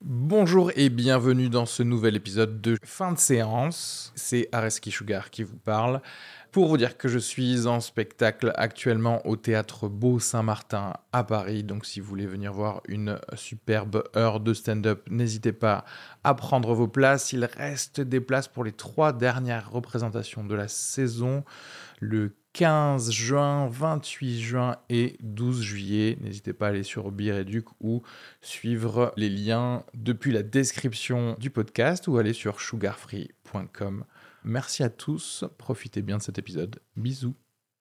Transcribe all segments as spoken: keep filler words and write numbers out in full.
Bonjour et bienvenue dans ce nouvel épisode de Fin de séance. C'est Areski Sugar qui vous parle. Pour vous dire que je suis en spectacle actuellement au Théâtre Beau Saint-Martin à Paris. Donc si vous voulez venir voir une superbe heure de stand-up, n'hésitez pas à prendre vos places. Il reste des places pour les trois dernières représentations de la saison. Le quinze juin, vingt-huit juin et douze juillet. N'hésitez pas à aller sur Bireduc ou suivre les liens depuis la description du podcast ou aller sur sugarfree point com. Merci à tous, profitez bien de cet épisode. Bisous.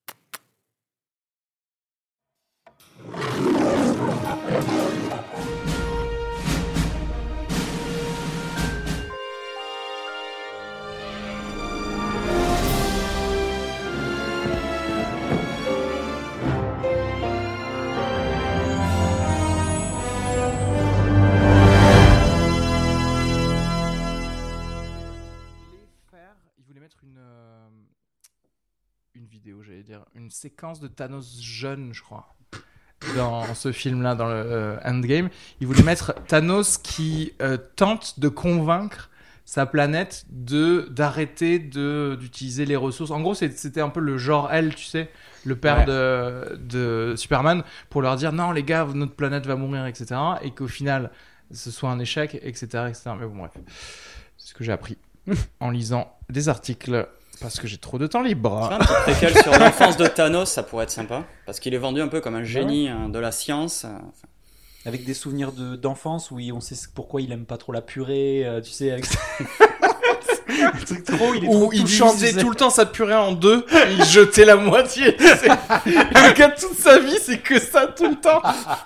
Une, euh, une vidéo, j'allais dire, une séquence de Thanos jeune, je crois, dans ce film-là, dans le euh, Endgame. Il voulait mettre Thanos qui euh, tente de convaincre sa planète de d'arrêter de d'utiliser les ressources. En gros, c'est, c'était un peu le genre L, tu sais, le père ouais. de de Superman, pour leur dire non les gars, notre planète va mourir, et cetera. Et qu'au final, ce soit un échec, et cetera, et cetera. Mais bon, bref, c'est ce que j'ai appris en lisant des articles parce que j'ai trop de temps libre. Tu vois, un petit préquel sur l'enfance de Thanos, ça pourrait être sympa parce qu'il est vendu un peu comme un génie ouais. de la science. Enfin... Avec des souvenirs de, d'enfance où on sait pourquoi il aime pas trop la purée, euh, tu sais. Avec... un truc trop, il est trop il divisait tout le temps sa purée en deux et il jetait la moitié. Le gars, toute sa vie, c'est que ça tout le temps.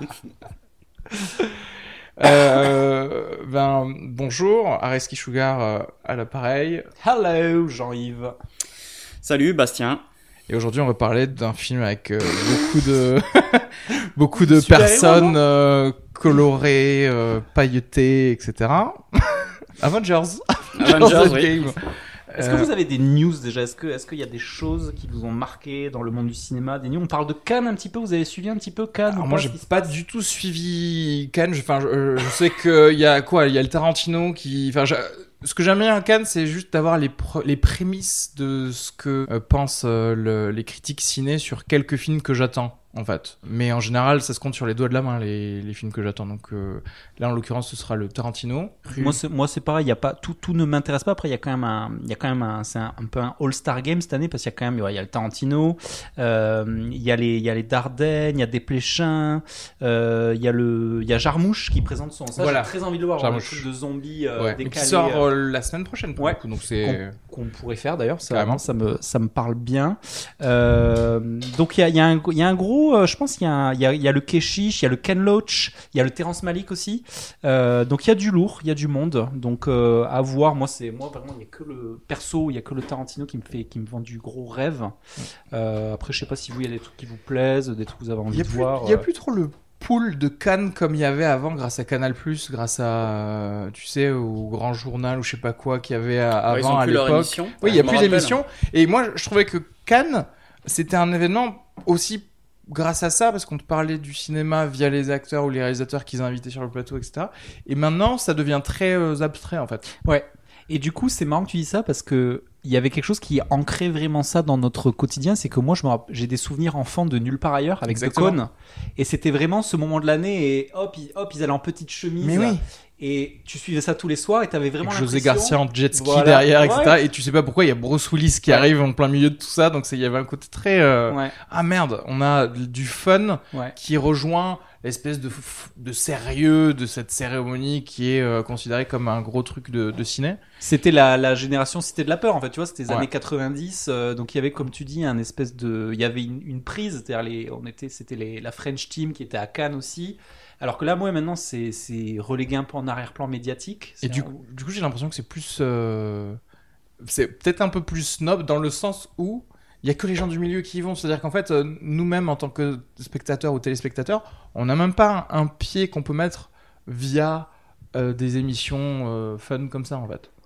Euh, ben, bonjour, Areski Sugar euh, à l'appareil. Hello, Jean-Yves. Salut, Bastien. Et aujourd'hui, on va parler d'un film avec euh, beaucoup de beaucoup de Super personnes euh, colorées, euh, pailletées, et cetera. Avengers. Avengers, Avengers oui. Est-ce que vous avez des news déjà ? Est-ce que est-ce qu'il y a des choses qui vous ont marqué dans le monde du cinéma ? Des news ? On parle de Cannes un petit peu. Vous avez suivi un petit peu Cannes ? Alors moi, j'ai pas du tout suivi Cannes. Enfin, je, je sais qu'il y a quoi ? Il y a le Tarantino qui. Enfin, je... ce que j'aime bien à Cannes, c'est juste d'avoir les pr- les prémices de ce que euh, pensent euh, le, les critiques ciné sur quelques films que j'attends. En fait, mais en général, ça se compte sur les doigts de la main les, les films que j'attends. Donc euh, là, en l'occurrence, ce sera le Tarantino. Moi, c'est, moi, c'est pareil. Il y a pas tout, tout ne m'intéresse pas. Après, il y a quand même un, il y a quand même un, c'est un, un peu un All-Star Game cette année parce qu'il y a quand même, il y a le Tarantino, euh, il y a les, il y a les Dardenne, il y a Desplechin, euh, il y a le, il y a Jarmouche qui présente son. Ça, voilà. J'ai très envie de le voir. Jarmouche. Un truc de zombies euh, ouais. décalé. Qui sort euh, la semaine prochaine. Pour ouais. le coup, donc c'est qu'on, qu'on pourrait faire d'ailleurs. Ça, vraiment, ça me, ça me parle bien. Euh, donc il y a, il y a un, il y a un gros, euh, je pense qu'il y a un Il y, a, il y a le Keshish, il y a le Ken Loach, il y a le Terrence Malick aussi. Euh, donc il y a du lourd, il y a du monde. Donc euh, à voir. Moi c'est moi vraiment il y a que le perso, il y a que le Tarantino qui me fait qui me vend du gros rêve. Euh, après je sais pas si vous il y a des trucs qui vous plaisent, des trucs que vous avez envie de plus, voir. Il y a plus trop le pool de Cannes comme il y avait avant grâce à Canal+, grâce à tu sais au Grand Journal ou je sais pas quoi qu'il y avait avant ouais, ils ont à plus l'époque. Leur émission. Oui, il y a plus d'émissions et moi je trouvais que Cannes c'était un événement aussi grâce à ça, parce qu'on te parlait du cinéma via les acteurs ou les réalisateurs qu'ils invitaient sur le plateau, et cetera. Et maintenant, ça devient très euh, abstrait, en fait. Ouais. Et du coup, c'est marrant que tu dis ça, parce que il y avait quelque chose qui ancrait vraiment ça dans notre quotidien, c'est que moi, je me rappelle, j'ai des souvenirs enfants de Nulle part ailleurs, avec The Cône. Et c'était vraiment ce moment de l'année, et hop, ils, hop, ils allaient en petite chemise. Mais oui. Et tu suivais ça tous les soirs et t'avais vraiment Avec l'impression... José Garcia en jet ski voilà. derrière, et cetera. Ouais. Et tu sais pas pourquoi il y a Bruce Willis qui ouais. arrive en plein milieu de tout ça. Donc il y avait un côté très... Euh... Ouais. Ah merde, on a du fun ouais. qui rejoint l'espèce de, de sérieux de cette cérémonie qui est euh, considérée comme un gros truc de, de ciné. C'était la, la génération Cité de la Peur, en fait, tu vois, c'était les ouais. années quatre-vingt-dix, euh, donc il y avait, comme tu dis, un espèce de... Il y avait une, une prise, c'est-à-dire les, on était, c'était les, la French Team qui était à Cannes aussi, alors que là, moi, maintenant, c'est, c'est relégué un peu en arrière-plan médiatique. Et du, un... coup, du coup, j'ai l'impression que c'est plus... Euh... C'est peut-être un peu plus snob dans le sens où il y a que les gens du milieu qui y vont. C'est-à-dire qu'en fait, euh, nous-mêmes, en tant que spectateurs ou téléspectateurs, on n'a même pas un, un pied qu'on peut mettre via euh, des émissions euh, fun comme ça, en fait.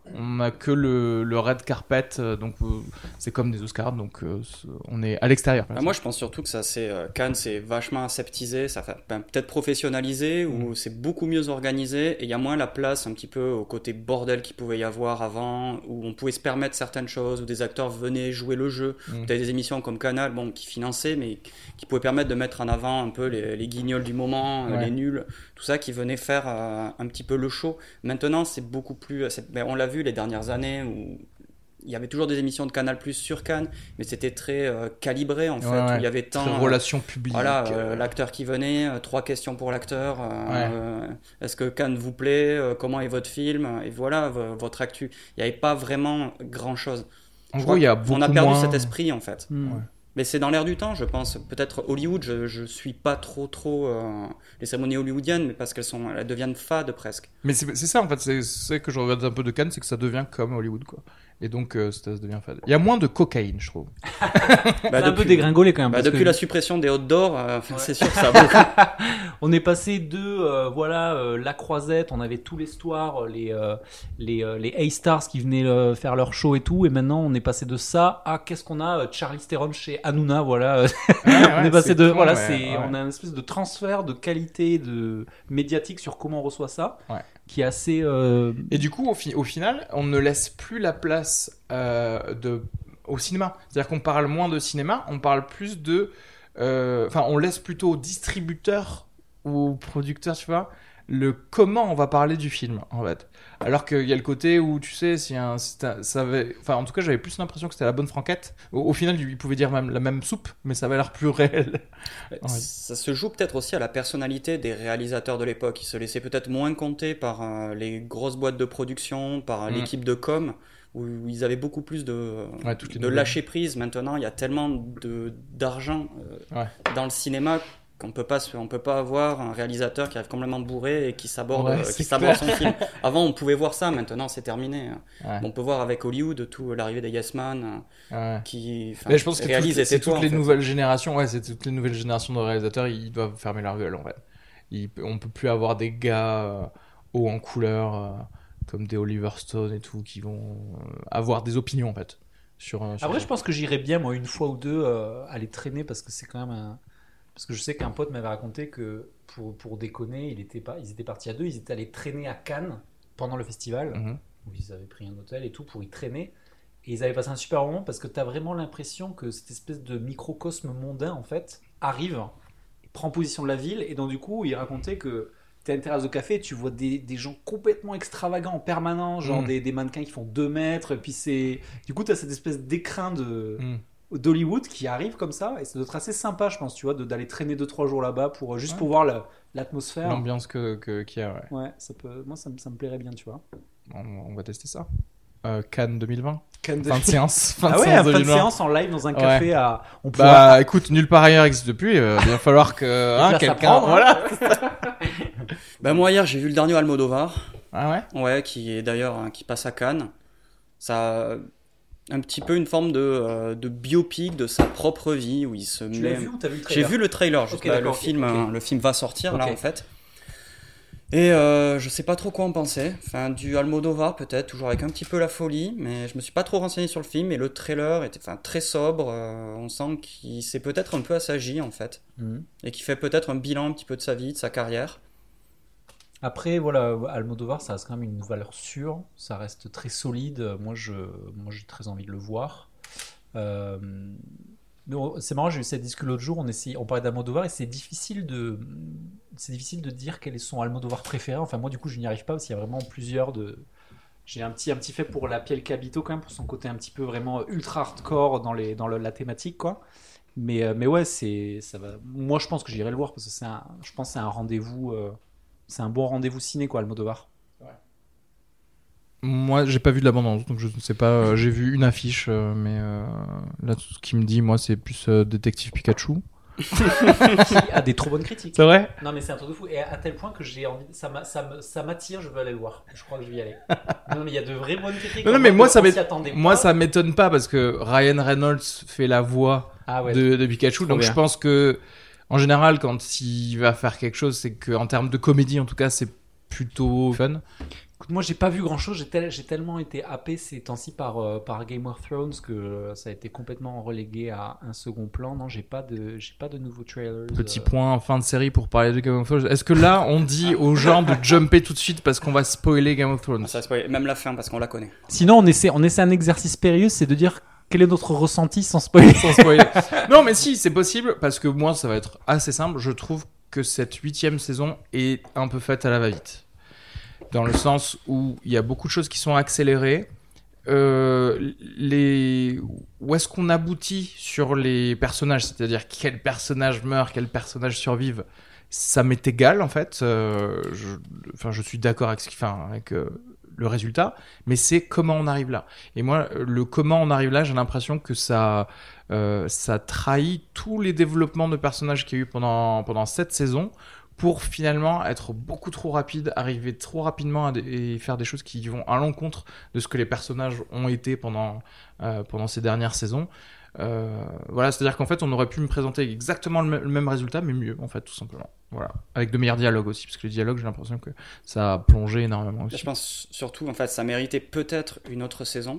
On a que le, le red carpet, euh, donc euh, c'est comme des Oscars, donc euh, on est à l'extérieur. Bah moi, je pense surtout que ça, c'est euh, Cannes, c'est vachement aseptisé, ça fait ben, peut-être professionnalisé, ou Mm. c'est beaucoup mieux organisé, et il y a moins la place un petit peu au côté bordel qu'il pouvait y avoir avant, où on pouvait se permettre certaines choses, où des acteurs venaient jouer le jeu. Mm. T'avais des émissions comme Canal, bon, qui finançaient, mais qui pouvaient permettre de mettre en avant un peu les, les guignols du moment, Ouais. les nuls, tout ça, qui venait faire euh, un petit peu le show. Maintenant, c'est beaucoup plus, c'est, ben, on l'a vu les dernières années où il y avait toujours des émissions de Canal+ sur Cannes, mais c'était très euh, calibré en fait, Ouais, ouais. où il y avait tant Très euh, relations publiques. voilà, euh, euh, l'acteur qui venait, euh, trois questions pour l'acteur, euh, Ouais. euh, est-ce que Cannes vous plaît, euh, comment est votre film, et voilà v- votre actu. Il n'y avait pas vraiment grand chose. En Je gros, crois il y a qu'on beaucoup a perdu moins... cet esprit en fait. Mm. Ouais. Mais c'est dans l'air du temps, je pense. Peut-être Hollywood, je, je suis pas trop trop euh, les cérémonies hollywoodiennes, mais parce qu'elles sont, elles deviennent fades presque. Mais c'est c'est ça en fait, c'est c'est que je regarde un peu de Cannes, c'est que ça devient comme Hollywood quoi. Et donc euh, ça devient fade. Il y a moins de cocaïne, je trouve. Bah, C'est un peu depuis, dégringolé quand même. bah, parce depuis que la suppression des hot doors, euh, c'est sûr que ça a beaucoup. on est passé de euh, voilà euh, la Croisette, on avait tous les soirs les euh, les euh, les A-Stars qui venaient euh, faire leur show et tout, et maintenant on est passé de ça à qu'est-ce qu'on a euh, Charlize Theron chez Hanouna, voilà. Ouais, on ouais, est passé c'est de con, voilà, ouais, c'est ouais. on a une espèce de transfert de qualité de médiatique sur comment on reçoit ça, Ouais. qui est assez euh, Et du coup, au, fi- au final, on ne laisse plus la place euh, de... au cinéma. C'est-à-dire qu'on parle moins de cinéma, on parle plus de... euh, Enfin, on laisse plutôt aux distributeurs ou aux producteurs, tu vois, le comment on va parler du film, en fait. Alors qu'il y a le côté où, tu sais, si un, si t'as- ça avait... Enfin, en tout cas, j'avais plus l'impression que c'était la bonne franquette. Au, au final, ils pouvaient dire même la même soupe, mais ça avait l'air plus réel. Ouais. Ça se joue peut-être aussi à la personnalité des réalisateurs de l'époque. Ils se laissaient peut-être moins compter par euh, les grosses boîtes de production, par Mm. l'équipe de com, où ils avaient beaucoup plus de, Ouais, toutes les de nouvelles. lâcher prise. Maintenant, il y a tellement de, d'argent euh, Ouais. dans le cinéma qu'on peut pas, se- on peut pas avoir un réalisateur qui arrive complètement bourré et qui s'aborde, Ouais, euh, c'est qui s'aborde clair. son film. Avant, on pouvait voir ça. Maintenant, c'est terminé. Ouais. On peut voir avec Hollywood tout l'arrivée des Yes Man Ouais. qui enfin, Mais je pense que réalise toutes, et c'est tais-toi, toutes en les fait. nouvelles générations, ouais, c'est toutes les nouvelles générations de réalisateurs, ils doivent fermer leur gueule en fait. Ils- on peut plus avoir des gars euh, hauts en couleur euh, comme des Oliver Stone et tout qui vont euh, avoir des opinions en fait. Sur, euh, sur Après, ça. je pense que j'irais bien, moi, une fois ou deux, euh, aller traîner parce que c'est quand même un. Parce que je sais qu'un pote m'avait raconté que pour, pour déconner, il était pas, ils étaient partis à deux, ils étaient allés traîner à Cannes pendant le festival, Mhm. où ils avaient pris un hôtel et tout pour y traîner. Et ils avaient passé un super moment parce que tu as vraiment l'impression que cette espèce de microcosme mondain, en fait, arrive, prend position de la ville. Et donc, du coup, il racontait que tu as une terrasse de café, tu vois des, des gens complètement extravagants en permanence, genre Mm. des, des mannequins qui font deux mètres. Et puis, c'est. Du coup, tu as cette espèce d'écrin de. Mm. d'Hollywood qui arrive comme ça, et ça doit être assez sympa, je pense, tu vois, de- d'aller traîner deux trois jours là-bas pour juste Ouais. pour voir la- l'atmosphère. L'ambiance que, que, qu'il y a, ouais. Ouais, ça peut, moi ça, me- ça me plairait bien, tu vois. On, on va tester ça. Euh, Cannes deux mille vingt. Cannes de- Fin de séance. Fin de Ah ouais, séance fin de deux mille vingt. séance en live dans un Ouais. café à. On pourra. Bah écoute, nulle part ailleurs existe depuis. euh, Il va falloir que hein, place à quelqu'un. prendre, hein. Voilà. Ben moi hier j'ai vu le dernier Almodovar, Ah ouais. ouais, qui est d'ailleurs hein, qui passe à Cannes. Ça a un petit peu une forme de, euh, de biopic de sa propre vie où il se Tu met. l'as vu ou t'as vu le J'ai trailer? vu le trailer, juste Ok, là, le d'accord, ok, film, ok. hein, le film va sortir là Ok. en fait. Et euh, je sais pas trop quoi en penser. Enfin, du Almodovar peut-être, toujours avec un petit peu la folie, mais je me suis pas trop renseigné sur le film. Et le trailer était, enfin, très sobre. euh, on sent qu'il s'est peut-être un peu assagi en fait, Mhm. et qu'il fait peut-être un bilan un petit peu de sa vie, de sa carrière. Après, voilà, Almodovar, ça reste quand même une valeur sûre, ça reste très solide. Moi, je, moi, j'ai très envie de le voir. Euh, non, c'est marrant, j'ai eu cette discussion l'autre jour. On essayait, on parlait d'Almodovar et c'est difficile de, c'est difficile de dire quel est son Almodovar préféré. Enfin, moi, du coup, je n'y arrive pas parce qu'il y a vraiment plusieurs de. J'ai un petit, un petit fait pour la Piel Cabito quand même, pour son côté un petit peu vraiment ultra hardcore dans les, dans le- la thématique, quoi. Mais, euh, mais ouais, c'est, ça va. Moi, je pense que j'irai le voir parce que c'est un, je pense que c'est un rendez-vous. euh, C'est un bon rendez-vous ciné, quoi, Almodovar. Moi, j'ai pas vu de la bande-annonce, donc je ne sais pas. euh, j'ai vu une affiche, euh, mais euh, là, tout ce qui me dit, moi, c'est plus euh, Détective Pikachu. Qui a des trop bonnes critiques. C'est vrai? Non, mais c'est un truc de fou. Et à tel point que j'ai envie. Ça, m'a- ça, me- ça m'attire, je veux aller le voir. Je crois que je vais y aller. Non, mais il y a de vraies bonnes critiques. Non, non, En mais mode, moi, ça on m'est- s'y attendait Moi, pas. ça m'étonne pas parce que Ryan Reynolds fait la voix Ah ouais. de, de Pikachu, Trop donc bien. je pense que, en général, quand il va faire quelque chose, c'est qu'en termes de comédie, en tout cas, c'est plutôt fun. Moi, j'ai pas vu grand-chose. J'ai, tel- j'ai tellement été happé ces temps-ci par, euh, par Game of Thrones que euh, ça a été complètement relégué à un second plan. Non, j'ai pas de, j'ai pas de nouveaux trailers. Petit euh... point en fin de série pour parler de Game of Thrones. Est-ce que là, on dit aux gens de jumper tout de suite parce qu'on va spoiler Game of Thrones? Ça va spoiler, même la fin parce qu'on la connaît. Sinon, on essaie, on essaie un exercice périlleux, c'est de dire quel est notre ressenti sans spoiler. Sans spoiler. Non, mais si, c'est possible parce que moi, ça va être assez simple. Je trouve que cette huitième saison est un peu faite à la va-vite. Dans le sens où il y a beaucoup de choses qui sont accélérées. Euh, les... Où est-ce qu'on aboutit sur les personnages, c'est-à-dire quel personnage meurt, quel personnage survive, ça m'est égal en fait. Euh, je... Enfin, je suis d'accord avec, ce qui... enfin, avec euh, le résultat, mais c'est comment on arrive là. Et moi, le comment on arrive là, j'ai l'impression que ça, euh, ça trahit tous les développements de personnages qu'il y a eu pendant, pendant cette saison, pour finalement être beaucoup trop rapide, arriver trop rapidement à d- et faire des choses qui vont à l'encontre de ce que les personnages ont été pendant, euh, pendant ces dernières saisons. Euh, voilà, c'est-à-dire qu'en fait, on aurait pu me présenter exactement le, m- le même résultat, mais mieux, en fait, tout simplement. Voilà. Avec de meilleurs dialogues aussi, parce que les dialogues, j'ai l'impression que ça a plongé énormément aussi. Je pense surtout, en fait, ça méritait peut-être une autre saison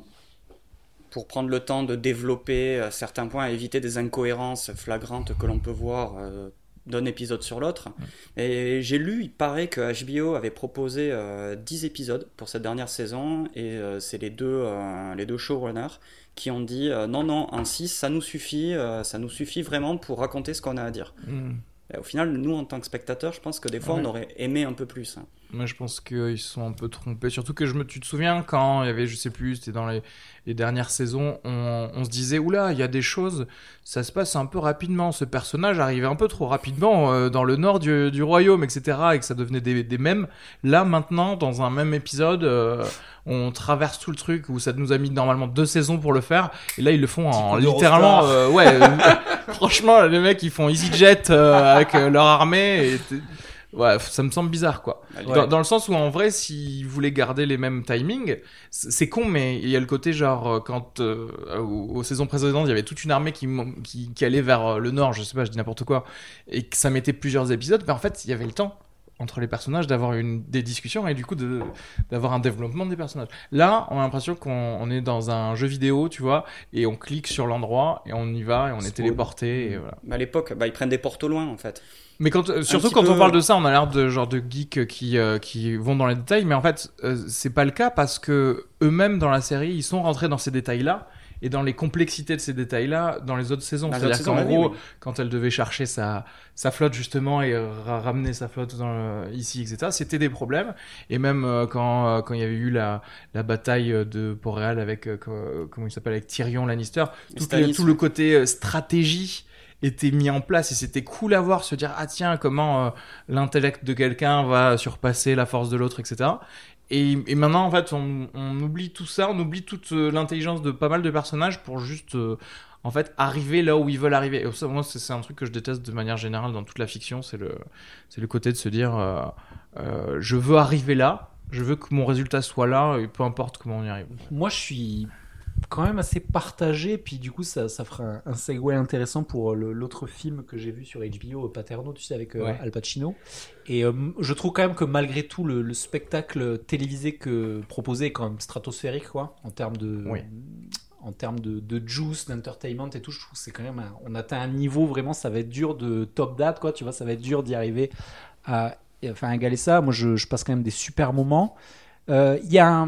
pour prendre le temps de développer euh, certains points, éviter des incohérences flagrantes que l'on peut voir euh, d'un épisode sur l'autre. Ouais. Et j'ai lu, il paraît que H B O avait proposé euh, dix épisodes pour cette dernière saison, et euh, c'est les deux, euh, les deux showrunners qui ont dit euh, non, non, en six, ça nous suffit, euh, ça nous suffit vraiment pour raconter ce qu'on a à dire. Mm. Et au final, nous, en tant que spectateurs, je pense que des fois, ouais. on aurait aimé un peu plus. Hein. Moi, je pense qu'ils se sont un peu trompés. Surtout que je me, tu te souviens quand il y avait, je sais plus, c'était dans les, les dernières saisons, on, on se disait, oula, il y a des choses, ça se passe un peu rapidement. Ce personnage arrivait un peu trop rapidement euh, dans le nord du, du royaume, et cetera. Et que ça devenait des, des mèmes. Là, maintenant, dans un même épisode, euh, on traverse tout le truc où ça nous a mis normalement deux saisons pour le faire. Et là, ils le font en littéralement, euh, ouais. Franchement, les mecs, ils font EasyJet euh, avec euh, leur armée. Et ouais, ça me semble bizarre, quoi. Ouais. Dans, dans le sens où, en vrai, s'ils voulaient garder les mêmes timings, c'est con, mais il y a le côté, genre, quand, euh, aux, aux saisons précédentes, il y avait toute une armée qui, qui, qui allait vers le nord, je sais pas, je dis n'importe quoi, et que ça mettait plusieurs épisodes, mais en fait, il y avait le temps entre les personnages d'avoir une, des discussions et du coup de, d'avoir un développement des personnages. Là, on a l'impression qu'on on est dans un jeu vidéo, tu vois, et on clique sur l'endroit et on y va et on est, est téléporté. Et voilà. À l'époque, bah, ils prennent des portes au loin, en fait. Mais quand, euh, surtout quand peu... on parle de ça, on a l'air de genre de geeks qui euh, qui vont dans les détails, mais en fait, euh, c'est pas le cas parce que eux-mêmes dans la série, ils sont rentrés dans ces détails-là. Et dans les complexités de ces détails-là, dans les autres saisons. Dans C'est-à-dire qu'en gros, oui, oui. quand elle devait chercher sa, sa flotte, justement, et ra- ramener sa flotte dans le, ici, et cetera, c'était des problèmes. Et même euh, quand, euh, quand il y avait eu la, la bataille de Port-Réal avec, euh, comment il s'appelle, avec Tyrion Lannister, tout, les, tout le côté euh, stratégie était mis en place et c'était cool à voir, se dire, ah tiens, comment euh, l'intellect de quelqu'un va surpasser la force de l'autre, et cetera. Et, et maintenant, en fait, on, on oublie tout ça, on oublie toute euh, l'intelligence de pas mal de personnages pour juste, euh, en fait, arriver là où ils veulent arriver. Et ça, moi, c'est, c'est un truc que je déteste de manière générale dans toute la fiction, c'est le, c'est le côté de se dire, euh, euh, je veux arriver là, je veux que mon résultat soit là, et peu importe comment on y arrive. Moi, je suis quand même assez partagé, puis du coup, ça, ça fera un, un segue intéressant pour le, l'autre film que j'ai vu sur H B O, Paterno, tu sais, avec euh, ouais. Al Pacino. Et euh, je trouve quand même que malgré tout, le, le spectacle télévisé que proposé est quand même stratosphérique, quoi, en termes de, oui. en termes de, de juice, d'entertainment et tout. Je trouve que c'est quand même, un, on atteint un niveau vraiment, ça va être dur de top date, quoi. Tu vois, ça va être dur d'y arriver à, enfin, à égaler ça. Moi, je, je passe quand même des super moments. Il euh, y, y, y, y a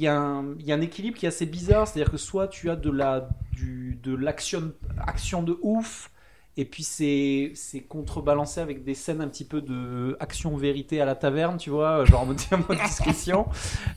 un équilibre qui est assez bizarre, c'est-à-dire que soit tu as de la du, de l'action action de ouf, et puis c'est c'est contrebalancé avec des scènes un petit peu de action vérité à la taverne, tu vois, genre en mode, en mode discussion.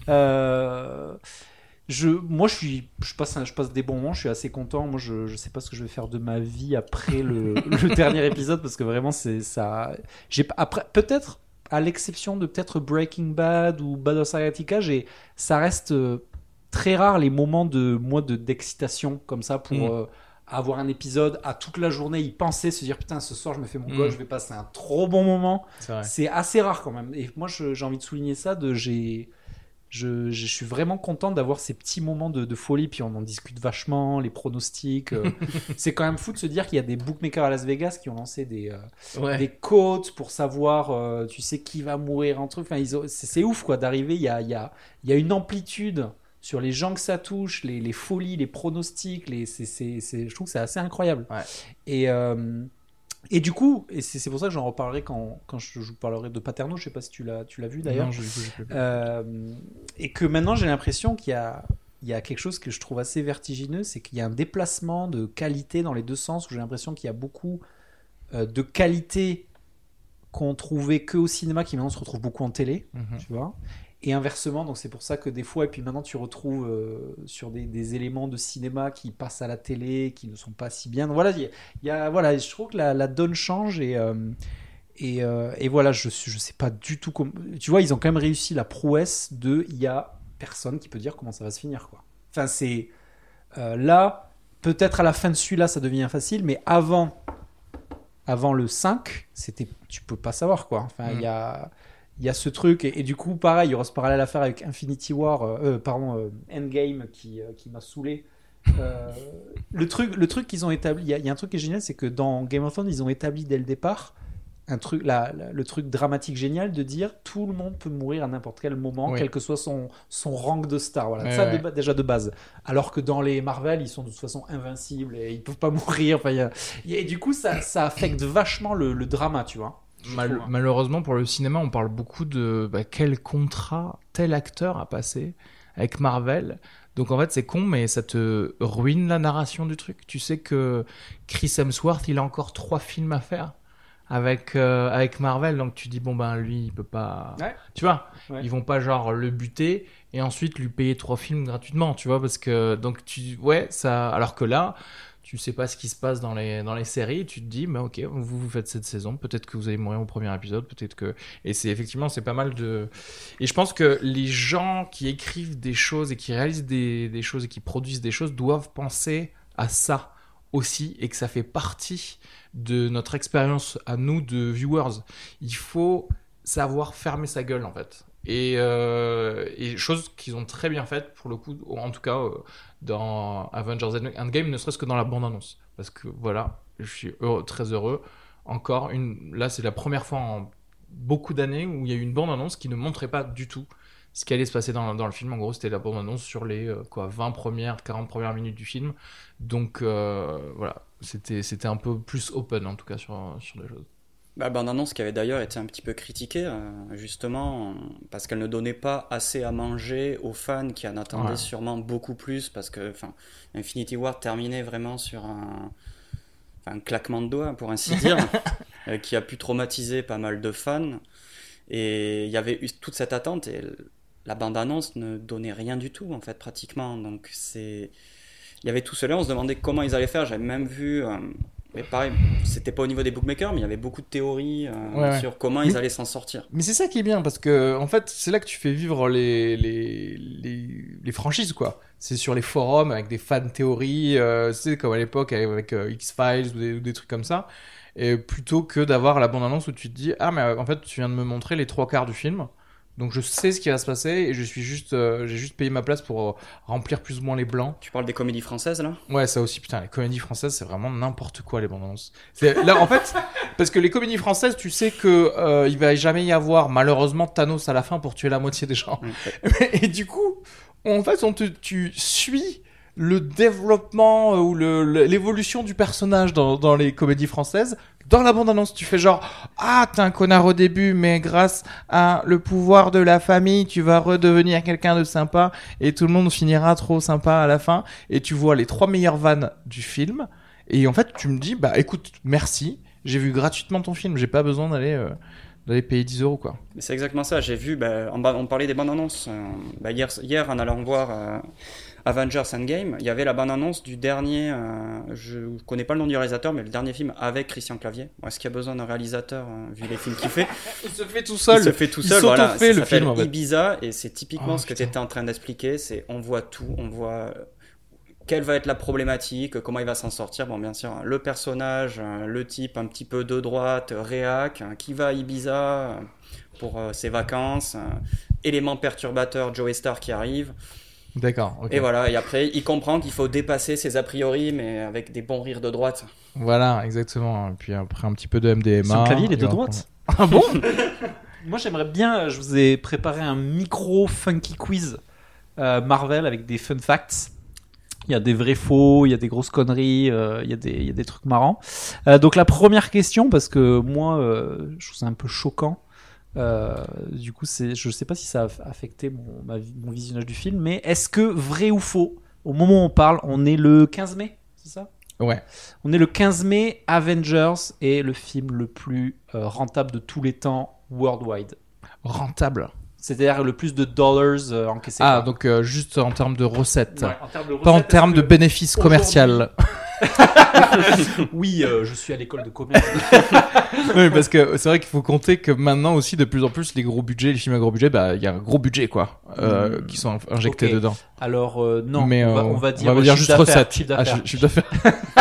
Euh, je moi je suis je passe je passe des bons moments, je suis assez content. Moi je je sais pas ce que je vais faire de ma vie après le, le dernier épisode parce que vraiment c'est ça. J'ai après peut-être. À l'exception de peut-être Breaking Bad ou Battlestar Galactica, j'ai, ça reste euh, très rare les moments de moi de d'excitation comme ça pour mmh. euh, avoir un épisode à toute la journée, y penser, se dire putain ce soir je me fais mon mmh. goal, je vais passer un trop bon moment. C'est, c'est assez rare quand même. Et moi je, j'ai envie de souligner ça. De j'ai Je, je suis vraiment content d'avoir ces petits moments de, de folie, puis on en discute vachement, les pronostics. Euh, c'est quand même fou de se dire qu'il y a des bookmakers à Las Vegas qui ont lancé des, euh, ouais. des cotes pour savoir, euh, tu sais, qui va mourir en truc. Enfin, ils ont, c'est, c'est ouf quoi, d'arriver, il y a, il y a, il y a une amplitude sur les gens que ça touche, les, les folies, les pronostics, les, c'est, c'est, c'est, je trouve que c'est assez incroyable. Ouais. Et... Euh, Et du coup, et c'est, c'est pour ça que j'en reparlerai quand, quand je, je vous parlerai de Paterno, je sais pas si tu l'as, tu l'as vu d'ailleurs. Non, je, je, je, je... Euh, et que maintenant j'ai l'impression qu'il y a, il y a quelque chose que je trouve assez vertigineux, c'est qu'il y a un déplacement de qualité dans les deux sens, où j'ai l'impression qu'il y a beaucoup euh, de qualité qu'on trouvait que au cinéma, qui maintenant se retrouve beaucoup en télé, mm-hmm. tu vois. Et inversement, donc c'est pour ça que des fois, et puis maintenant tu retrouves euh, sur des, des éléments de cinéma qui passent à la télé, qui ne sont pas si bien. Donc voilà, il y, y a, voilà, je trouve que la, la donne change et euh, et, euh, et voilà, je je sais pas du tout comment. Tu vois, ils ont quand même réussi la prouesse de, il y a personne qui peut dire comment ça va se finir quoi. Enfin c'est euh, là, peut-être à la fin de celui-là, ça devient facile, mais avant avant le cinq, c'était, tu peux pas savoir quoi. Enfin il mm. y a Il y a ce truc, et, et du coup, pareil, il y aura ce parallèle à faire avec Infinity War, euh, euh, pardon, euh, Endgame, qui, euh, qui m'a saoulé. Euh, le, truc, le truc qu'ils ont établi, il y, y a un truc qui est génial, c'est que dans Game of Thrones, ils ont établi dès le départ un truc, la, la, le truc dramatique génial de dire tout le monde peut mourir à n'importe quel moment, oui. quel que soit son, son rank de star. Voilà. Ouais, ça, ouais. De, déjà de base. Alors que dans les Marvel, ils sont de toute façon invincibles et ils peuvent pas mourir. Enfin, y a, et du coup, ça, ça affecte vachement le, le drama, tu vois. Mal, malheureusement pour le cinéma, on parle beaucoup de bah, quel contrat tel acteur a passé avec Marvel. Donc en fait c'est con, mais ça te ruine la narration du truc. Tu sais que Chris Hemsworth, il a encore trois films à faire avec euh, avec Marvel, donc tu dis bon ben lui il peut pas, ouais. tu vois, ouais. Ils vont pas genre le buter et ensuite lui payer trois films gratuitement, tu vois, parce que donc tu ouais ça, alors que là tu sais pas ce qui se passe dans les, dans les séries, tu te dis, mais ok, vous, vous faites cette saison, peut-être que vous allez mourir au premier épisode, peut-être que... Et c'est effectivement, c'est pas mal de... Et je pense que les gens qui écrivent des choses et qui réalisent des, des choses et qui produisent des choses doivent penser à ça aussi, et que ça fait partie de notre expérience à nous, de viewers. Il faut savoir fermer sa gueule, en fait. Et, euh, et chose qu'ils ont très bien faite, pour le coup, en tout cas... Euh, dans Avengers Endgame, ne serait-ce que dans la bande-annonce. Parce que voilà, je suis heureux, très heureux. Encore une... Là, c'est la première fois en beaucoup d'années où il y a eu une bande-annonce qui ne montrait pas du tout ce qui allait se passer dans, dans le film. En gros, c'était la bande-annonce sur les euh, quoi, vingt premières, quarante premières minutes du film. Donc euh, voilà, c'était, c'était un peu plus open en tout cas sur, sur des choses. La bande-annonce qui avait d'ailleurs été un petit peu critiquée, euh, justement, parce qu'elle ne donnait pas assez à manger aux fans qui en attendaient ouais. sûrement beaucoup plus, parce que Infinity War terminait vraiment sur un, un claquement de doigts, pour ainsi dire, euh, qui a pu traumatiser pas mal de fans. Et il y avait eu toute cette attente, et la bande-annonce ne donnait rien du tout, en fait, pratiquement. Donc, c'est... il y avait tout cela, on se demandait comment ils allaient faire. J'avais même vu... Euh, Mais pareil, c'était pas au niveau des bookmakers, mais il y avait beaucoup de théories euh, ouais, ouais. sur comment mais, ils allaient s'en sortir. Mais c'est ça qui est bien, parce que en fait, c'est là que tu fais vivre les, les, les, les franchises, quoi. C'est sur les forums avec des fan théories, euh, c'est comme à l'époque avec euh, X-Files ou des, ou des trucs comme ça. Et plutôt que d'avoir la bande-annonce où tu te dis « Ah, mais en fait, tu viens de me montrer les trois quarts du film. » Donc je sais ce qui va se passer et je suis juste, euh, j'ai juste payé ma place pour euh, remplir plus ou moins les blancs. Tu parles des comédies françaises là ? Ouais, ça aussi, putain, les comédies françaises, c'est vraiment n'importe quoi les bandes annonces. C'est, là, en fait, parce que les comédies françaises, tu sais que euh, il va jamais y avoir malheureusement Thanos à la fin pour tuer la moitié des gens. Okay. Et du coup, en fait, on te, tu suis le développement ou le, le, l'évolution du personnage dans, dans les comédies françaises. Dans la bande-annonce, tu fais genre « Ah, t'es un connard au début, mais grâce à le pouvoir de la famille, tu vas redevenir quelqu'un de sympa et tout le monde finira trop sympa à la fin. » Et tu vois les trois meilleures vannes du film. Et en fait, tu me dis « Bah écoute, merci, j'ai vu gratuitement ton film, j'ai pas besoin d'aller... Euh, d'aller payer dix euros, quoi. » C'est exactement ça, j'ai vu, bah, on, on parlait des bandes annonces. Euh, bah, hier, hier, en allant voir euh, Avengers Endgame, il y avait la bande annonce du dernier, euh, je ne connais pas le nom du réalisateur, mais le dernier film avec Christian Clavier. Bon, est-ce qu'il y a besoin d'un réalisateur, euh, vu les films qu'il fait ? Il se fait tout seul. Il se fait tout seul, il voilà. fait Ça le film, en fait. Ibiza, et c'est typiquement oh, ce que putain. tu étais en train d'expliquer, c'est on voit tout, on voit... quelle va être la problématique, comment il va s'en sortir. Bon, bien sûr, le personnage, le type un petit peu de droite, réac, qui va à Ibiza, pour euh, ses vacances. Euh, élément perturbateur, Joey Star qui arrive. D'accord. Okay. Et voilà, et après, il comprend qu'il faut dépasser ses a priori, mais avec des bons rires de droite. Voilà, exactement. Et puis après, un petit peu de M D M A. Son clavier, il est de on... droite. Ah bon? Moi, j'aimerais bien, je vous ai préparé un micro funky quiz euh, Marvel avec des fun facts. Il y a des vrais faux, il y a des grosses conneries, euh, il y a des, il y a des trucs marrants. Euh, donc la première question, parce que moi, euh, je trouve ça un peu choquant. Euh, du coup, c'est, je ne sais pas si ça a affecté mon, ma, mon visionnage du film, mais est-ce que vrai ou faux, au moment où on parle, on est le quinze mai, c'est ça ? Ouais. On est le quinze mai, Avengers est le film le plus euh, rentable de tous les temps worldwide. Rentable. C'est-à-dire le plus de dollars euh, encaissés. Ah, quoi. donc euh, juste en termes de recettes. Ouais, en termes de recettes, pas en termes de bénéfices commerciaux. Oui, euh, je suis à l'école de commerce. Oui, parce que c'est vrai qu'il faut compter que maintenant aussi, de plus en plus, les gros budgets, les films à gros budget, bah, il y a un gros budget, quoi, euh, mmh. qui sont injectés okay. dedans. Alors, euh, non, mais, on, va, euh, on va dire, on va dire juste recettes. Chiffre d'affaires. Ah, chiffre d'affaires.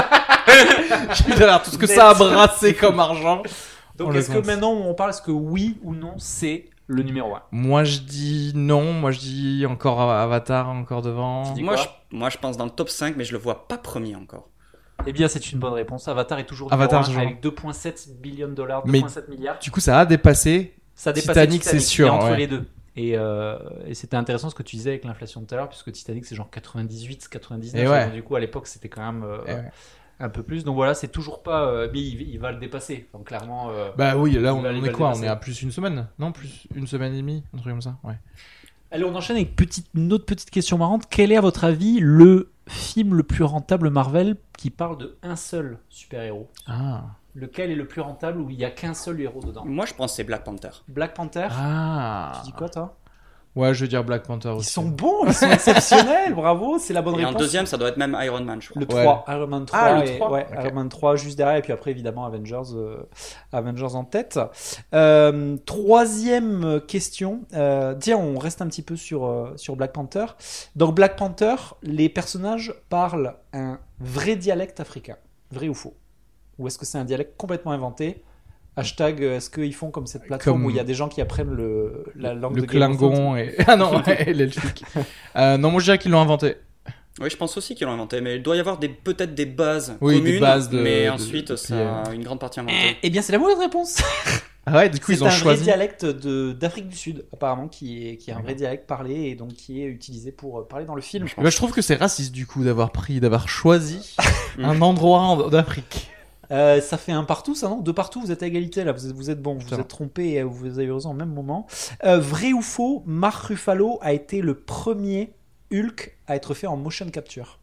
Chiffre d'affaires, tout ce que ça a brassé comme argent. Donc, est-ce que maintenant, on parle, est-ce que oui ou non, c'est le numéro un? Moi, je dis non. Moi, je dis encore Avatar, encore devant. Moi je, moi, je pense dans le top cinq, mais je le vois pas premier encore. Eh bien, c'est une bonne réponse. Avatar est toujours Avatar, numéro un avec deux virgule sept billions de dollars, deux virgule sept milliards. Du coup, ça a dépassé. Ça a dépassé Titanic, Titanic, c'est sûr. Entre ouais. les deux. Et, euh, et c'était intéressant ce que tu disais avec l'inflation de tout à l'heure, puisque Titanic, c'est genre quatre-vingt-dix-huit, quatre-vingt-dix-neuf. Et ouais. Donc, du coup, à l'époque, c'était quand même euh, ouais. un peu plus. Donc voilà, c'est toujours pas. Euh, mais il, il va le dépasser. Donc clairement. Euh, bah oui, là, on, va, on est quoi? On est à plus une semaine? Non, plus une semaine et demie, un truc comme ça. Ouais. Allez, on enchaîne avec petite, une autre petite question marrante. Quel est, à votre avis, le film le plus rentable Marvel qui parle de un seul super-héros? Ah. Lequel est le plus rentable où il n'y a qu'un seul héros dedans? Moi, je pense que c'est Black Panther. Black Panther? Ah. Tu dis quoi, toi? Ouais, je veux dire Black Panther aussi. Ils sont bons, ils sont exceptionnels, bravo, c'est la bonne et réponse. Et en deuxième, ça doit être même Iron Man, je crois. Le trois, ouais. Iron Man trois, ah, et, le trois. Ouais, okay. Iron Man trois juste derrière, et puis après évidemment Avengers, euh, Avengers en tête. Euh, troisième question, euh, tiens, on reste un petit peu sur, euh, sur Black Panther. Dans Black Panther, les personnages parlent un vrai dialecte africain, vrai ou faux? Ou est-ce que c'est un dialecte complètement inventé? Hashtag, est-ce qu'ils font comme cette plateforme comme où il y a des gens qui apprennent le, la langue le de Klingon et... Ah non, et l'elfique. euh, non, moi je dirais qu'ils l'ont inventé. Oui, je pense aussi qu'ils l'ont inventé, mais il doit y avoir des, peut-être des bases oui, communes, des bases de, mais de, ensuite, de, ça a une grande partie inventée. Eh bien, c'est la mauvaise réponse. Ah ouais, du coup, ils ont choisi. C'est un vrai dialecte de, d'Afrique du Sud, apparemment, qui est, qui est un vrai dialecte parlé et donc qui est utilisé pour parler dans le film. Je, bah, je trouve que c'est raciste, du coup, d'avoir pris, d'avoir choisi un endroit en Afrique. Euh, ça fait un partout, ça, non? Deux partout, vous êtes à égalité, là, vous êtes, vous êtes bon, vous vous êtes trompé et vous avez raison au même moment. Euh, vrai ou faux, Mark Ruffalo a été le premier Hulk à être fait en motion capture.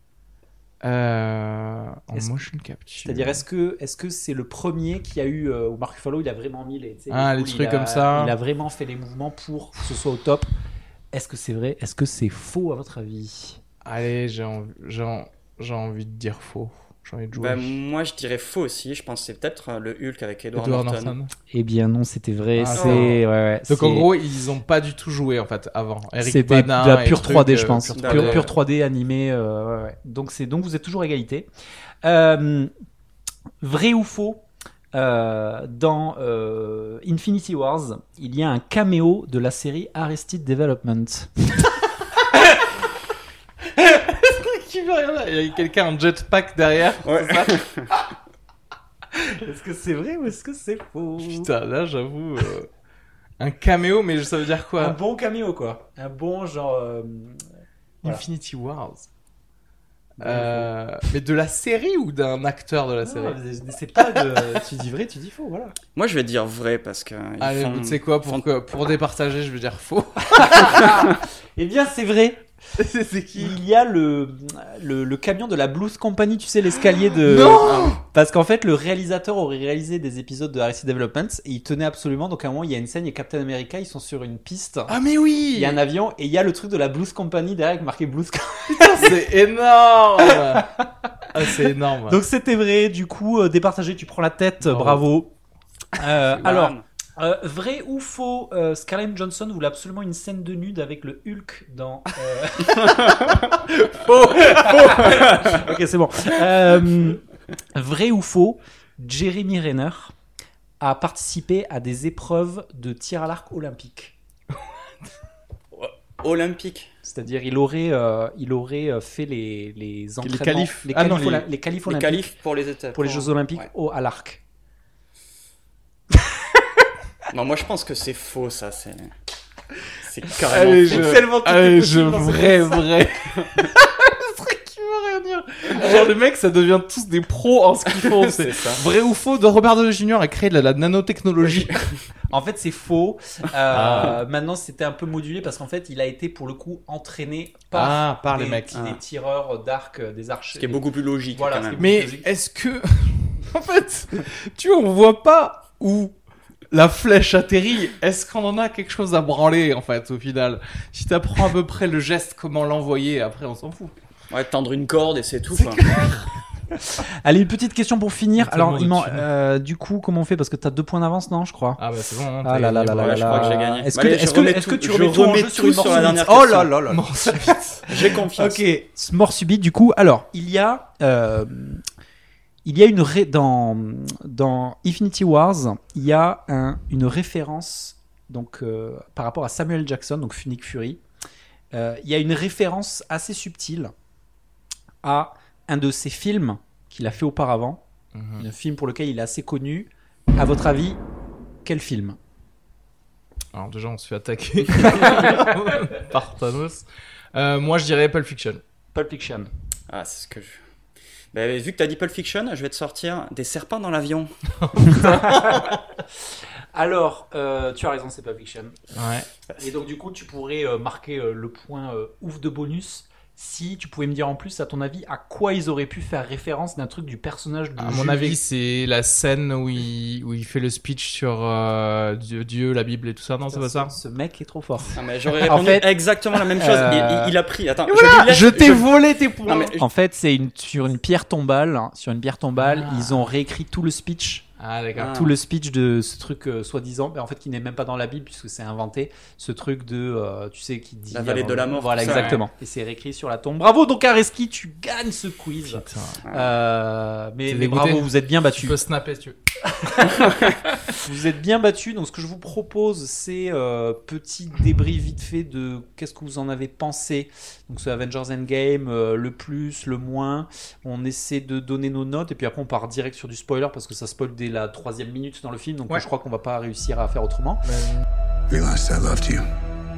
Euh, en est-ce, motion capture. C'est-à-dire, est-ce que, est-ce que c'est le premier qui a eu, euh, où Mark Ruffalo, il a vraiment mis les, ah, les, les cool, trucs a, comme ça. Il a vraiment fait les mouvements pour que ce soit au top. Est-ce que c'est vrai? Est-ce que c'est faux, à votre avis? Allez, j'ai envie, j'ai, j'ai envie de dire faux. J'ai envie de jouer. Bah, moi, je dirais faux aussi. Je pense que c'est peut-être le Hulk avec Edward, Edward Norton. Norton. Eh bien non, c'était vrai. Ah, c'est... oh. Ouais, ouais, Donc c'est... en gros, ils ont pas du tout joué en fait avant. Eric c'était Bana de la pure truc, trois D, je pense. Pure trois D, pure, pure trois D animé. Euh, ouais, ouais. Donc c'est donc vous êtes toujours égalité. Euh, vrai ou faux? Euh, dans euh, Infinity Wars, il y a un caméo de la série Arrested Development. Il y a quelqu'un en jetpack derrière. Ouais. C'est ça. Est-ce que c'est vrai ou est-ce que c'est faux? Putain, là j'avoue. Euh... Un caméo, mais ça veut dire quoi? Un bon caméo, quoi. Un bon genre. Euh... Infinity voilà. Wars. Euh... Mais de la série ou d'un acteur de la non, série? C'est pas de. Tu dis vrai, tu dis faux, voilà. Moi, je vais dire vrai parce que. Allez, font... tu sais quoi, pour, font... que, pour départager, je vais dire faux. Eh bien, c'est vrai. c'est, c'est qui? Il y a le, le, le camion de la Blues Company, tu sais, l'escalier de... Non. Parce qu'en fait, le réalisateur aurait réalisé des épisodes de Arrested Development et il tenait absolument... Donc à un moment, il y a une scène, il y a Captain America, ils sont sur une piste. Ah mais oui. Il y a un avion et il y a le truc de la Blues Company derrière avec marqué Blues Company. Putain, c'est énorme. Ah, c'est énorme. Donc c'était vrai, du coup, euh, départagé, tu prends la tête, bravo. bravo. Euh, alors... Euh, vrai ou faux, euh, Scarlett Johansson voulait absolument une scène de nude avec le Hulk dans... Euh... faux, faux. Ok, c'est bon. Euh, vrai ou faux, Jeremy Renner a participé à des épreuves de tir à l'arc olympique. Olympique. C'est-à-dire, il aurait, euh, il aurait fait les, les entraînements, les qualifs, les ah qualifs, non, ola- les... les qualifs Les olympiques qualifs pour les étapes. pour les Jeux Olympiques Ouais. au, à l'arc. Non, moi je pense que c'est faux, ça. C'est, c'est carrément Allez, faux. je, tellement tout est allez, possible je dans ce vrai, podcast. vrai. Ce truc qui veut rien dire. Genre, les mecs, ça devient tous des pros en ce qu'ils font. C'est C'est ça. vrai ou faux de Robert Downey junior a créé de la, la nanotechnologie. En fait, c'est faux. Euh, Ah. Maintenant, c'était un peu modulé parce qu'en fait, il a été pour le coup entraîné par, Ah, par des, les mecs. des Ah. tireurs d'arc, euh, des archers. Ce qui est beaucoup plus logique, Voilà, quand ce qui même. est Mais logique. est-ce que, en fait, tu vois, on voit pas où la flèche atterrit. Est-ce qu'on en a quelque chose à branler, en fait, au final? Si t'apprends à peu près le geste, comment l'envoyer, après, on s'en fout. Ouais, tendre une corde et c'est tout, quoi. Allez, une petite question pour finir. Tellement Alors, il m'en- de thunes. euh, du coup, comment on fait? Parce que t'as deux points d'avance, non, je crois. Ah bah c'est bon. Hein, Ah là là là là Ouais, là je crois que j'ai là. gagné. Est-ce Bah, que, allez, je est-ce que, remets est-ce que tout- tu je remets tout en remets jeu sur tout une sur mort la subite? dernière Oh question. là là là là. Mort subite. J'ai confiance. Ok, mort subite. Du coup, alors il y a, euh, il y a une ré- dans dans Infinity Wars, il y a un- une référence donc euh, par rapport à Samuel Jackson, donc Nick Fury. Euh, il y a une référence assez subtile à un de ses films qu'il a fait auparavant, Mhm. un film pour lequel il est assez connu. À votre avis, quel film? Alors déjà, on se fait attaquer par Thanos. Euh, moi, je dirais Pulp Fiction. Pulp Fiction. Ah, c'est ce que je... Bah, vu que t'as dit Pulp Fiction, je vais te sortir des serpents dans l'avion. Alors, euh, tu as raison, c'est Pulp Fiction. Ouais. Et donc du coup, tu pourrais euh, marquer euh, le point euh, ouf de bonus si tu pouvais me dire en plus, à ton avis, à quoi ils auraient pu faire référence d'un truc du personnage de À mon Jules avis, Verne. c'est la scène où il, où il fait le speech sur euh, Dieu, Dieu, la Bible et tout ça. Non, c'est pas ça. Ce mec est trop fort. Ah, mais j'aurais En répondu fait, exactement la même chose. euh, Il, il- il a pris. Attends, Voilà, lui laisse- je t'ai je- volé tes points. Non, mais- En fait, c'est une, sur une pierre tombale. hein, sur une pierre tombale, Ah. ils ont réécrit tout le speech. Ah d'accord. Ah. Tout le speech de ce truc euh, soi-disant, mais en fait qui n'est même pas dans la Bible puisque c'est inventé, ce truc de, euh, tu sais, qui dit... La vallée de la mort, Voilà, tout ça, exactement. Et c'est réécrit sur la tombe. Bravo, donc Areski, tu gagnes ce quiz. Putain. Euh, mais, T'es mais dégoûté bravo, vous êtes bien Tu battu. peux snapper si tu veux. Vous êtes bien battu. Donc ce que je vous propose, c'est euh, petit débrief vite fait de qu'est-ce que vous en avez pensé. Donc ce Avengers Endgame, euh, le plus, le moins. On essaie de donner nos notes et puis après on part direct sur du spoiler parce que ça spoil dès la troisième minute dans le film. Donc Ouais. je crois qu'on va pas réussir à faire autrement. Realized I loved you.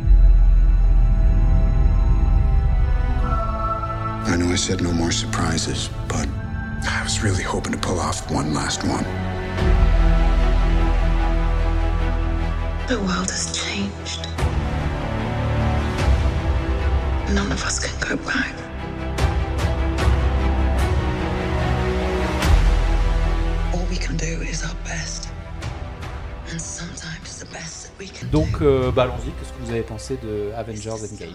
I know I said no more surprises, but I was really hoping to pull off one last one. The world has changed. None of us can go back. All we can do is our best. And sometimes the best that we can Donc euh, bah, allons-y. Qu'est-ce que vous avez pensé de Avengers Endgame?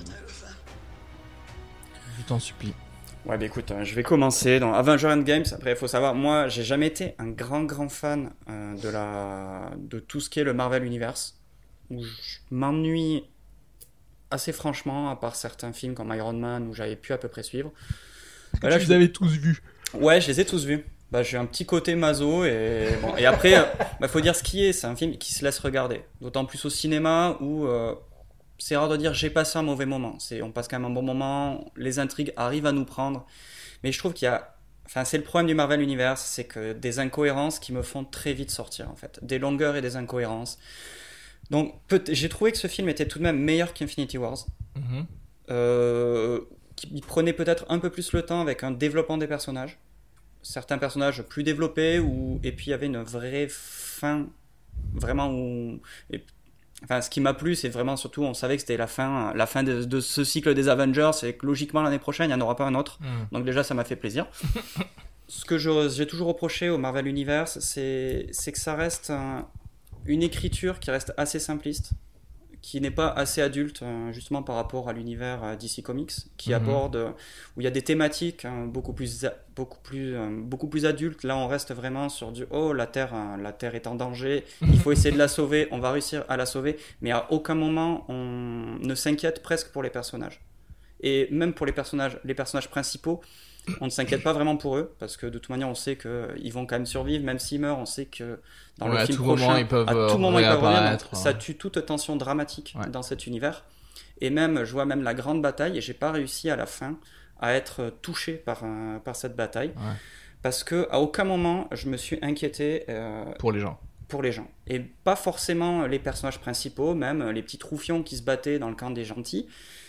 Je t'en supplie. Ouais, bah écoute, euh, je vais commencer dans Avengers Endgame. Après, il faut savoir, moi, j'ai jamais été un grand, grand fan euh, de, la... de tout ce qui est le Marvel Universe. Où je m'ennuie assez franchement, à part certains films comme Iron Man où j'avais pu à peu près suivre. Bah, là, tu je- les avais tous vus. Ouais, je les ai tous vus. Bah, j'ai un petit côté maso et bon. Et après, euh, bah, faut dire ce qui est. C'est un film qui se laisse regarder. D'autant plus au cinéma où euh, c'est rare de dire j'ai passé un mauvais moment. C'est, on passe quand même un bon moment. Les intrigues arrivent à nous prendre. Mais je trouve qu'il y a, enfin, c'est le problème du Marvel Universe, c'est que des incohérences qui me font très vite sortir en fait, des longueurs et des incohérences. Donc, peut- j'ai trouvé que ce film était tout de même meilleur qu'Infinity Wars. Mhm. Euh, qui prenait peut-être un peu plus le temps avec un développement des personnages. Certains personnages plus développés, ou... et puis il y avait une vraie fin, vraiment où... et... Enfin, ce qui m'a plu, c'est vraiment surtout, on savait que c'était la fin, la fin de, de ce cycle des Avengers, et que logiquement l'année prochaine, il n'y en aura pas un autre. Mhm. Donc déjà, ça m'a fait plaisir. Ce que je- j'ai toujours reproché au Marvel Universe, c'est, c'est que ça reste un- une écriture qui reste assez simpliste, qui n'est pas assez adulte, euh, justement par rapport à l'univers euh, D C Comics, qui Mhm. aborde, euh, où il y a des thématiques hein, beaucoup plus, a- beaucoup plus, euh, beaucoup plus adultes. Là, on reste vraiment sur du oh la Terre, hein, la Terre est en danger, il faut essayer de la sauver, on va réussir à la sauver, mais à aucun moment on ne s'inquiète presque pour les personnages. Et même pour les personnages, les personnages principaux, on ne s'inquiète pas vraiment pour eux, parce que de toute manière, on sait qu'ils vont quand même survivre, même s'ils meurent, on sait que dans ouais, le film tout prochain, moment, ils peuvent à tout moment, ils peuvent revenir. Donc, ouais. ça tue toute tension dramatique ouais. dans cet univers. Et même, je vois même la grande bataille, et j'ai pas réussi à la fin à être touché par, euh, par cette bataille, ouais. parce que à aucun moment, je me suis inquiété euh, pour les gens. Pour les gens. Et pas forcément les personnages principaux, même les petits troufions qui se battaient dans le camp des gentils.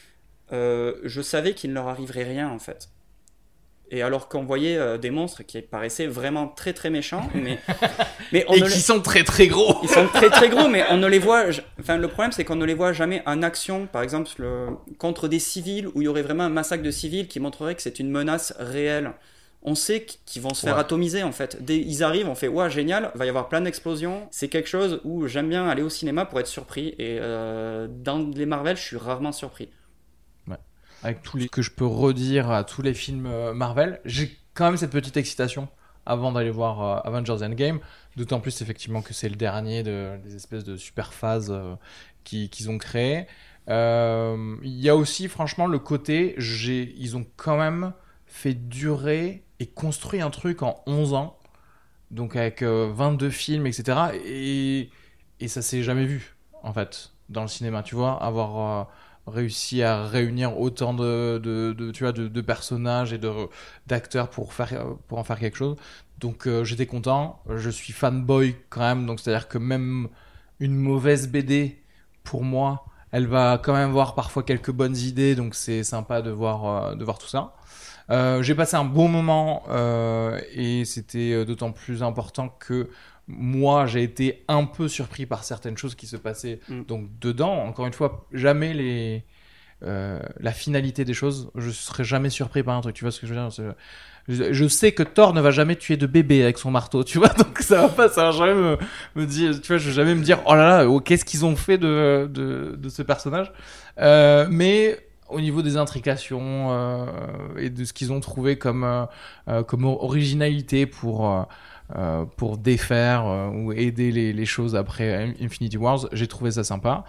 Euh, je savais qu'il ne leur arriverait rien, en fait. Et alors qu'on voyait euh, des monstres qui paraissaient vraiment très très méchants, mais, mais on et ne qui les... sont très très gros. Ils sont très très gros, mais on ne les voit. Enfin, le problème, c'est qu'on ne les voit jamais en action, par exemple le... contre des civils, où il y aurait vraiment un massacre de civils qui montrerait que c'est une menace réelle. On sait qu'ils vont se faire ouais. atomiser en fait. Dès ils arrivent, on fait ouais génial, va y avoir plein d'explosions. C'est quelque chose où j'aime bien aller au cinéma pour être surpris. Et euh, dans les Marvel, je suis rarement surpris. Ouais. Avec tous les que je peux redire à tous les films Marvel, j'ai quand même cette petite excitation avant d'aller voir euh, Avengers Endgame. D'autant plus effectivement que c'est le dernier de, des espèces de super phases euh, qui, qu'ils ont créées. Il euh, y a aussi franchement le côté, j'ai, ils ont quand même fait durer et construit un truc en onze ans, donc avec euh, vingt-deux films, et cetera. Et, et ça s'est jamais vu, en fait, dans le cinéma, tu vois, avoir euh, réussi à réunir autant de, de, de, tu vois, de, de personnages et de, d'acteurs pour, faire, pour en faire quelque chose. Donc euh, j'étais content, je suis fanboy quand même, donc c'est-à-dire que même une mauvaise B D, pour moi, elle va quand même voir parfois quelques bonnes idées, donc c'est sympa de voir, euh, de voir tout ça. Euh, j'ai passé un bon moment euh, et c'était d'autant plus important que moi j'ai été un peu surpris par certaines choses qui se passaient mm. donc dedans. Encore une fois, jamais les euh, la finalité des choses. Je serais jamais surpris par un truc. Tu vois ce que je veux dire? C'est... Je, je sais que Thor ne va jamais tuer de bébé avec son marteau. Tu vois, donc ça va pas, ça va jamais me, me dire. Tu vois, je vais jamais me dire oh là là, oh, qu'est-ce qu'ils ont fait de de, de ce personnage. Euh, mais au niveau des intrications euh, et de ce qu'ils ont trouvé comme, euh, euh, comme originalité pour, euh, euh, pour défaire euh, ou aider les, les choses après Infinity Wars, j'ai trouvé ça sympa.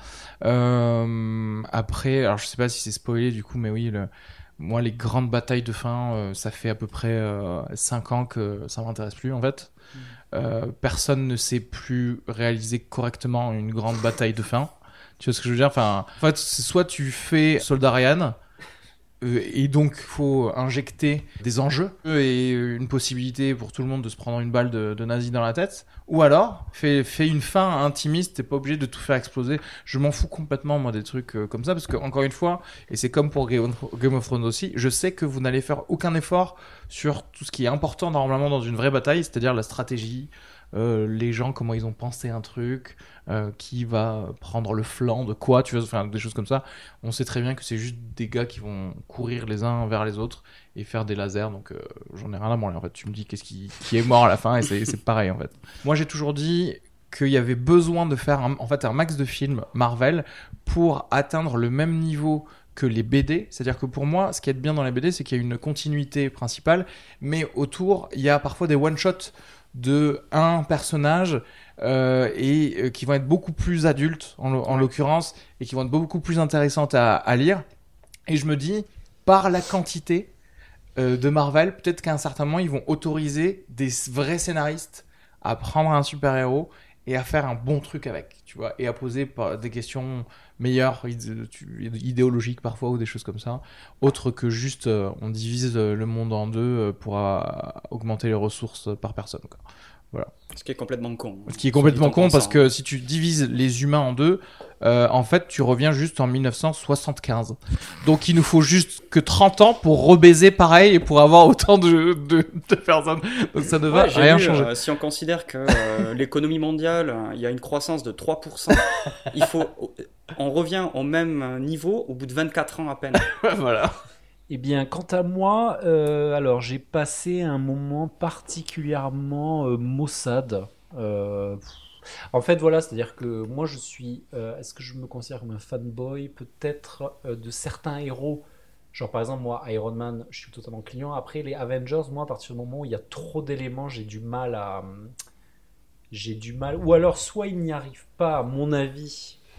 Euh, après, alors je sais pas si c'est spoilé du coup, mais oui, le, moi les grandes batailles de fin, euh, ça fait à peu près euh, cinq ans que ça m'intéresse plus en fait. Mmh. Euh, personne ne sait plus réaliser correctement une grande bataille de fin. Tu vois ce que je veux dire? Enfin, en fait, soit tu fais Soldat Ryan, euh, et donc il faut injecter des enjeux et une possibilité pour tout le monde de se prendre une balle de, de nazi dans la tête, ou alors fais, fais une fin intimiste, t'es pas obligé de tout faire exploser. Je m'en fous complètement, moi, des trucs euh, comme ça, parce que, encore une fois, et c'est comme pour Game of, Game of Thrones aussi, je sais que vous n'allez faire aucun effort sur tout ce qui est important normalement dans une vraie bataille, c'est-à-dire la stratégie, Euh, les gens, comment ils ont pensé un truc, euh, qui va prendre le flanc de quoi, tu vois, enfin, des choses comme ça. On sait très bien que c'est juste des gars qui vont courir les uns vers les autres et faire des lasers, donc euh, j'en ai rien à branler en fait. Tu me dis qu'est-ce qui, qui est mort à la fin et c'est, c'est pareil en fait. Moi j'ai toujours dit qu'il y avait besoin de faire un, en fait, un max de films Marvel pour atteindre le même niveau que les B D, c'est-à-dire que pour moi, ce qui est bien dans les B D, c'est qu'il y a une continuité principale, mais autour, il y a parfois des one-shots de un personnage euh, et euh, qui vont être beaucoup plus adultes en, en l'occurrence et qui vont être beaucoup plus intéressantes à, à lire. Et je me dis, par la quantité euh, de Marvel, peut-être qu'à un certain moment ils vont autoriser des vrais scénaristes à prendre un super-héros et à faire un bon truc avec, tu vois, et à poser des questions meilleures, idéologiques parfois, ou des choses comme ça, autre que juste euh, on divise le monde en deux pour euh, augmenter les ressources par personne, quoi. Voilà. Ce qui est complètement con. Ce qui est complètement con parce que si tu divises les humains en deux, euh, en fait, tu reviens juste en dix-neuf cent soixante-quinze. Donc, il nous faut juste que trente ans pour rebaiser pareil et pour avoir autant de, de, de personnes. Donc, ça ne va ouais, rien vu, changer. Euh, si on considère que euh, l'économie mondiale, il y a une croissance de trois pour cent, il faut, on revient au même niveau au bout de vingt-quatre ans à peine. Voilà. Eh bien, quant à moi, euh, alors j'ai passé un moment particulièrement euh, maussade. Euh, en fait, voilà, c'est-à-dire que moi, je suis. Euh, est-ce que je me considère comme un fanboy, peut-être, euh, de certains héros? Genre, par exemple, moi, Iron Man, je suis totalement client. Après, les Avengers, moi, à partir du moment où il y a trop d'éléments, j'ai du mal à. J'ai du mal. Ou alors, soit il n'y arrive pas, à mon avis.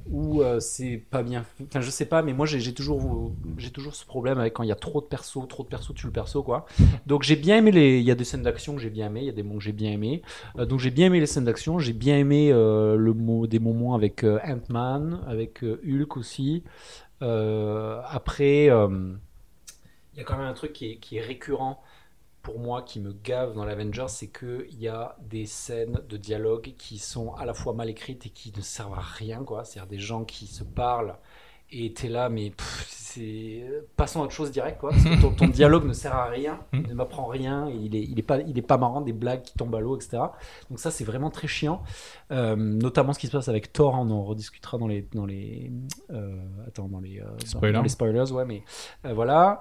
où euh, c'est pas bien. Enfin, je sais pas, mais moi j'ai, j'ai toujours, j'ai toujours ce problème avec quand il y a trop de persos, trop de persos tue le perso, quoi. Donc j'ai bien aimé les. Il y a des scènes d'action que j'ai bien aimé, il y a des moments que j'ai bien aimé. Euh, donc j'ai bien aimé les scènes d'action, j'ai bien aimé euh, le mot, des moments avec euh, Ant-Man, avec euh, Hulk aussi. Euh, après, euh, il y a quand même un truc qui est, qui est récurrent. Pour moi, qui me gave dans l'Avengers, c'est qu'il y a des scènes de dialogue qui sont à la fois mal écrites et qui ne servent à rien, quoi. C'est-à-dire des gens qui se parlent et t'es là, mais pff, c'est... passons à autre chose direct, quoi. Parce que ton, ton dialogue ne sert à rien, il ne m'apprend rien, et il est, il est pas, il est pas marrant, des blagues qui tombent à l'eau, et cetera. Donc ça, c'est vraiment très chiant. Euh, notamment ce qui se passe avec Thor, on en rediscutera dans les, dans les, euh, attends, dans les, euh, dans, dans les spoilers, ouais, mais euh, voilà.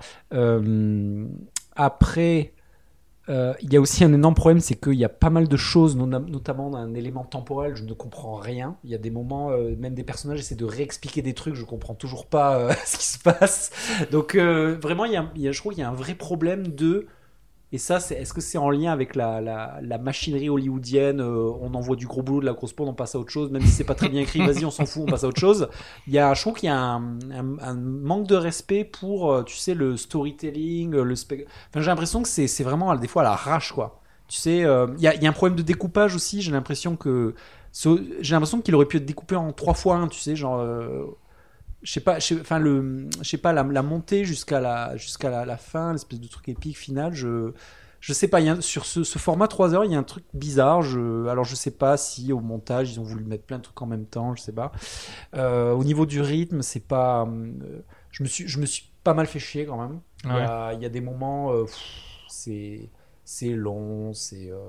Euh, après. Euh, il y a aussi un énorme problème, c'est qu'il y a pas mal de choses, notamment d'un élément temporel, je ne comprends rien. Il y a des moments, euh, même des personnages essaient de réexpliquer des trucs, je comprends toujours pas euh, ce qui se passe. Donc euh, vraiment, il y a, il y a, je trouve qu'il y a un vrai problème de... Et ça, c'est, est-ce que c'est en lien avec la, la, la machinerie hollywoodienne, euh, on envoie du gros boulot, de la grosse poudre, on passe à autre chose, même si c'est pas très bien écrit, vas-y, on s'en fout, on passe à autre chose. Il y a, je trouve qu'il y a un, un, un manque de respect pour, tu sais, le storytelling, le spec... Enfin, j'ai l'impression que c'est, c'est vraiment, des fois, à l'arrache, quoi. Tu sais, euh, il y a, il y a un problème de découpage aussi, j'ai l'impression que... J'ai l'impression qu'il aurait pu être découpé en trois fois un, tu sais, genre... Euh, je sais pas, je, enfin le, je sais pas la, la montée jusqu'à la, jusqu'à la, la fin, l'espèce de truc épique final. Je, je sais pas. Il y a, sur ce, ce format trois heures, il y a un truc bizarre. Je, alors je sais pas si au montage ils ont voulu mettre plein de trucs en même temps. Je sais pas. Euh, au niveau du rythme, c'est pas. Euh, je me suis, je me suis pas mal fait chier quand même. Ouais. Il y a, il y a des moments, euh, pff, c'est, c'est long, c'est. Euh,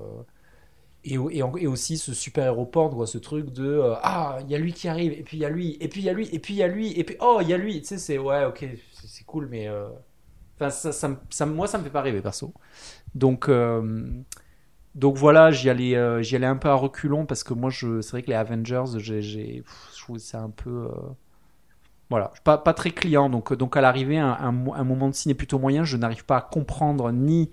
Et, et, et aussi ce super aéroport, quoi, ce truc de euh, ah, il y a lui qui arrive, et puis il y a lui, et puis il y a lui, et puis il y a lui, et puis oh, il y a lui, tu sais, c'est ouais, ok, c'est, c'est cool, mais enfin, euh, ça, ça, ça, moi, ça me fait pas rêver, perso. Donc, euh, donc voilà, j'y allais, euh, j'y allais un peu à reculons parce que moi, je, c'est vrai que les Avengers, j'ai, j'ai, je trouve c'est un peu. Euh, voilà, pas, pas très client, donc, donc à l'arrivée, un, un, un moment de ciné plutôt moyen, je n'arrive pas à comprendre ni.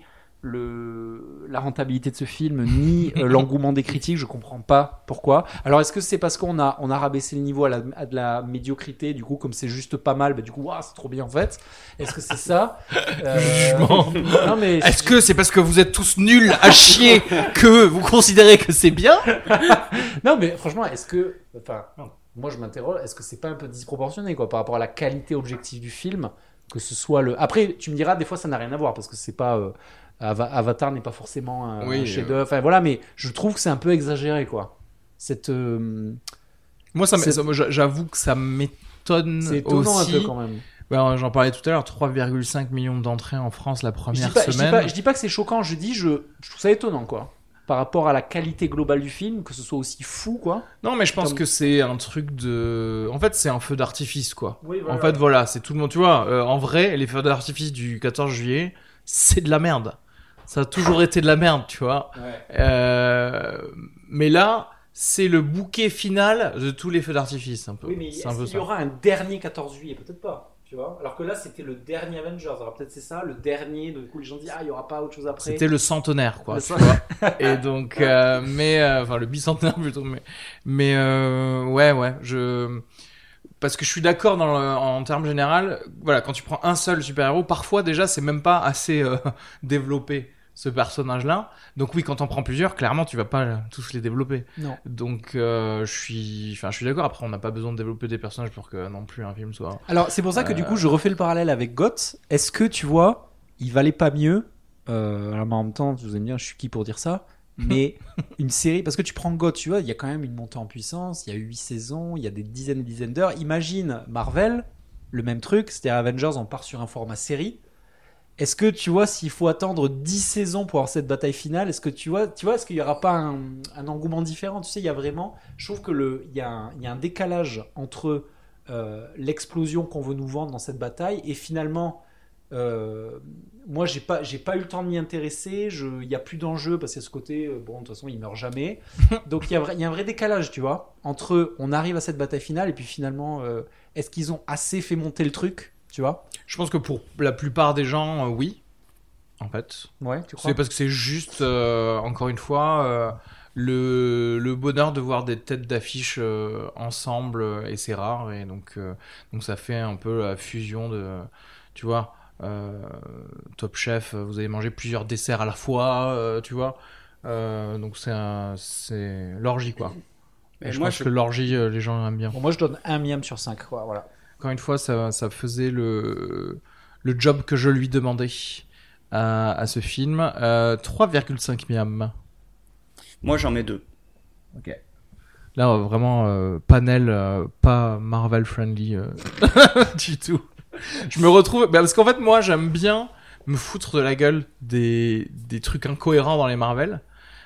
Le, la rentabilité de ce film ni euh, l'engouement des critiques, je comprends pas pourquoi. Alors est-ce que c'est parce qu'on a, on a rabaissé le niveau à, la, à de la médiocrité, du coup comme c'est juste pas mal, bah, du coup wow, c'est trop bien en fait. Est-ce que c'est ça euh... Jugement. Non, mais... Est-ce que c'est parce que vous êtes tous nuls à chier que vous considérez que c'est bien? Non mais franchement, est-ce que, enfin, moi je m'interroge, est-ce que c'est pas un peu disproportionné quoi par rapport à la qualité objective du film, que ce soit le. Après tu me diras des fois ça n'a rien à voir parce que c'est pas euh... Avatar n'est pas forcément un, oui, un chef-d'œuvre. Euh... Enfin voilà, mais je trouve que c'est un peu exagéré, quoi. Cette. Euh... Moi, ça, cette... ça, j'avoue que ça m'étonne aussi. C'est étonnant un peu quand même. Ben, j'en parlais tout à l'heure, trois virgule cinq millions d'entrées en France la première je pas, semaine. Je dis, pas, je dis pas que c'est choquant. Je dis, je, je trouve ça étonnant, quoi. Par rapport à la qualité globale du film, que ce soit aussi fou, quoi. Non, mais je pense Comme... que c'est un truc de. En fait, c'est un feu d'artifice, quoi. Oui, voilà. En fait, voilà, c'est tout le monde. Tu vois, euh, en vrai, les feux d'artifice du quatorze juillet, c'est de la merde. Ça a toujours été de la merde, tu vois. Ouais. Euh, mais là, c'est le bouquet final de tous les feux d'artifice, un peu. Oui, mais c'est est-ce un peu qu'il ça. y aura un dernier quatorze juillet? Peut-être pas, tu vois. Alors que là, c'était le dernier Avengers. Alors peut-être c'est ça, le dernier. Du coup, les gens disent, ah, il n'y aura pas autre chose après. C'était le centenaire, quoi. Le tu cent... vois. Et donc, euh, mais, euh, enfin, le bicentenaire plutôt. Mais, mais euh, ouais, ouais, je... Parce que je suis d'accord dans le, en termes général, voilà, quand tu prends un seul super-héros, parfois déjà c'est même pas assez euh, développé ce personnage-là. Donc oui, quand on prend plusieurs, clairement tu vas pas tous les développer. Non. Donc euh, je suis, enfin je suis d'accord. Après, on n'a pas besoin de développer des personnages pour que non plus un film soit. Alors c'est pour ça que euh... du coup je refais le parallèle avec Goth. Est-ce que tu vois, il valait pas mieux euh, alors en même temps, vous allez me dire, je suis qui pour dire ça? Mais une série, parce que tu prends God, tu vois, il y a quand même une montée en puissance, il y a huit saisons, il y a des dizaines et dizaines d'heures. Imagine Marvel, le même truc, c'est-à-dire Avengers, on part sur un format série. Est-ce que tu vois, s'il faut attendre dix saisons pour avoir cette bataille finale, est-ce que tu vois, tu vois, est-ce qu'il n'y aura pas un, un engouement différent? Tu sais, il y a vraiment, je trouve que le, il y a un, il y a un décalage entre euh, l'explosion qu'on veut nous vendre dans cette bataille et finalement. Euh, moi j'ai pas j'ai pas eu le temps de m'y intéresser, il y a plus d'enjeu parce que ce côté euh, bon de toute façon il meurt jamais donc il y a il y a un vrai décalage tu vois entre on arrive à cette bataille finale et puis finalement euh, est-ce qu'ils ont assez fait monter le truc tu vois? Je pense que pour la plupart des gens euh, oui en fait ouais tu crois? C'est parce que c'est juste euh, encore une fois euh, le, le bonheur de voir des têtes d'affiche euh, ensemble, euh, et c'est rare, et donc, euh, donc ça fait un peu la fusion de, tu vois, euh, Top Chef, vous avez mangé plusieurs desserts à la fois, euh, tu vois, euh, donc c'est, un, c'est l'orgie, quoi. Et, et je moi, pense je... que l'orgie, euh, les gens aiment bien. Bon, moi, je donne un miam sur cinq, quoi, voilà. Encore une fois, ça, ça faisait le, le job que je lui demandais à, à ce film. Euh, trois virgule cinq miam. Moi, j'en mets deux. Ok. Là, euh, vraiment, euh, panel euh, pas Marvel friendly euh, du tout. Je me retrouve... Bah, parce qu'en fait, moi, j'aime bien me foutre de la gueule des, des trucs incohérents dans les Marvel.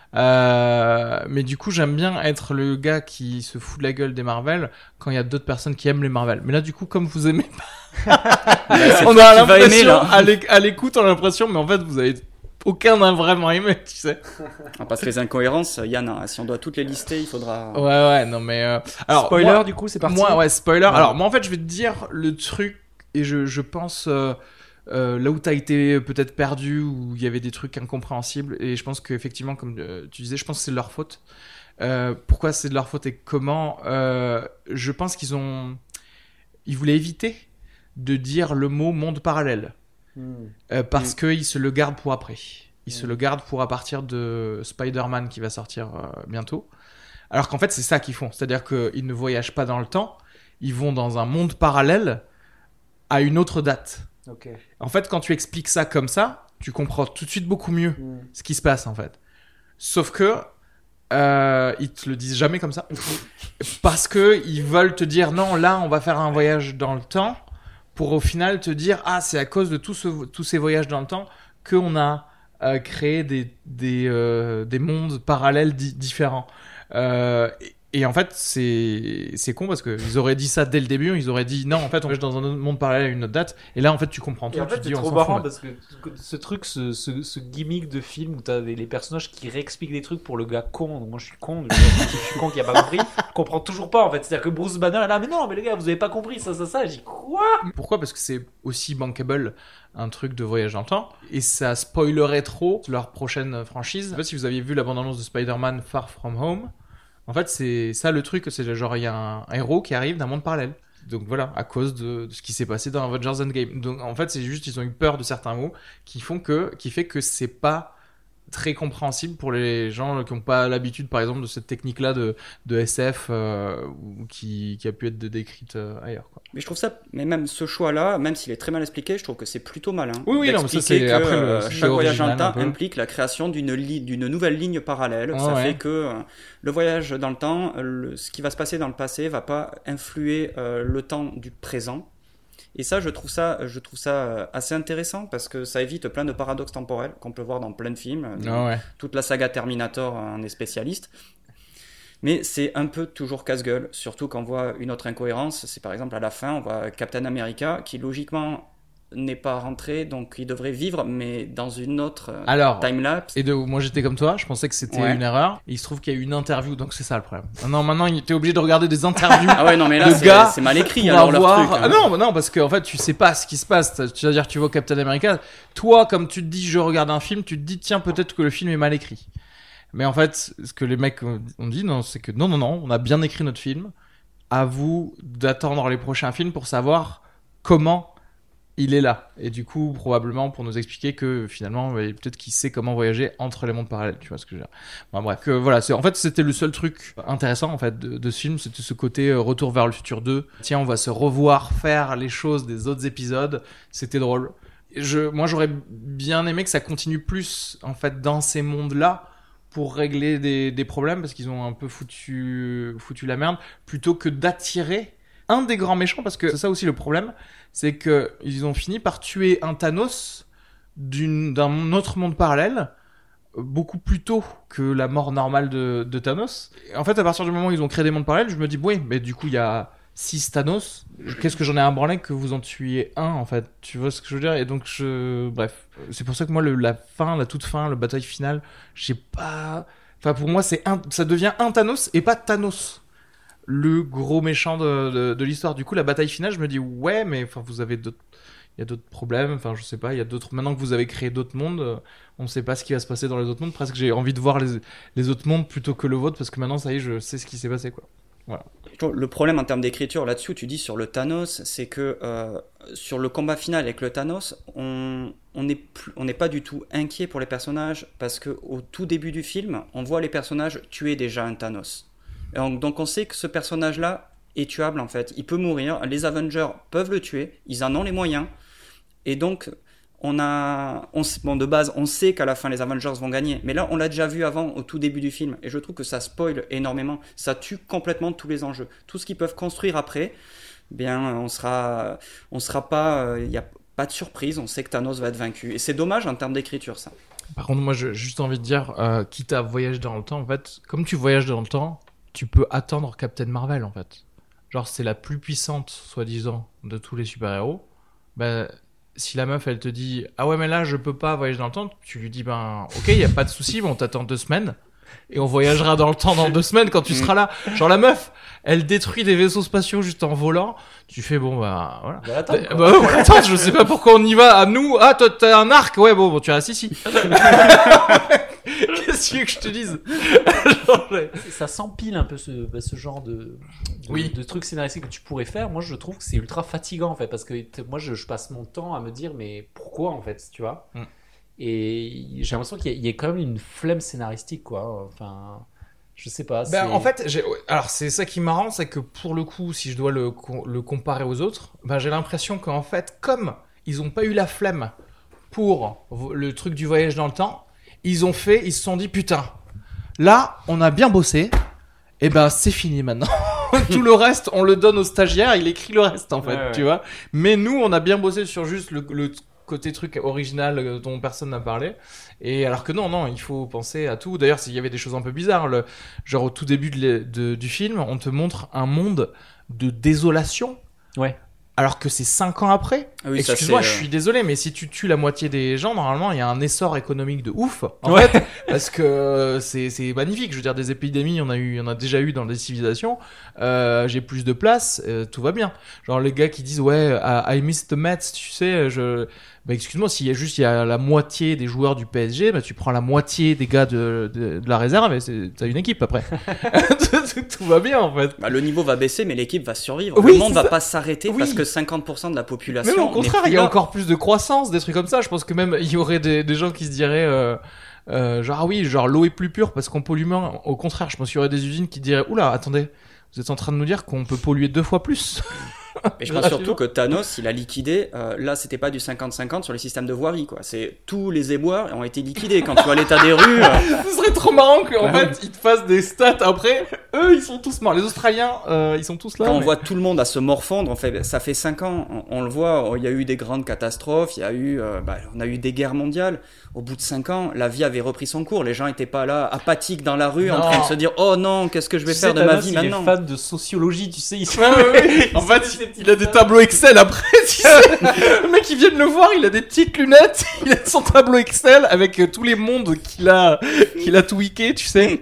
Euh, mais du coup, j'aime bien être le gars qui se fout de la gueule des Marvel quand il y a d'autres personnes qui aiment les Marvel. Mais là, du coup, comme vous aimez pas... on a l'impression, aimer, à, l'éc- à l'écoute, on a l'impression, mais en fait, vous avez... Aucun n'a vraiment aimé, tu sais. Parce que les incohérences, il y en a. Si on doit toutes les lister, il faudra... Ouais, ouais, non mais... Euh... Alors, spoiler, moi, du coup, c'est parti. Moi, ouais, spoiler. Ouais. Alors, moi, en fait, je vais te dire le truc, et je, je pense... Euh, euh, là où t'as été peut-être perdu, où il y avait des trucs incompréhensibles, et je pense qu'effectivement, comme euh, tu disais, je pense que c'est de leur faute. Euh, pourquoi c'est de leur faute et comment euh, Je pense qu'ils ont... Ils voulaient éviter de dire le mot monde parallèle. Euh, parce mmh. qu'ils se le gardent pour après. Ils mmh. se le gardent pour à partir de Spider-Man qui va sortir euh, bientôt. Alors qu'en fait, c'est ça qu'ils font. C'est-à-dire qu'ils ne voyagent pas dans le temps. Ils vont dans un monde parallèle à une autre date. Okay. En fait, quand tu expliques ça comme ça, tu comprends tout de suite beaucoup mieux mmh. ce qui se passe, en fait. Sauf que euh, ils te le disent jamais comme ça. Parce qu'ils veulent te dire, non, là, on va faire un voyage dans le temps. Pour au final te dire, ah, c'est à cause de tout ce, tous ces voyages dans le temps qu'on a euh, créé des, des, euh, des mondes parallèles di- différents. Euh, et, et en fait, c'est, c'est con parce qu'ils auraient dit ça dès le début. Ils auraient dit, non, en fait, on voyage dans un autre monde parallèle à une autre date. Et là, en fait, tu comprends tout. Et en fait, tu c'est dis, trop on marrant parce que ce truc, ce, ce, ce gimmick de film où t'as des, les personnages qui réexpliquent des trucs pour le gars con. Donc moi, je suis con. Je, je suis con qui a pas compris. Je comprends toujours pas, en fait. C'est-à-dire que Bruce Banner est là, mais non, mais les gars, vous avez pas compris ça, ça, ça. Je dis, quoi? Pourquoi? Parce que c'est aussi bankable, un truc de voyage dans le temps. Et ça spoilerait trop leur prochaine franchise. En fait, si vous aviez vu la bande-annonce de Spider-Man Far From Home, en fait, c'est ça le truc, c'est genre il y a un héros qui arrive d'un monde parallèle. Donc voilà, à cause de, de ce qui s'est passé dans Avengers Endgame. Donc en fait, c'est juste ils ont eu peur de certains mots qui font que, qui fait que c'est pas très compréhensible pour les gens qui n'ont pas l'habitude, par exemple, de cette technique-là de, de S F euh, qui, qui a pu être décrite euh, ailleurs, quoi. Mais je trouve ça, mais même ce choix-là, même s'il est très mal expliqué, je trouve que c'est plutôt malin. Oui, oui, non, mais ça c'est que, après le euh, chaque voyage dans le temps implique la création d'une, li- d'une nouvelle ligne parallèle. Oh, ça ouais. fait que euh, le voyage dans le temps, le, ce qui va se passer dans le passé, va pas influer euh, le temps du présent. Et ça, je trouve ça, je trouve ça assez intéressant parce que ça évite plein de paradoxes temporels qu'on peut voir dans plein de films. Oh, ouais. Toute la saga Terminator en est spécialiste. Mais c'est un peu toujours casse-gueule, surtout quand on voit une autre incohérence. C'est par exemple à la fin, on voit Captain America qui logiquement n'est pas rentré, donc il devrait vivre, mais dans une autre Alors, timelapse. Et de, moi j'étais comme toi, je pensais que c'était ouais. une erreur. Et il se trouve qu'il y a eu une interview, donc c'est ça le problème. Non, maintenant il était obligé de regarder des interviews. Ah ouais, non, mais là de c'est, gars c'est mal écrit alors avoir... leur truc. Hein. Ah non, non, parce qu'en fait tu sais pas ce qui se passe. C'est-à-dire tu vois Captain America, toi comme tu te dis je regarde un film, tu te dis tiens peut-être que le film est mal écrit. Mais en fait, ce que les mecs ont dit, non, c'est que non, non, non, on a bien écrit notre film. À vous d'attendre les prochains films pour savoir comment il est là. Et du coup, probablement pour nous expliquer que finalement, peut-être qu'il sait comment voyager entre les mondes parallèles. Tu vois ce que je veux dire. Bon, bref, que, voilà. C'est, en fait, c'était le seul truc intéressant en fait de, de ce film, c'était ce côté euh, Retour vers le futur deux. Tiens, on va se revoir faire les choses des autres épisodes. C'était drôle. Je, moi, j'aurais bien aimé que ça continue plus en fait dans ces mondes-là. Pour régler des, des problèmes parce qu'ils ont un peu foutu, foutu la merde plutôt que d'attirer un des grands méchants parce que c'est ça aussi le problème, c'est que ils ont fini par tuer un Thanos d'une, d'un autre monde parallèle beaucoup plus tôt que la mort normale de, de Thanos. Et en fait, à partir du moment où ils ont créé des mondes parallèles, je me dis oui, mais du coup il y a six Thanos. Qu'est-ce que j'en ai à branler que vous en tuiez un en fait, tu vois ce que je veux dire. Et donc je bref, c'est pour ça que moi le, la fin, la toute fin, le bataille finale, j'ai pas, enfin pour moi c'est un, ça devient un Thanos et pas Thanos le gros méchant de, de, de l'histoire. Du coup la bataille finale, je me dis ouais mais enfin vous avez d'autres, il y a d'autres problèmes. Enfin, je sais pas. Il y a d'autres. Maintenant que vous avez créé d'autres mondes, euh, on ne sait pas ce qui va se passer dans les autres mondes. Presque, j'ai envie de voir les les autres mondes plutôt que le vôtre parce que maintenant, ça y est, je sais ce qui s'est passé, quoi. Voilà. Le problème en termes d'écriture là-dessus, tu dis sur le Thanos, c'est que euh, sur le combat final avec le Thanos, on on n'est plus, on n'est pas du tout inquiet pour les personnages parce que au tout début du film, on voit les personnages tuer déjà un Thanos. Et on, donc on sait que ce personnage-là est tuable en fait. Il peut mourir. Les Avengers peuvent le tuer. Ils en ont les moyens. Et donc on a, on, bon de base, on sait qu'à la fin les Avengers vont gagner. Mais là, on l'a déjà vu avant au tout début du film. Et je trouve que ça spoil énormément. Ça tue complètement tous les enjeux. Tout ce qu'ils peuvent construire après, bien, on sera, on sera pas, il euh, y a pas de surprise. On sait que Thanos va être vaincu. Et c'est dommage en termes d'écriture, ça. Par contre, moi, j'ai juste envie de dire, euh, quitte à voyager dans le temps, en fait, comme tu voyages dans le temps, tu peux attendre Captain Marvel, en fait. Genre, c'est la plus puissante, soi-disant, de tous les super-héros. Ben, si la meuf, elle te dit « Ah ouais, mais là, je peux pas voyager dans le temps », tu lui dis « Ben, ok, y a pas de souci, mais on t'attend deux semaines. Et on voyagera dans le temps dans deux semaines quand tu seras là. » Genre, la meuf, elle détruit des vaisseaux spatiaux juste en volant. Tu fais « Bon, bah, voilà. » Bah, attends, bah, bah, ouais, attends, je sais pas pourquoi on y va. À nous, ah, toi, t'as un arc. Ouais, bon, bon tu restes ici. Qu'est-ce que tu veux que je te dise? Genre, ouais. Ça s'empile un peu ce, bah, ce genre de, de, oui. de trucs scénaristiques que tu pourrais faire. Moi, je trouve que c'est ultra fatigant en fait, parce que t- moi, je, je passe mon temps à me dire mais pourquoi en fait, tu vois. Mm. Et j'ai l'impression qu'il y a, il y a quand même une flemme scénaristique, quoi. Enfin, je sais pas. Ben, c'est... en fait, j'ai... alors c'est ça qui est marrant, c'est que pour le coup, si je dois le, le comparer aux autres, ben, j'ai l'impression qu'en fait, comme ils ont pas eu la flemme pour le truc du voyage dans le temps, ils ont fait, ils se sont dit putain, là, on a bien bossé, et ben c'est fini maintenant. Tout le reste, on le donne au stagiaire, il écrit le reste en fait, ouais, ouais. tu vois. Mais nous, on a bien bossé sur juste le, le côté truc original dont personne n'a parlé. Et alors que non, non, il faut penser à tout. D'ailleurs, il y avait des choses un peu bizarres. Le, genre au tout début de, de, du film, on te montre un monde de désolation. Ouais. Alors que c'est cinq ans après. Oui, excuse-moi, ça, je suis désolé, mais si tu tues la moitié des gens, normalement, il y a un essor économique de ouf. En ouais. fait, parce que c'est c'est magnifique. Je veux dire, des épidémies, on a eu, on a déjà eu dans des civilisations. Euh, j'ai plus de place, euh, tout va bien. Genre les gars qui disent ouais, I, I miss the Mets, tu sais, je. Bah excuse-moi, s'il y a juste il y a la moitié des joueurs du P S G, bah tu prends la moitié des gars de de, de la réserve et c'est, t'as une équipe après. Tout va bien en fait. Bah, le niveau va baisser, mais l'équipe va survivre. Oui, le monde va ça. pas s'arrêter oui. parce que cinquante pour cent de la population. Mais au contraire, il y a là. encore plus de croissance, des trucs comme ça. Je pense que même il y aurait des, des gens qui se diraient euh, euh, genre ah oui, genre l'eau est plus pure parce qu'on pollue moins. Au contraire, je pense qu'il y aurait des usines qui diraient oula, attendez, vous êtes en train de nous dire qu'on peut polluer deux fois plus. Mais je pense surtout que Thanos, il a liquidé. Euh, là, c'était pas du cinquante cinquante sur les systèmes de voirie, quoi. C'est tous les éboueurs ont été liquidés. Quand tu vois l'état des rues. Euh... Ce serait trop marrant qu'en fait ils te fassent des stats après. Eux, ils sont tous morts. Les Australiens, euh, ils sont tous là. Quand mais... on voit tout le monde à se morfondre, en fait, ça fait cinq ans. On, on le voit. Il y a eu des grandes catastrophes. Il y a eu, euh, bah, on a eu des guerres mondiales. Au bout de cinq ans, la vie avait repris son cours. Les gens étaient pas là, apathiques dans la rue, non. en train de se dire, oh non, qu'est-ce que je vais tu faire sais, de Thanos, ma vie il maintenant. Il est fan de sociologie, tu sais. Il ouais, ouais, ouais. En fait, il, il a des tableaux Excel après, tu sais. Le mec, il vient de le voir, il a des petites lunettes, il a son tableau Excel avec euh, tous les mondes qu'il a, qu'il a tweaké, tu sais.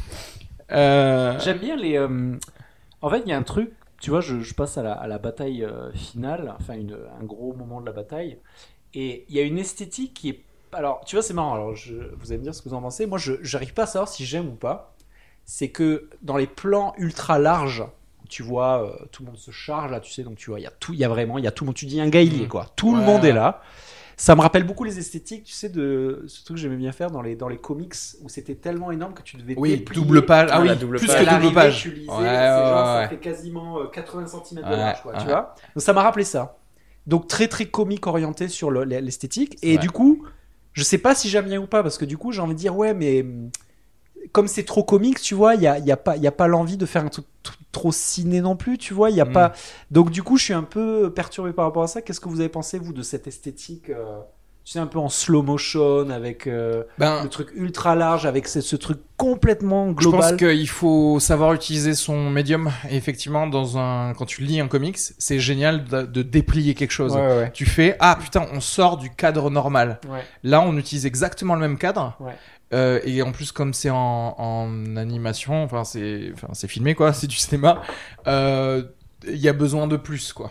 Euh... J'aime bien les. Euh... En fait, il y a un truc, tu vois, je, je passe à la, à la bataille euh, finale, enfin, une, un gros moment de la bataille, et il y a une esthétique qui est. Alors, tu vois, c'est marrant, alors je, vous allez me dire ce que vous en pensez. Moi, je j'arrive pas à savoir si j'aime ou pas. C'est que dans les plans ultra larges, tu vois, euh, tout le monde se charge là, tu sais, donc tu vois, il y a tout, il y a vraiment, il y a tout le monde, tu dis un gars, il y est quoi, tout ouais. le monde est là. Ça me rappelle beaucoup les esthétiques, tu sais, de ce truc que j'aimais bien faire dans les, dans les comics où c'était tellement énorme que tu devais oui, déplier. double page, ah oui, double plus page. que double page. Tu lisais, ouais, c'est ouais, genre, ouais. ça fait quasiment quatre-vingts centimètres de ouais, large, quoi, ouais. tu vois. Donc ça m'a rappelé ça. Donc très très comique orienté sur le, l'esthétique. C'est et vrai. Du coup, je sais pas si j'aime bien ou pas, parce que du coup, j'ai envie de dire, ouais, mais comme c'est trop comique, tu vois, il y a, y a pas, y a pas l'envie de faire un truc t- trop ciné non plus, tu vois, il y a mm. pas. Donc du coup, je suis un peu perturbé par rapport à ça. Qu'est-ce que vous avez pensé vous de cette esthétique, euh, tu sais, un peu en slow motion avec euh, ben, le truc ultra large, avec ce, ce truc complètement global. Je pense qu'il faut savoir utiliser son médium. Et effectivement, dans un, quand tu lis un comics, c'est génial de, de déplier quelque chose. Ouais, ouais. Tu fais ah putain, on sort du cadre normal. Ouais. Là, on utilise exactement le même cadre. Ouais. Euh, et en plus, comme c'est en, en animation, enfin c'est, enfin c'est filmé quoi, c'est du cinéma. Il euh, y a besoin de plus quoi. Il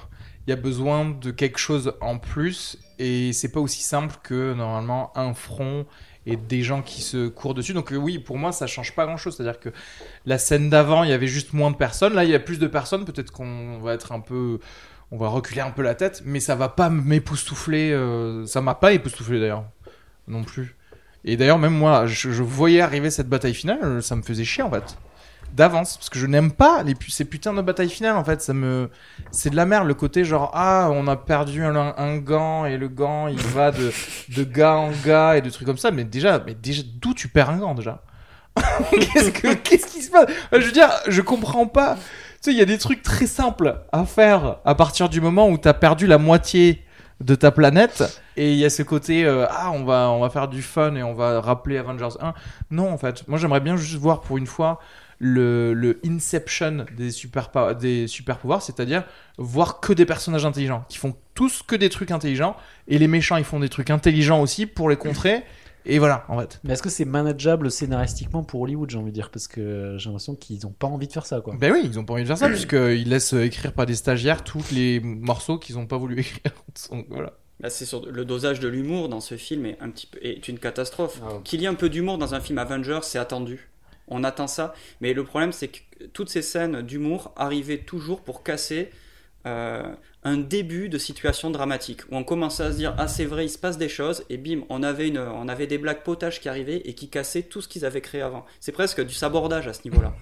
y a besoin de quelque chose en plus et c'est pas aussi simple que normalement un front et des gens qui se courent dessus. Donc euh, oui, pour moi, ça change pas grand-chose. C'est-à-dire que la scène d'avant, il y avait juste moins de personnes. Là, il y a plus de personnes. Peut-être qu'on va être un peu... On va reculer un peu la tête, mais ça va pas m'époustoufler. Euh... Ça m'a pas époustouflé, d'ailleurs. Non plus. Et d'ailleurs, même moi, je, je voyais arriver cette bataille finale, ça me faisait chier, en fait. D'avance. Parce que je n'aime pas les, ces putains de batailles finales, en fait. Ça me... C'est de la merde, le côté genre, ah, on a perdu un, un gant, et le gant, il va de, de gars en gars, et de trucs comme ça. Mais déjà, mais déjà d'où tu perds un gant, déjà? qu'est-ce, que, qu'est-ce qui se passe? Je veux dire, je comprends pas. Tu sais, il y a des trucs très simples à faire à partir du moment où t'as perdu la moitié de ta planète, et il y a ce côté, euh, ah, on va, on va faire du fun, et on va rappeler Avengers un. Non, en fait. Moi, j'aimerais bien juste voir pour une fois le, le Inception des super, des super pouvoirs, c'est-à-dire voir que des personnages intelligents qui font tous que des trucs intelligents et les méchants ils font des trucs intelligents aussi pour les contrer et voilà en fait. Mais est-ce que c'est manageable scénaristiquement pour Hollywood, j'ai envie de dire, parce que j'ai l'impression qu'ils ont pas envie de faire ça quoi. Ben oui, ils ont pas envie de faire ça puisqu'ils laissent écrire par des stagiaires tous les morceaux qu'ils ont pas voulu écrire. Donc voilà. Là, c'est sur le dosage de l'humour dans ce film est un petit peu est une catastrophe. Oh. Qu'il y ait un peu d'humour dans un film Avengers, c'est attendu. On attend ça, mais le problème c'est que toutes ces scènes d'humour arrivaient toujours pour casser euh, un début de situation dramatique où on commençait à se dire ah c'est vrai il se passe des choses et bim on avait une on avait des blagues potaches qui arrivaient et qui cassaient tout ce qu'ils avaient créé avant. C'est presque du sabordage à ce niveau-là.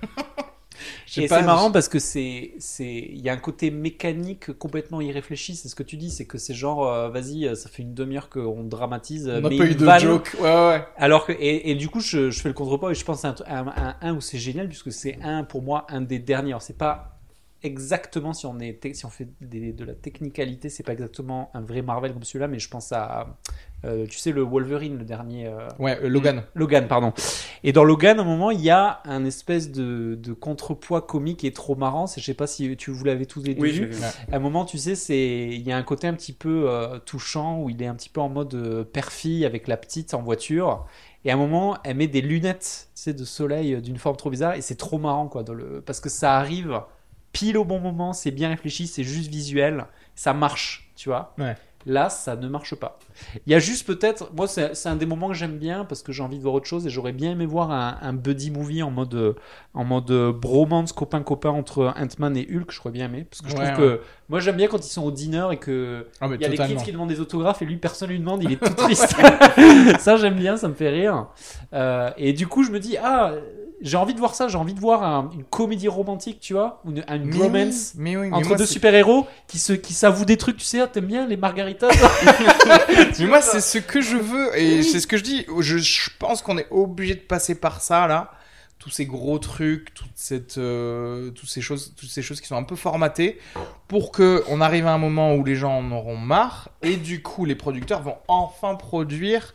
Et pas, c'est marrant parce que c'est c'est il y a un côté mécanique complètement irréfléchi, c'est ce que tu dis, c'est que c'est genre euh, vas-y ça fait une demi-heure qu'on dramatise on a pas eu de vanne, joke ouais ouais alors que et, et du coup je, je fais le contrepoids et je pense à un, un, un où c'est génial puisque c'est un pour moi un des derniers. Alors, c'est pas exactement si on est si on fait des, de la technicalité, c'est pas exactement un vrai Marvel comme celui-là, mais je pense à euh, tu sais le Wolverine, le dernier euh, ouais euh, Logan Logan pardon. Et dans Logan à un moment il y a un espèce de, de contrepoids comique qui est trop marrant, c'est, je sais pas si tu vous l'avez tous les deux oui, vu. À un moment tu sais c'est il y a un côté un petit peu euh, touchant où il est un petit peu en mode euh, père-fille avec la petite en voiture. Et à un moment, elle met des lunettes, tu sais, de soleil d'une forme trop bizarre, et c'est trop marrant quoi dans le parce que ça arrive pile au bon moment, c'est bien réfléchi, c'est juste visuel, ça marche, tu vois. Ouais. Là, ça ne marche pas. Il y a juste peut-être, moi c'est, c'est un des moments que j'aime bien parce que j'ai envie de voir autre chose et j'aurais bien aimé voir un, un buddy movie en mode, en mode bromance, copain-copain entre Ant-Man et Hulk, je crois bien aimé. Parce que je ouais, trouve ouais. que, moi j'aime bien quand ils sont au dîner et que ah, il y a totalement. les kids qui demandent des autographes et lui personne lui demande, il est tout triste. Ça j'aime bien, ça me fait rire. Euh, et du coup je me dis, ah... j'ai envie de voir ça, j'ai envie de voir un, une comédie romantique, tu vois, une, une bromance oui, oui, entre moi, deux c'est... super-héros qui, se, qui s'avouent des trucs, tu sais, t'aimes bien les margaritas. Mais moi, c'est ce que je veux et c'est ce que je dis. Je, je pense qu'on est obligé de passer par ça, là. Tous ces gros trucs, toute cette, euh, toutes ces choses, toutes ces choses qui sont un peu formatées pour que on arrive à un moment où les gens en auront marre et du coup, les producteurs vont enfin produire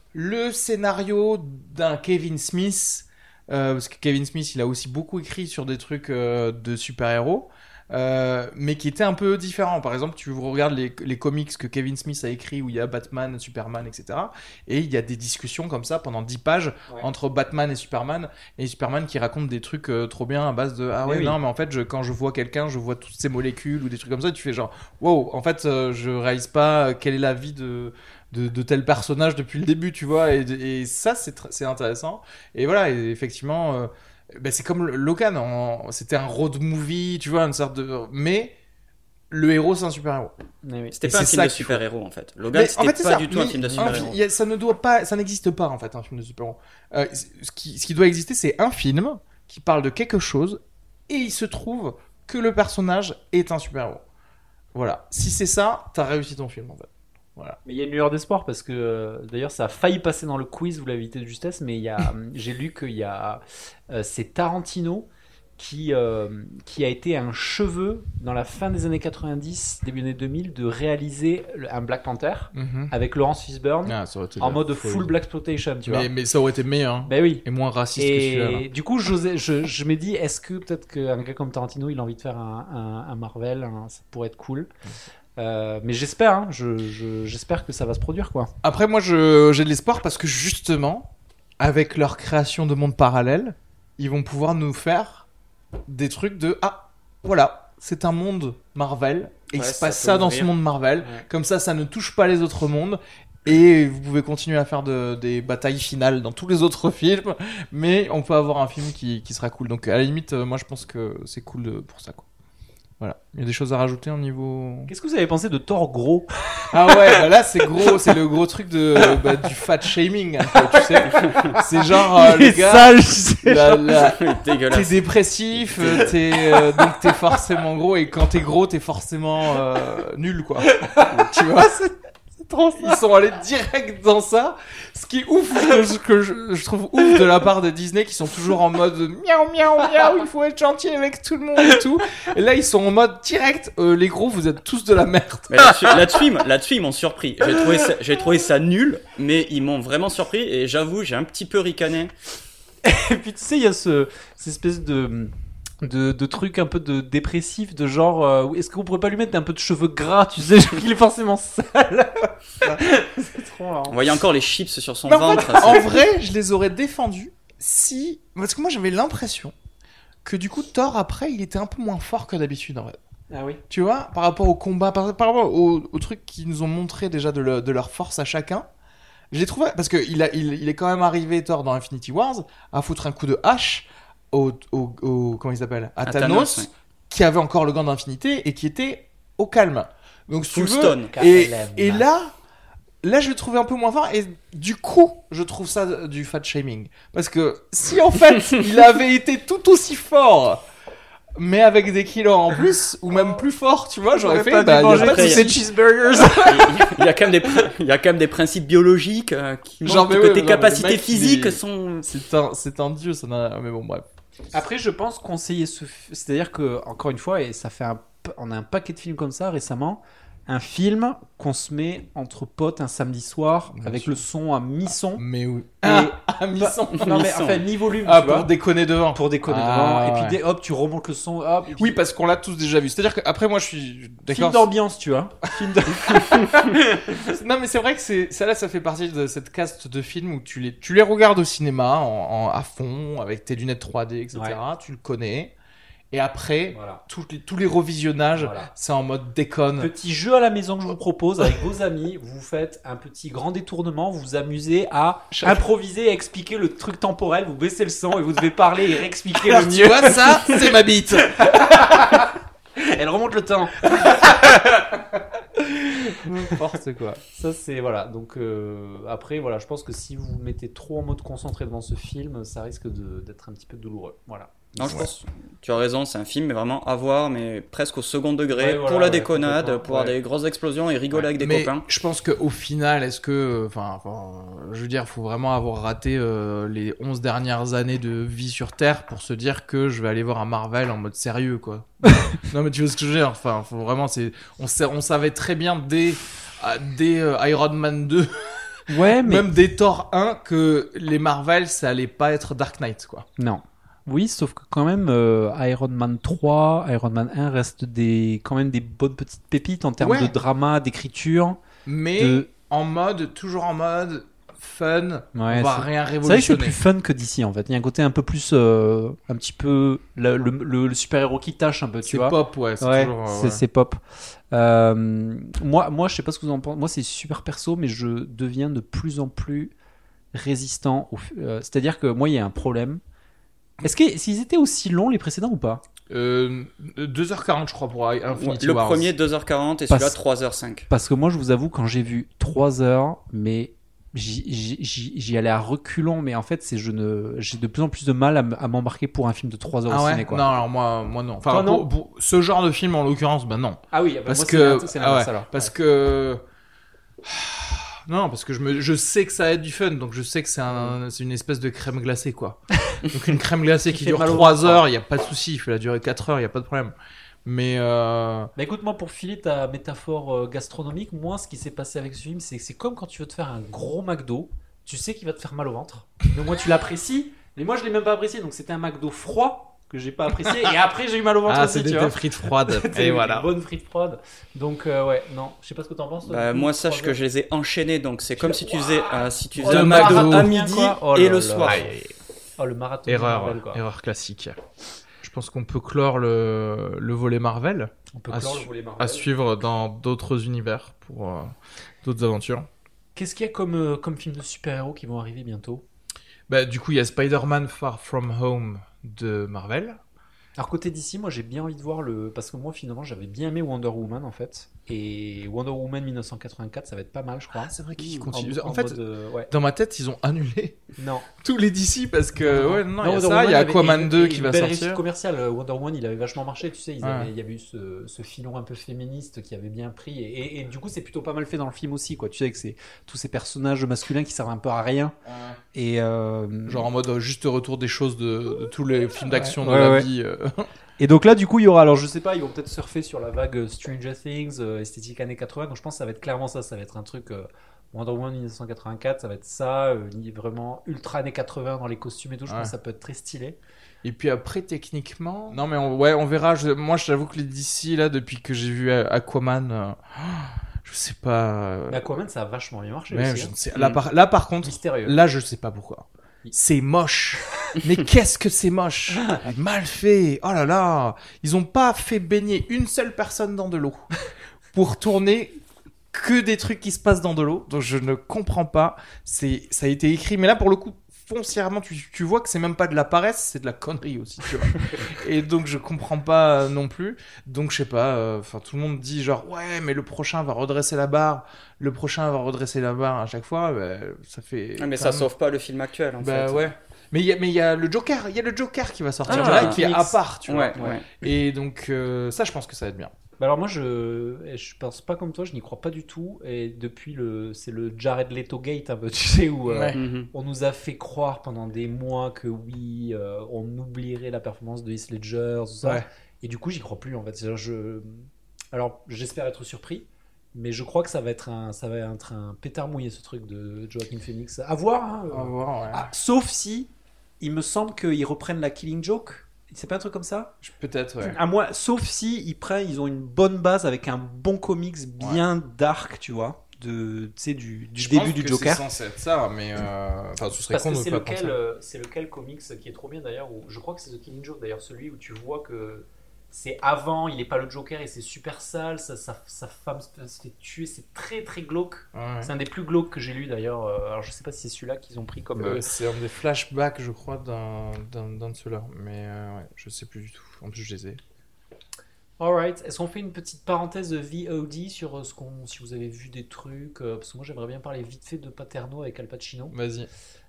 le scénario d'un Kevin Smith. Euh, parce que Kevin Smith, il a aussi beaucoup écrit sur des trucs euh, de super-héros, euh, mais qui étaient un peu différents. Par exemple, tu regardes les, les comics que Kevin Smith a écrits où il y a Batman, Superman, et cetera. Et il y a des discussions comme ça pendant dix pages ouais. entre Batman et Superman, et Superman qui raconte des trucs euh, trop bien à base de ah ouais, oui. non, mais en fait, je, quand je vois quelqu'un, je vois toutes ces molécules ou des trucs comme ça, et tu fais genre wow, en fait, euh, je réalise pas quelle est la vie de. De, de tel personnage depuis le début, tu vois, et, et ça c'est, tr- c'est intéressant. Et voilà, et effectivement, euh, ben c'est comme Logan, en, c'était un road movie, tu vois, une sorte de. Mais le héros c'est un super héros. Oui. C'était et pas un film de super héros en fait. Logan mais, c'était en fait, pas ça. du tout mais, un film de super héros. Un, ça ne doit pas, ça n'existe pas en fait un film de super héros. Euh, ce qui, ce qui doit exister, c'est un film qui parle de quelque chose et il se trouve que le personnage est un super héros. Voilà. Si c'est ça, t'as réussi ton film en fait. Voilà. Mais il y a une lueur d'espoir parce que euh, d'ailleurs ça a failli passer dans le quiz, vous l'avez évité de justesse, mais il y a, j'ai lu qu'il y a euh, c'est Tarantino qui, euh, qui a été un cheveu dans la fin des années quatre-vingt-dix, début des années deux mille, de réaliser un Black Panther mm-hmm. avec Laurence Fishburne ah, en mode full blaxploitation, tu vois. Mais, mais ça aurait été meilleur hein. Ben oui. Et moins raciste et que celui-là. Et du coup, je, je, je me dis, est-ce que peut-être qu'un gars comme Tarantino, il a envie de faire un, un, un Marvel, un, ça pourrait être cool. Mm. Euh, mais j'espère, hein, je, je, j'espère que ça va se produire, quoi. Après, moi, je, j'ai de l'espoir parce que justement, avec leur création de mondes parallèles, ils vont pouvoir nous faire des trucs de ah, voilà, c'est un monde Marvel Et Ouais, il se ça passe peut ça dans ouvrir. ce monde Marvel. Ouais. Comme ça, ça ne touche pas les autres mondes. Et vous pouvez continuer à faire de, des batailles finales dans tous les autres films. Mais on peut avoir un film qui, qui sera cool. Donc à la limite, euh, moi je pense que c'est cool de, pour ça, quoi. Voilà. Il y a des choses à rajouter au niveau... Qu'est-ce que vous avez pensé de Thor gros? Ah ouais, bah là c'est gros, c'est le gros truc de, bah, du fat shaming, un peu, tu sais. C'est genre, euh, Il le est gars... sale, je sais. la- la- T'es Dégueulasse. dépressif, euh, t'es, euh, donc t'es forcément gros, et quand t'es gros, t'es forcément euh, nul, quoi. Tu vois, c'est, c'est trop ça. Ils sont allés direct dans ça, ce qui est ouf, que je, que je, je trouve ouf de la part de Disney, qui sont toujours en mode miaou miaou miaou, il faut être gentil avec tout le monde et tout. Et là, ils sont en mode direct, euh, les gros, vous êtes tous de la merde. Mais là-dessus, là-dessus, ils m- là-dessus, ils m'ont surpris. J'ai trouvé, ça, j'ai trouvé ça nul, mais ils m'ont vraiment surpris et j'avoue, j'ai un petit peu ricané. Et puis tu sais, il y a ce, cette espèce de, de, de truc un peu de dépressif, de genre, euh, est-ce qu'on pourrait pas lui mettre un peu de cheveux gras, tu sais, genre, il est forcément sale. C'est trop marrant. On voyait encore les chips sur son Mais en ventre. fait, en vrai, je les aurais défendus si... Parce que moi, j'avais l'impression que du coup, Thor, après, il était un peu moins fort que d'habitude, en fait. Ah oui. Tu vois, par rapport au combat, par, par rapport aux, aux trucs qu'ils nous ont montré déjà de, le- de leur force à chacun, j'ai trouvé... Parce qu'il a, il, il est quand même arrivé, Thor, dans Infinity Wars, à foutre un coup de hache au... au, au comment il s'appelle À À Thanos, Thanos, ouais. qui avait encore le gant d'infinité et qui était au calme. Donc, si tu Full veux... stone. Et, et là... Là, je le trouvais un peu moins fort et du coup, je trouve ça euh, du fat shaming. Parce que si en fait, il avait été tout aussi fort, mais avec des kilos en plus, ou même plus fort, tu vois, j'aurais fait, pas dû bah, y a manger pas de tous après, ces souci. cheeseburgers. Il y a quand même des, pr- il y a quand même des principes biologiques euh, qui Genre, montrent mais que ouais, tes non, capacités mais le mec, il physiques est- sont. C'est un, c'est un dieu, ça n'a, mais bon, bref. Après, je pense conseiller ce, f- c'est-à-dire que encore une fois, et ça fait un, p- on a un paquet de films comme ça récemment. Un film qu'on se met entre potes un samedi soir Bien avec sûr. le son à mi-son. Mais oui. Et- Ah, ah, mi-son. Non mais Mi-son. enfin mi-volume, Ah, tu pour vois. déconner devant. Pour déconner Ah, devant. Et ouais. puis dès- hop, tu remontes le son. Hop. Et puis- Oui, parce qu'on l'a tous déjà vu. C'est-à-dire qu'après, moi, je suis Film d'accord. d'ambiance, tu vois. Film de... Non, mais c'est vrai que c'est, ça là, ça fait partie de cette caste de films où tu les, tu les regardes au cinéma en, en- à fond, avec tes lunettes trois D, et cetera. Tu le connais. Et après, Voilà. tous les, tous les revisionnages, Voilà. c'est en mode déconne. Petit jeu à la maison que je vous propose avec vos amis. Vous faites un petit grand détournement. Vous vous amusez à Chaque- improviser, à expliquer le truc temporel. Vous baissez le son et vous devez parler et réexpliquer Alors, le tu mieux. vois, ça, c'est ma bite. Elle remonte le temps. N'importe quoi. Ça c'est voilà. Donc euh, après voilà, je pense que si vous vous mettez trop en mode concentré devant ce film, ça risque de- d'être un petit peu douloureux. Voilà. Non, je Ouais. pense. Tu as raison, c'est un film, mais vraiment à voir, mais presque au second degré, Ouais, voilà, pour la ouais, déconnade, complètement, pour avoir ouais. des grosses explosions et rigoler avec des Mais copains. je pense qu'au final, est-ce que, enfin, enfin, je veux dire, faut vraiment avoir raté euh, les onze dernières années de vie sur Terre pour se dire que je vais aller voir un Marvel en mode sérieux, quoi. Non, mais tu vois ce que je veux dire. Enfin, faut vraiment, c'est, on, sait- on savait très bien dès, ah, dès euh, Iron Man deux, Ouais, mais même dès Thor un, que les Marvel, ça allait pas être Dark Knight, quoi. non. Oui, sauf que quand même euh, Iron Man trois, Iron Man un restent des quand même des bonnes petites pépites en termes Ouais. de drama, d'écriture. Mais De... en mode, toujours en mode fun, Ouais, on va c'est- rien C'est vrai que c'est révolutionner. plus fun que d'ici en fait. Il y a un côté un peu plus, euh, un petit peu le, le, le- le super-héros qui tâche un peu, tu C'est vois. pop, ouais. C'est Ouais, toujours, euh, c'est ouais. c'est pop. Euh, moi, moi, je sais pas ce que vous en pensez. Moi, c'est super perso, mais je deviens de plus en plus résistant. Au... euh, C'est-à-dire que moi, il y a un problème. Est-ce que s'ils étaient aussi longs les précédents ou pas? Euh, deux heures quarante, je crois, pour Infinity Le Wars. premier deux heures quarante et Passe. celui-là trois heures cinq. Parce que moi, je vous avoue, quand j'ai vu trois heures, mais j'y- j'y j'y- j'y allais à reculons, mais en fait, c'est je ne, j'ai de plus en plus de mal à m- à m'embarquer pour un film de trois heures Ah au ouais ciné, quoi. Non, alors moi, moi non. Enfin, Toi, non pour, pour ce genre de film, en l'occurrence, ben non. Ah oui, bah, Parce moi, que, c'est l'inverse- c'est ah l'inverse ouais, alors. parce Ouais. que, non, parce que je me, je sais que ça va être du fun, donc je sais que c'est un, c'est une espèce de crème glacée, quoi. Donc une crème glacée qui fait dure mal au trois ventre, heures, il y a pas de souci, il faut la durer quatre heures, il y a pas de problème. Mais euh... Bah écoute, moi, pour filer ta métaphore euh, gastronomique, moi, ce qui s'est passé avec ce film, c'est que c'est comme quand tu veux te faire un gros McDo, tu sais qu'il va te faire mal au ventre. Donc moi, tu l'apprécies, mais moi, je l'ai même pas apprécié. Donc c'était un McDo froid que j'ai pas apprécié, et après, j'ai eu mal au ventre ah, aussi, c'était tu des vois. frites froides. C'était Et des voilà. bonnes frites froides. Donc euh, ouais, non, je sais pas ce que t'en penses. toi, Bah, du coup, moi, sache trois que heures. je les ai enchaînés, donc c'est comme si tu faisais, euh, si tu Oh, faisais le un McDo marathon, à midi quoi. Oh et là le là. soir. Aïe, aïe, aïe. Oh, le marathon. Erreur, Marvel, quoi. erreur classique. Je pense qu'on peut clore le, le volet Marvel. On peut à, clore su- le volet Marvel. à suivre dans d'autres univers pour euh, d'autres aventures. Qu'est-ce qu'il y a comme, euh, comme film de super-héros qui vont arriver bientôt? Bah, du coup, il y a Spider-Man Far From Home de Marvel. Alors côté d'ici, moi j'ai bien envie de voir le... Parce que moi finalement j'avais bien aimé Wonder Woman en fait. Et Wonder Woman dix-neuf cent quatre-vingt-quatre, ça va être pas mal je crois. Ah, c'est vrai qu'ils En- continuent. En, en fait, mode, euh, ouais. dans ma tête, ils ont annulé Non. tous les D C parce que, Non, ouais, non, il y a Wonder ça, Woman il y a avait- Aquaman et- deux et qui une va belle sortir. réussite commerciale. Wonder Woman, il avait vachement marché, tu sais. Ils Ouais. avaient- il y avait eu ce, ce filon un peu féministe qui avait bien pris. Et, et- et du coup, c'est plutôt pas mal fait dans le film aussi, quoi. Tu sais que c'est tous ces personnages masculins qui servent un peu à rien. Et euh, Genre en mode euh, juste retour des choses de, de tous les films d'action Ouais, de la ouais. vie. euh. Et donc là, du coup, il y aura, alors je sais pas, ils vont peut-être surfer sur la vague Stranger Things, euh, esthétique années quatre-vingts. Donc je pense que ça va être clairement ça. Ça va être un truc euh, Wonder Woman dix-neuf cent quatre-vingt-quatre. Ça va être ça, euh, vraiment ultra années quatre-vingts dans les costumes et tout. Je Ouais. pense que ça peut être très stylé. Et puis après, techniquement. Non, mais on, ouais, on verra. Je- moi, je t'avoue que les D C, là, depuis que j'ai vu euh, Aquaman, euh, je sais pas. euh, Mais Aquaman, ça a vachement bien marché ouais, aussi. je hein. ne sais- là, par, là, par contre, Mystérieux. là, je sais pas pourquoi. C'est moche. Mais qu'est-ce que c'est moche. Mal fait. Oh là là. Ils ont pas fait baigner une seule personne dans de l'eau pour tourner que des trucs qui se passent dans de l'eau. Donc je ne comprends pas. C'est, ça a été écrit. Mais là, pour le coup, foncièrement, tu, tu vois que c'est même pas de la paresse, c'est de la connerie aussi, tu vois. Et donc je comprends pas euh, non plus. Donc je sais pas. Enfin, tout le monde dit genre ouais, mais le prochain va redresser la barre. Le prochain va redresser la barre à chaque fois. Bah, ça fait. Ah, mais quand ça même- sauve pas le film actuel en Bah fait. ouais. Mais il y a, mais il y a le Joker, il y a le Joker qui va sortir, Ah, là, qui est à Phoenix. part, tu vois. Ouais, ouais. Et donc euh, ça, je pense que ça va être bien. Bah alors moi je je pense pas comme toi, je n'y crois pas du tout. Et depuis le c'est le Jared Leto Gate un peu, tu sais où euh, Ouais. Mhm. on nous a fait croire pendant des mois que oui, euh, on oublierait la performance de Heath Ledger, tout ça. Ouais. Et du coup j'y crois plus en fait. C'est-à-dire, je alors j'espère être surpris, mais je crois que ça va être un ça va être un pétard mouillé ce truc de Joaquin Phoenix. À voir. Hein, euh. On va voir, ouais. Ah, sauf si il me semble qu'ils reprennent la Killing Joke. C'est pas un truc comme ça? Je- Peut-être, ouais. À moi, sauf si ils prennent, ils ont une bonne base avec un bon comics bien dark, tu vois, de, tu sais, du, du Je début pense du que Joker. C'est censé être ça, mais euh... enfin, ce serait Parce con que de c'est pas lequel, penser. euh, c'est lequel comics qui est trop bien d'ailleurs. Où, je crois que c'est The Killing Joke d'ailleurs, celui où tu vois que c'est avant, il est pas le Joker et c'est super sale, sa, sa, sa femme se se fait tuer, c'est très très glauque. Ouais. C'est un des plus glauques que j'ai lu d'ailleurs. Euh, alors je sais pas si c'est celui-là qu'ils ont pris comme. Euh, euh, c'est un des flashbacks, je crois, d'un, d'un, d'un de ceux-là. Mais euh, ouais, je sais plus du tout. En plus, je les ai. Alright, est-ce qu'on fait une petite parenthèse de V O D sur euh, ce qu'on, si vous avez vu des trucs, euh, parce que moi j'aimerais bien parler vite fait de Paterno avec Al Pacino. Vas-y.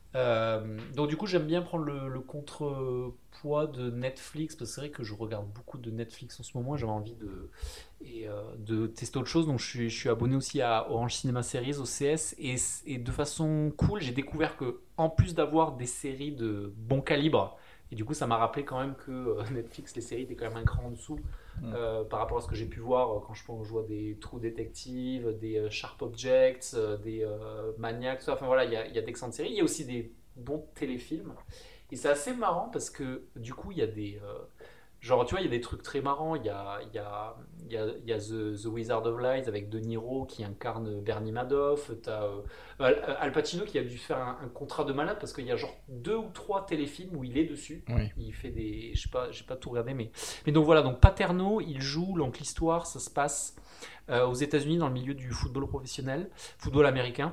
Euh, donc du coup j'aime bien prendre le, le contrepoids de Netflix, parce que c'est vrai que je regarde beaucoup de Netflix en ce moment, j'avais envie de, et, euh, de tester autre chose, donc je suis, je suis abonné aussi à Orange Cinema Series, O C S, et, et de façon cool j'ai découvert que en plus d'avoir des séries de bon calibre, et du coup ça m'a rappelé quand même que euh, Netflix, les séries étaient quand même un cran en dessous. Euh, par rapport à ce que j'ai pu voir euh, quand je, je vois des True Detective, des euh, Sharp Objects, euh, des euh, Maniacs, enfin voilà, il y a, il y a d'excellentes séries, il y a aussi des bons téléfilms, et c'est assez marrant parce que du coup il y a des, euh, genre tu vois, il y a des trucs très marrants, il y a, il y a, il y a, il y a The, The Wizard of Lies avec De Niro qui incarne Bernie Madoff, t'as euh, Al, Al Pacino qui a dû faire un, un contrat de malade parce qu'il y a genre deux ou trois téléfilms où il est dessus. Oui. Il fait des, je sais pas, j'ai pas tout regardé, mais mais donc voilà, donc Paterno, il joue, donc l'histoire, ça se passe euh, aux États-Unis dans le milieu du football professionnel, football américain.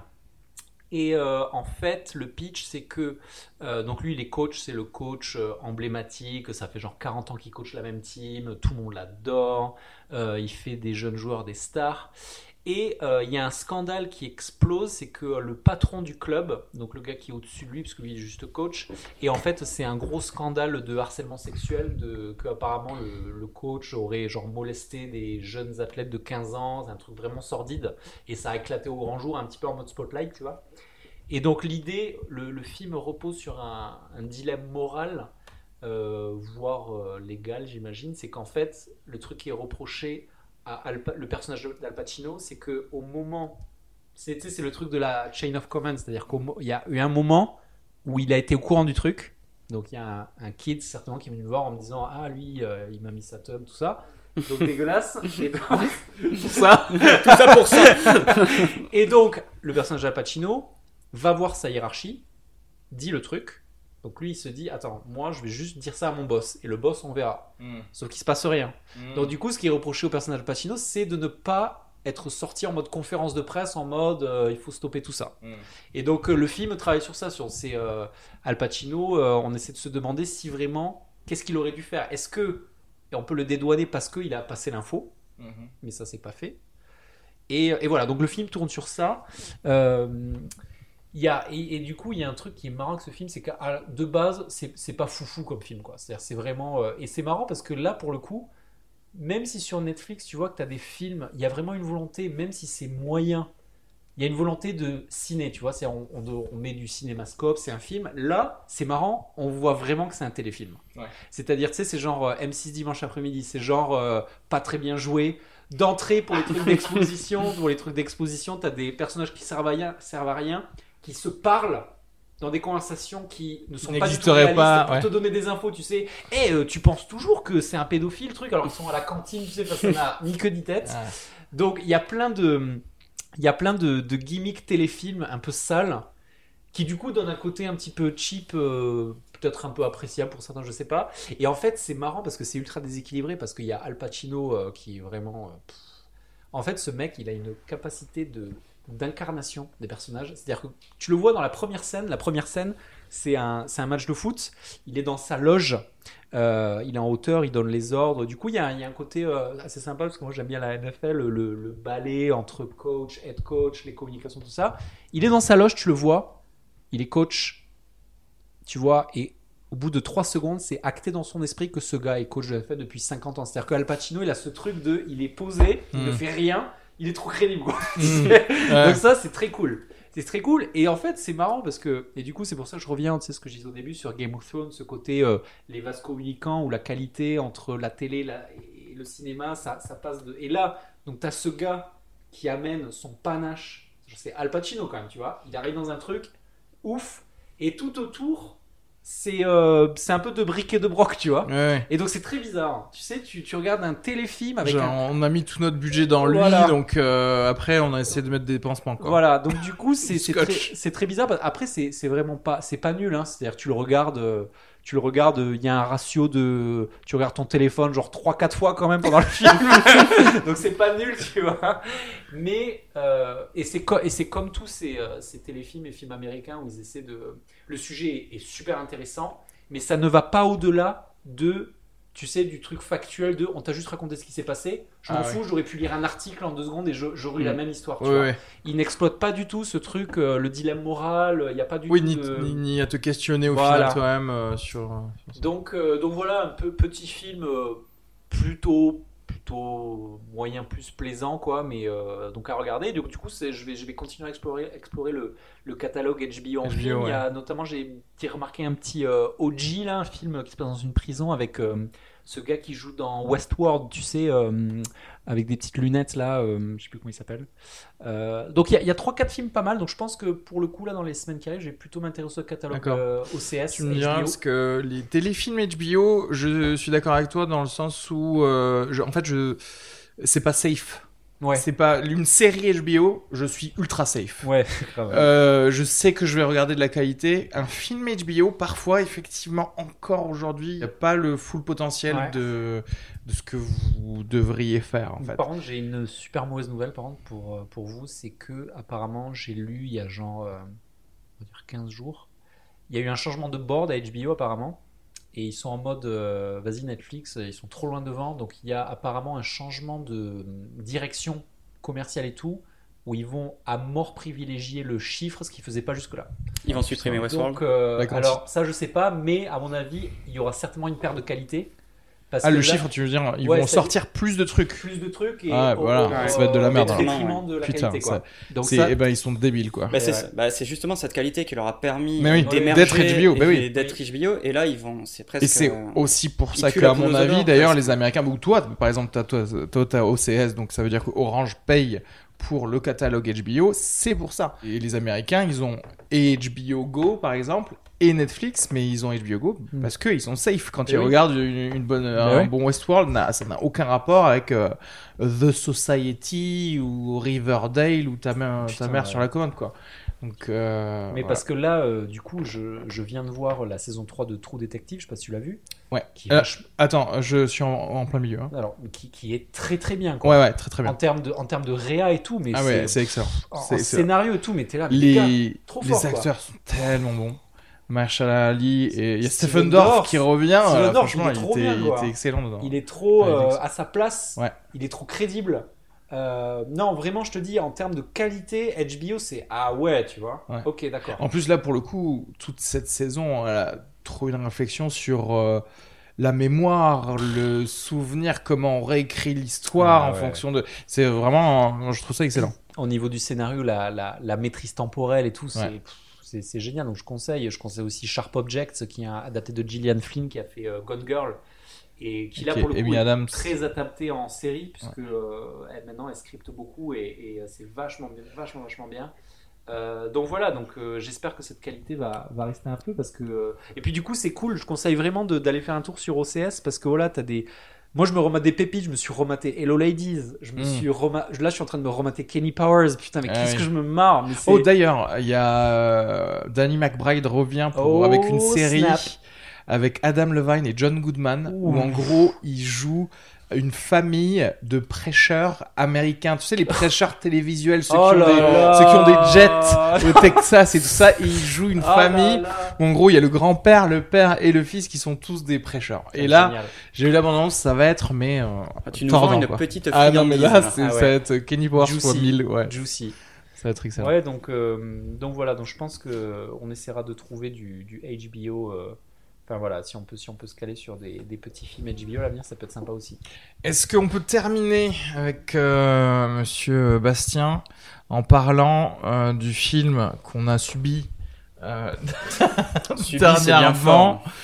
Et euh, en fait, le pitch, c'est que euh, donc lui, il est coach, c'est le coach euh, emblématique. Ça fait genre quarante ans qu'il coach la même team, tout le monde l'adore. Euh, il fait des jeunes joueurs des stars. Et euh, il y a un scandale qui explose, c'est que euh, le patron du club, donc le gars qui est au-dessus de lui, parce que lui il est juste coach, et en fait c'est un gros scandale de harcèlement sexuel, de, que apparemment le, le coach aurait genre molesté des jeunes athlètes de quinze ans, c'est un truc vraiment sordide, et ça a éclaté au grand jour, un petit peu en mode spotlight, tu vois. Et donc l'idée, le, le film repose sur un, un dilemme moral, euh, voire euh, légal j'imagine, c'est qu'en fait le truc qui est reproché à Al, le personnage d'Al Pacino, c'est que au moment, c'est, c'est le truc de la chain of command, c'est-à-dire qu'il y a eu un moment où il a été au courant du truc, donc il y a un, un kid certainement qui est venu me voir en me disant ah lui euh, il m'a mis sa tub, tout ça, donc dégueulasse, et donc, tout ça, Tout ça pour ça. et donc le personnage d'Al Pacino va voir sa hiérarchie, dit le truc, Donc lui, il se dit, attends, moi, je vais juste dire ça à mon boss. Et le boss, on verra. Mm. Sauf qu'il se passe rien. Mm. Donc du coup, ce qui est reproché au personnage de Pacino, c'est de ne pas être sorti en mode conférence de presse, en mode euh, il faut stopper tout ça. Mm. Et donc euh, le film travaille sur ça, sur c'est euh, Al Pacino. Euh, on essaie de se demander si vraiment, qu'est-ce qu'il aurait dû faire. Est-ce que, et on peut le dédouaner parce qu'il a passé l'info, mm-hmm. mais ça c'est pas fait. Et, et voilà, donc le film tourne sur ça. Euh, Il y a, et, et du coup, il y a un truc qui est marrant avec ce film, c'est que de base, c'est, c'est pas foufou comme film, quoi. C'est-à-dire, c'est vraiment. Euh, et c'est marrant parce que là, pour le coup, même si sur Netflix, tu vois que tu as des films, il y a vraiment une volonté, même si c'est moyen, il y a une volonté de ciné, tu vois. C'est, on, on, on met du cinémascope, c'est un film. Là, c'est marrant, on voit vraiment que c'est un téléfilm. Ouais. C'est-à-dire, tu sais, c'est genre euh, M six dimanche après-midi, c'est genre euh, pas très bien joué. D'entrée, pour les trucs d'exposition, pour les trucs d'exposition, tu as des personnages qui servent à rien, servent à rien qui se parlent dans des conversations qui ne sont pas du tout réalistes pas, pour ouais. te donner des infos, tu sais. Et euh, tu penses toujours que c'est un pédophile, truc, alors ils sont à la cantine, tu sais, parce qu'on a ni queue ni tête. Ouais. Donc il y a plein de, il y a plein de, de gimmicks téléfilms un peu sales qui du coup donnent un côté un petit peu cheap, euh, peut-être un peu appréciable pour certains, je sais pas. Et en fait c'est marrant parce que c'est ultra déséquilibré parce qu'il y a Al Pacino euh, qui est vraiment. Euh, en fait ce mec il a une capacité de d'incarnation des personnages, c'est-à-dire que tu le vois dans la première scène. La première scène, c'est un, c'est un match de foot. Il est dans sa loge, euh, il est en hauteur, il donne les ordres. Du coup, il y a, il y a un côté euh, assez sympa parce que moi j'aime bien la N F L, le, le balai entre coach, head coach, les communications, tout ça. Il est dans sa loge, tu le vois, il est coach, tu vois, et au bout de trois secondes, c'est acté dans son esprit que ce gars est coach de N F L depuis cinquante ans. C'est-à-dire qu'Al Pacino, il a ce truc de, il est posé, il mmh. ne fait rien. Il est trop crédible, quoi. Mmh, ouais. Donc ça, c'est très cool. C'est très cool. Et en fait, c'est marrant parce que... Et du coup, c'est pour ça que je reviens, tu sais, ce que je disais au début sur Game of Thrones, ce côté, euh, les vases communicants ou la qualité entre la télé la, et le cinéma, ça, ça passe de... Et là, donc tu as ce gars qui amène son panache. C'est Al Pacino, quand même, tu vois. Il arrive dans un truc ouf. Et tout autour... C'est, euh, c'est un peu de briques et de broc, tu vois. Ouais. Et donc c'est très bizarre. Tu sais, tu, tu regardes un téléfilm avec Genre, un... on a mis tout notre budget dans voilà. lui, donc euh, après on a essayé de mettre des pansements, quoi. Voilà, donc du coup c'est, c'est, très, c'est très bizarre. Après c'est, c'est vraiment pas, c'est pas nul, hein. C'est-à-dire que tu le regardes, euh, tu le regardes, il y a un ratio de, tu regardes ton téléphone genre trois quatre fois quand même pendant le film. Donc c'est pas nul, tu vois. Mais euh, et c'est co- et c'est comme tous ces, euh, ces téléfilms et films américains où ils essaient de, le sujet est, est super intéressant, mais ça ne va pas au-delà de, tu sais, du truc factuel de, on t'a juste raconté ce qui s'est passé. Je m'en ah, fous, ouais. j'aurais pu lire un article en deux secondes et je, j'aurais eu mmh. la même histoire. Tu ouais, vois. Ouais. Ils n'exploitent pas du tout ce truc, euh, le dilemme moral. Il n'y a pas du oui, tout. Ni, de... ni, ni à te questionner au voilà. final toi-même euh, sur. sur donc, euh, donc voilà, un peu petit film euh, plutôt. plutôt moyen plus plaisant quoi, mais euh, donc à regarder. Donc du coup c'est, je vais je vais continuer à explorer explorer le, le catalogue H B O en H B O, film. Ouais. Il y a notamment j'ai, j'ai remarqué un petit euh, O G là, un film qui se passe dans une prison avec euh, ce gars qui joue dans Westworld, tu sais, euh, avec des petites lunettes là, euh, je sais plus comment il s'appelle. Euh, donc il y a, y a trois quatre films pas mal, donc je pense que pour le coup là dans les semaines qui arrivent, je vais plutôt m'intéresser au catalogue euh, O C S. Tu me diras parce que les téléfilms H B O, je suis d'accord avec toi dans le sens où, euh, je, en fait, je, c'est pas safe. Ouais. C'est pas une série H B O, je suis ultra safe. Ouais. euh, je sais que je vais regarder de la qualité. Un film H B O, parfois, effectivement, encore aujourd'hui, il n'y a pas le full potentiel ouais. de, de ce que vous devriez faire, en fait. Par contre, j'ai une super mauvaise nouvelle, par contre, pour, pour vous, c'est que, apparemment, j'ai lu il y a genre, euh, on va dire quinze jours, il y a eu un changement de board à H B O, apparemment. Et ils sont en mode, euh, vas-y Netflix, ils sont trop loin devant. Donc il y a apparemment un changement de direction commerciale et tout, où ils vont à mort privilégier le chiffre, ce qu'ils ne faisaient pas jusque-là. Ils vont supprimer Westworld. Donc, euh, alors ça je sais pas, mais à mon avis, il y aura certainement une perte de qualité. Parce ah, le là, chiffre, tu veux dire, ils ouais, vont sortir dit, plus de trucs. Plus de trucs et ah, au, voilà, au, ça va être de la merde. Au détriment de la Putain, qualité, quoi. Ça, donc c'est, ça, eh ben, ils sont débiles, quoi. Bah, c'est, ouais. bah, c'est justement cette qualité qui leur a permis oui, d'émerger d'être H B O. Bah, oui. et d'être H B O. Et là, ils vont, c'est presque. Et c'est euh, aussi pour ça qu'à mon avis, d'ailleurs, les Américains, ou toi, par exemple, t'as, toi, toi, t'as O C S, donc ça veut dire que Orange paye pour le catalogue H B O, c'est pour ça. Et les Américains, ils ont H B O Go, par exemple, et Netflix, mais ils ont H B O Go mm. parce qu'ils sont safe. Quand et ils oui. regardent une, une bonne, un oui. bon Westworld, ça n'a aucun rapport avec euh, The Society ou Riverdale ou ta mère, Putain, ta mère ouais. sur la commande, quoi. Donc, euh, Mais voilà. parce que là, euh, du coup, je, je viens de voir la saison trois de True Detective, je sais pas si tu l'as vu. Ouais. Qui est Euh, vach- Attends, je suis en, en plein milieu. Hein. Alors, qui, qui est très très bien, quoi. Ouais, ouais, très très bien. En termes de, en termes de réa et tout, mais Ah c'est, ouais, c'est excellent. en, C'est- en c'est- scénario et tout, mais t'es là, mais les, Les, gars, trop les fort, quoi. acteurs sont tellement bons. Mahershala Ali et il y a Stephen Stephen Dorff Dorff. qui revient. Stephen euh, Dorff, franchement, il est il, trop était, bien, il quoi. était excellent dedans. Il est trop Ouais, euh, Alex. à sa place, Ouais. il est trop crédible. Euh, non, vraiment, je te dis, en termes de qualité, H B O, c'est ah ouais, tu vois. Ouais. Ok, d'accord. En plus, là, pour le coup, toute cette saison, elle a trop une réflexion sur euh, la mémoire, le souvenir, comment on réécrit l'histoire Ah en ouais. fonction de. C'est vraiment. Je trouve ça excellent. Au niveau du scénario, la, la, la maîtrise temporelle et tout, c'est, Ouais. pff, c'est, c'est génial. Donc je conseille. Je conseille aussi Sharp Objects, qui est un adapté de Gillian Flynn, qui a fait euh, Gone Girl. Et qui là, Ok, pour le Amy coup, est Adams. très adapté en série, puisque euh, elle, maintenant, elle scripte beaucoup et, et, euh, c'est vachement, bien- vachement, vachement bien. Euh, donc voilà, donc euh, j'espère que cette qualité va, va rester un peu parce que euh, et puis du coup c'est cool. Je conseille vraiment de, d'aller faire un tour sur O C S parce que voilà, t'as des. Moi je me remate des pépites. Je me suis rematé Hello Ladies. Je me Mm. suis rema... Là je suis en train de me remater Kenny Powers. Putain mais Ah qu'est-ce oui. que je me marre. Mais c'est... Oh, d'ailleurs, il y a euh, Danny McBride revient pour, Oh, avec une série snap. avec Adam Levine et John Goodman Ouh. où en gros ils jouent une famille de prêcheurs américains. Tu sais, les prêcheurs télévisuels, ceux, Oh qui, ont là des, là. ceux qui ont des jets au Texas et tout ça, et ils jouent une Oh famille. là là. où en gros, il y a le grand-père, le père et le fils qui sont tous des prêcheurs. Et là, Génial. j'ai eu l'abondance, ça va être, mais. Euh, Ah, tu nous tordant, vends une quoi. petite Ah non, mais là, friandise, c'est, Ah ouais. ça va être Kenny Powers Juicy. fois mille. Ouais, Juicy. ça va être excellent. Ouais, donc, euh, donc voilà, donc je pense que on essaiera de trouver du, du H B O. euh, Enfin voilà, si on peut, si on peut se caler sur des, des petits films H B O à l'avenir, ça peut être sympa aussi. Est-ce qu'on peut terminer avec euh, Monsieur Bastien en parlant euh, du film qu'on a subi euh, Subi, c'est bien dernièrement, fort.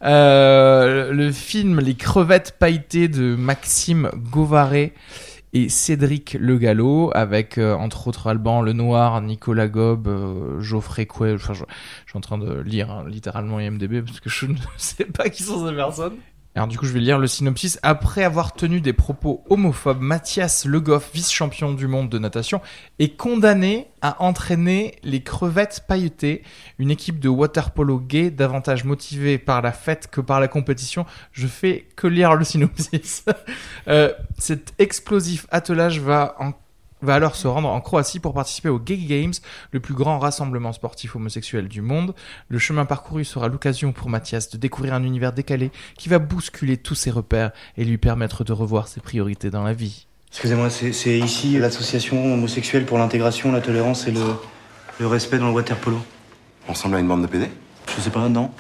euh, le film Les crevettes pailletées de Maxime Govaret et Cédric Le Gallo, avec euh, entre autres Alban Lenoir, Nicolas Gobe, euh, Geoffrey Couet. Enfin, je, je suis en train de lire hein, littéralement I M D B parce que je ne sais pas qui sont ces personnes. Alors du coup, je vais lire le synopsis. Après avoir tenu des propos homophobes, Mathias Le Goff, vice-champion du monde de natation, est condamné à entraîner les crevettes pailletées, une équipe de water-polo gay davantage motivée par la fête que par la compétition. Je fais que lire le synopsis. euh, cet explosif attelage va en va alors se rendre en Croatie pour participer aux Gay Games, le plus grand rassemblement sportif homosexuel du monde. Le chemin parcouru sera l'occasion pour Mathias de découvrir un univers décalé qui va bousculer tous ses repères et lui permettre de revoir ses priorités dans la vie. Excusez-moi, c'est, c'est ici l'association homosexuelle pour l'intégration, la tolérance et le, le respect dans le water-polo. On ressemble à une bande de pédés. Je sais pas, non.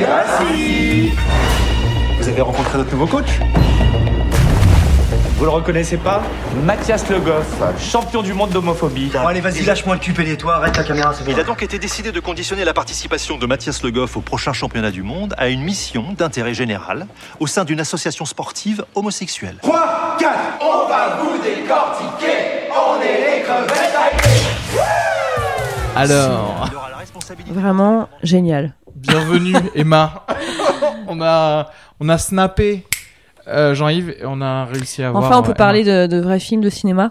Vous avez rencontré notre nouveau coach? Vous le reconnaissez pas? Mathias Le Goff, champion du monde d'homophobie. Bon, allez, vas-y, lâche-moi le cul, et toi, arrête la caméra, c'est bon. Il a donc été décidé de conditionner la participation de Mathias Le Goff au prochain championnat du monde à une mission d'intérêt général au sein d'une association sportive homosexuelle. trois, quatre, on va vous décortiquer. On est les crevettes. Alors, Il aura la responsabilité Vraiment génial. bienvenue Emma. on a on a snappé euh, Jean-Yves et on a réussi à avoir. Enfin, on peut euh, parler de, de vrais films de cinéma.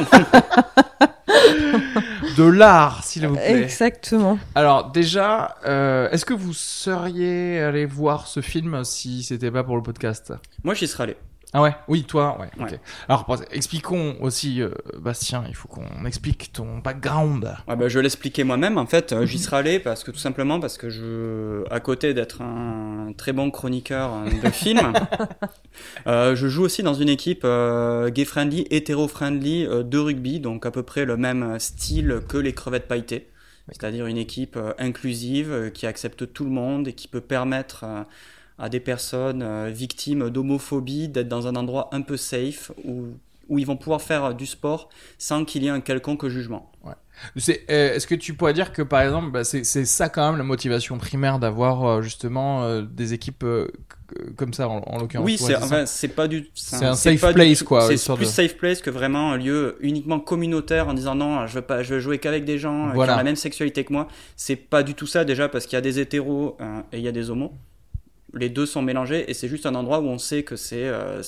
de l'art, s'il vous plaît. Exactement. Alors déjà, euh, est-ce que vous seriez allé voir ce film si c'était pas pour le podcast? Moi, j'y serais allé. Ah ouais, oui, toi, ouais. ok. Ouais. Alors, pour- expliquons aussi, euh, Bastien, il faut qu'on explique ton background. Ah bah, je vais l'expliquer moi-même. En fait, euh, j'y serais allé parce que tout simplement parce que je, à côté d'être un très bon chroniqueur euh, de films, euh, je joue aussi dans une équipe euh, gay-friendly, hétéro-friendly euh, de rugby, donc à peu près le même style que les crevettes pailletées. C'est-à-dire une équipe euh, inclusive euh, qui accepte tout le monde et qui peut permettre euh, à des personnes euh, victimes d'homophobie d'être dans un endroit un peu safe où, où ils vont pouvoir faire du sport sans qu'il y ait un quelconque jugement. C'est, euh, est-ce que tu pourrais dire que, par exemple, bah, c'est, c'est ça quand même la motivation primaire d'avoir euh, justement euh, des équipes euh, c- comme ça, en, en l'occurrence? Oui, ouais, c'est, ça. enfin, c'est pas du. C'est un safe pas du place, tout- quoi, C'est histoire plus de- safe place que vraiment un lieu uniquement communautaire en disant non, je veux pas, je veux jouer qu'avec des gens euh, Voilà. qui ont la même sexualité que moi. C'est pas du tout ça déjà parce qu'il y a des hétéros euh, et il y a des homos. Les deux sont mélangés et c'est juste un endroit où on sait que c'est euh,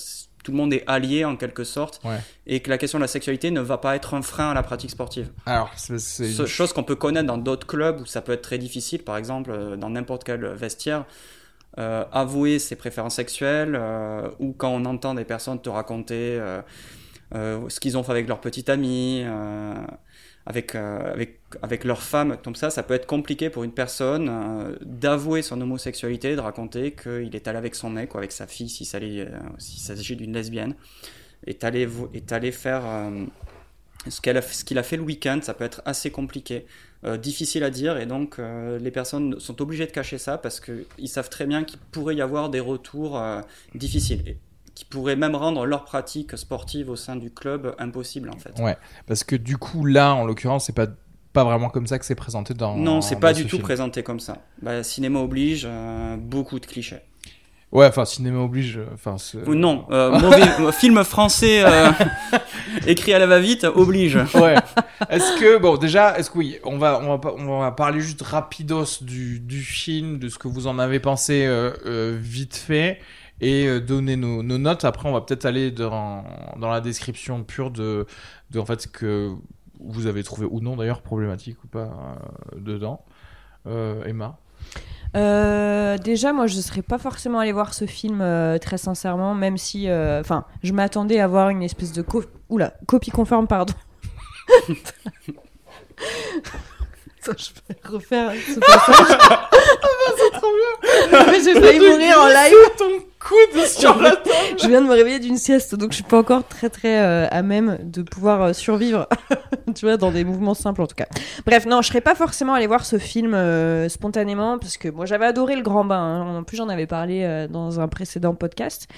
tout le monde est allié en quelque sorte, ouais. et que la question de la sexualité ne va pas être un frein à la pratique sportive. Alors, c'est, c'est... Ce, chose qu'on peut connaître dans d'autres clubs où ça peut être très difficile, par exemple dans n'importe quel vestiaire, euh, avouer ses préférences sexuelles, euh, ou quand on entend des personnes te raconter euh, euh, ce qu'ils ont fait avec leur petite amie, euh, avec, euh, avec, avec leur femme, comme ça, ça peut être compliqué pour une personne euh, d'avouer son homosexualité, de raconter qu'il est allé avec son mec ou avec sa fille, si ça allait, euh, s'il s'agit d'une lesbienne, est allé, est allé faire euh, ce, qu'elle a, ce qu'il a fait le week-end. Ça peut être assez compliqué, euh, difficile à dire, et donc euh, les personnes sont obligées de cacher ça parce qu'ils savent très bien qu'il pourrait y avoir des retours euh, difficiles. Et, qui pourraient même rendre leur pratique sportive au sein du club impossible, en fait. Ouais, parce que du coup, là, en l'occurrence, c'est pas, pas vraiment comme ça que c'est présenté dans Non, c'est dans pas ce du tout film. présenté comme ça. Bah, cinéma oblige, euh, beaucoup de clichés. Ouais, enfin, cinéma oblige... Enfin, Ou non, euh, mauvais film français euh, écrit à la va-vite oblige. Ouais. Est-ce que... Bon, déjà, est-ce que oui, on va, on va, on va parler juste rapidos du, du film, de ce que vous en avez pensé euh, euh, vite fait, et euh, donner nos, nos notes. Après, on va peut-être aller dans, dans la description pure de, de en fait, ce que vous avez trouvé, ou non d'ailleurs, problématique ou pas, euh, dedans. Euh, Emma euh, Déjà, moi, je ne serais pas forcément allée voir ce film, euh, très sincèrement, même si... Enfin, euh, je m'attendais à voir une espèce de... Co- Oula, copie conforme, pardon. Attends, je vais refaire ce passage. C'est trop bien. Mais j'ai failli mourir en live. Ton coude sur la table. Je viens de me réveiller d'une sieste, donc je suis pas encore très très euh, à même de pouvoir euh, survivre. Tu vois, dans des mouvements simples en tout cas. Bref, non, je serais pas forcément allée voir ce film euh, spontanément parce que moi j'avais adoré Le Grand Bain. Hein. En plus, j'en avais parlé euh, dans un précédent podcast.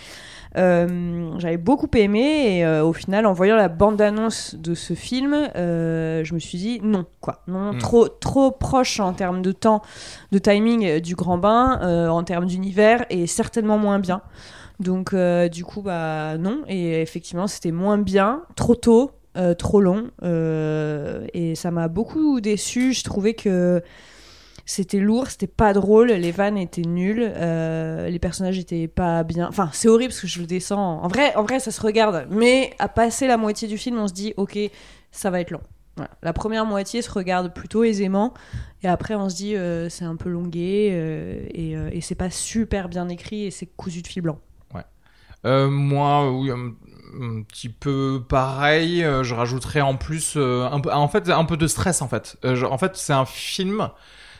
Euh, j'avais beaucoup aimé et euh, au final, en voyant la bande-annonce de ce film, euh, je me suis dit non, quoi, non, mmh. trop, trop proche en termes de temps, de timing du Grand Bain, euh, en termes d'univers, et certainement moins bien. Donc euh, du coup, bah non, et effectivement, c'était moins bien, trop tôt, euh, trop long, euh, et ça m'a beaucoup déçue. Je trouvais que c'était lourd, c'était pas drôle, les vannes étaient nulles, euh, les personnages étaient pas bien. Enfin, c'est horrible parce que je le descends. En vrai, en vrai, ça se regarde. Mais à passer la moitié du film, on se dit, ok, ça va être long. Voilà. La première moitié se regarde plutôt aisément, et après on se dit, euh, c'est un peu longué, euh, et, euh, et c'est pas super bien écrit, et c'est cousu de fil blanc. Ouais. Euh, moi, oui. Un... un petit peu pareil, euh, je rajouterais en plus euh, un peu, en fait un peu de stress en fait. Euh, je, en fait, c'est un film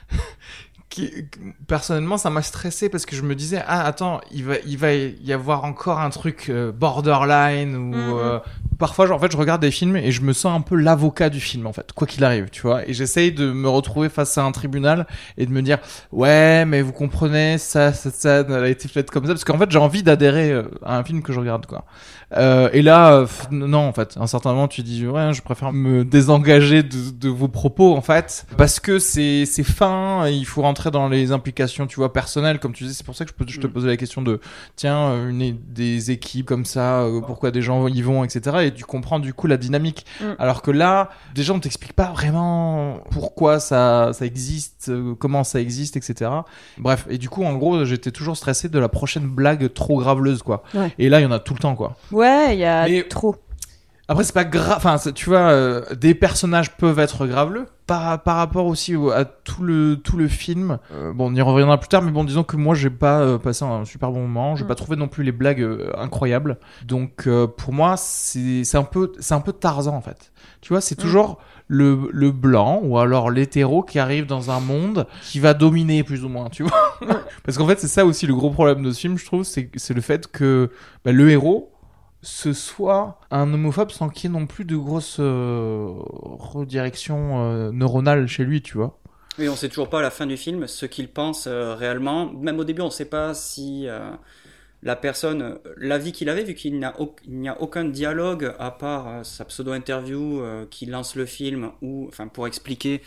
qui, personnellement, ça m'a stressé parce que je me disais, ah attends, il va il va y avoir encore un truc euh, borderline ou mm-hmm. euh, parfois genre, en fait je regarde des films et je me sens un peu l'avocat du film en fait, quoi qu'il arrive, tu vois, et j'essaye de me retrouver face à un tribunal et de me dire ouais mais vous comprenez, ça ça ça elle a été faite comme ça, parce qu'en fait j'ai envie d'adhérer à un film que je regarde, quoi. Euh, et là euh, non, en fait à un certain moment tu dis ouais, je préfère me désengager de, de vos propos en fait, parce que c'est c'est fin, il faut rentrer dans les implications, tu vois, personnelles, comme tu disais. C'est pour ça que je, peux, je te posais la question de tiens, une des équipes comme ça, euh, pourquoi des gens y vont, etc. Et tu comprends du coup la dynamique. Mm. Alors que là, déjà on t'explique pas vraiment pourquoi ça ça existe, euh, comment ça existe, et cetera. Bref, et du coup en gros j'étais toujours stressé de la prochaine blague trop graveleuse, quoi. Ouais. Et là il y en a tout le temps, quoi. Ouais, il y a Mais... trop. Après c'est pas grave, enfin tu vois, euh, des personnages peuvent être graveleux par par rapport aussi au, à tout le tout le film. Euh, bon, on y reviendra plus tard, mais bon, disons que moi j'ai pas euh, passé un super bon moment, j'ai mm. pas trouvé non plus les blagues euh, incroyables. Donc euh, pour moi c'est c'est un peu c'est un peu Tarzan en fait. Tu vois, c'est toujours mm. le le blanc ou alors l'hétéro qui arrive dans un monde qui va dominer plus ou moins, tu vois. Parce qu'en fait c'est ça aussi le gros problème de ce film, je trouve, c'est c'est le fait que bah, le héros ce soit un homophobe sans qu'il y ait non plus de grosses euh, redirections euh, neuronales chez lui, tu vois. Oui, on sait toujours pas à la fin du film ce qu'il pense euh, réellement. Même au début, on sait pas si euh, la personne, l'avis qu'il avait, vu qu'il n'y a, au, il n'y a aucun dialogue à part euh, sa pseudo-interview euh, qui lance le film, ou, enfin, pour expliquer.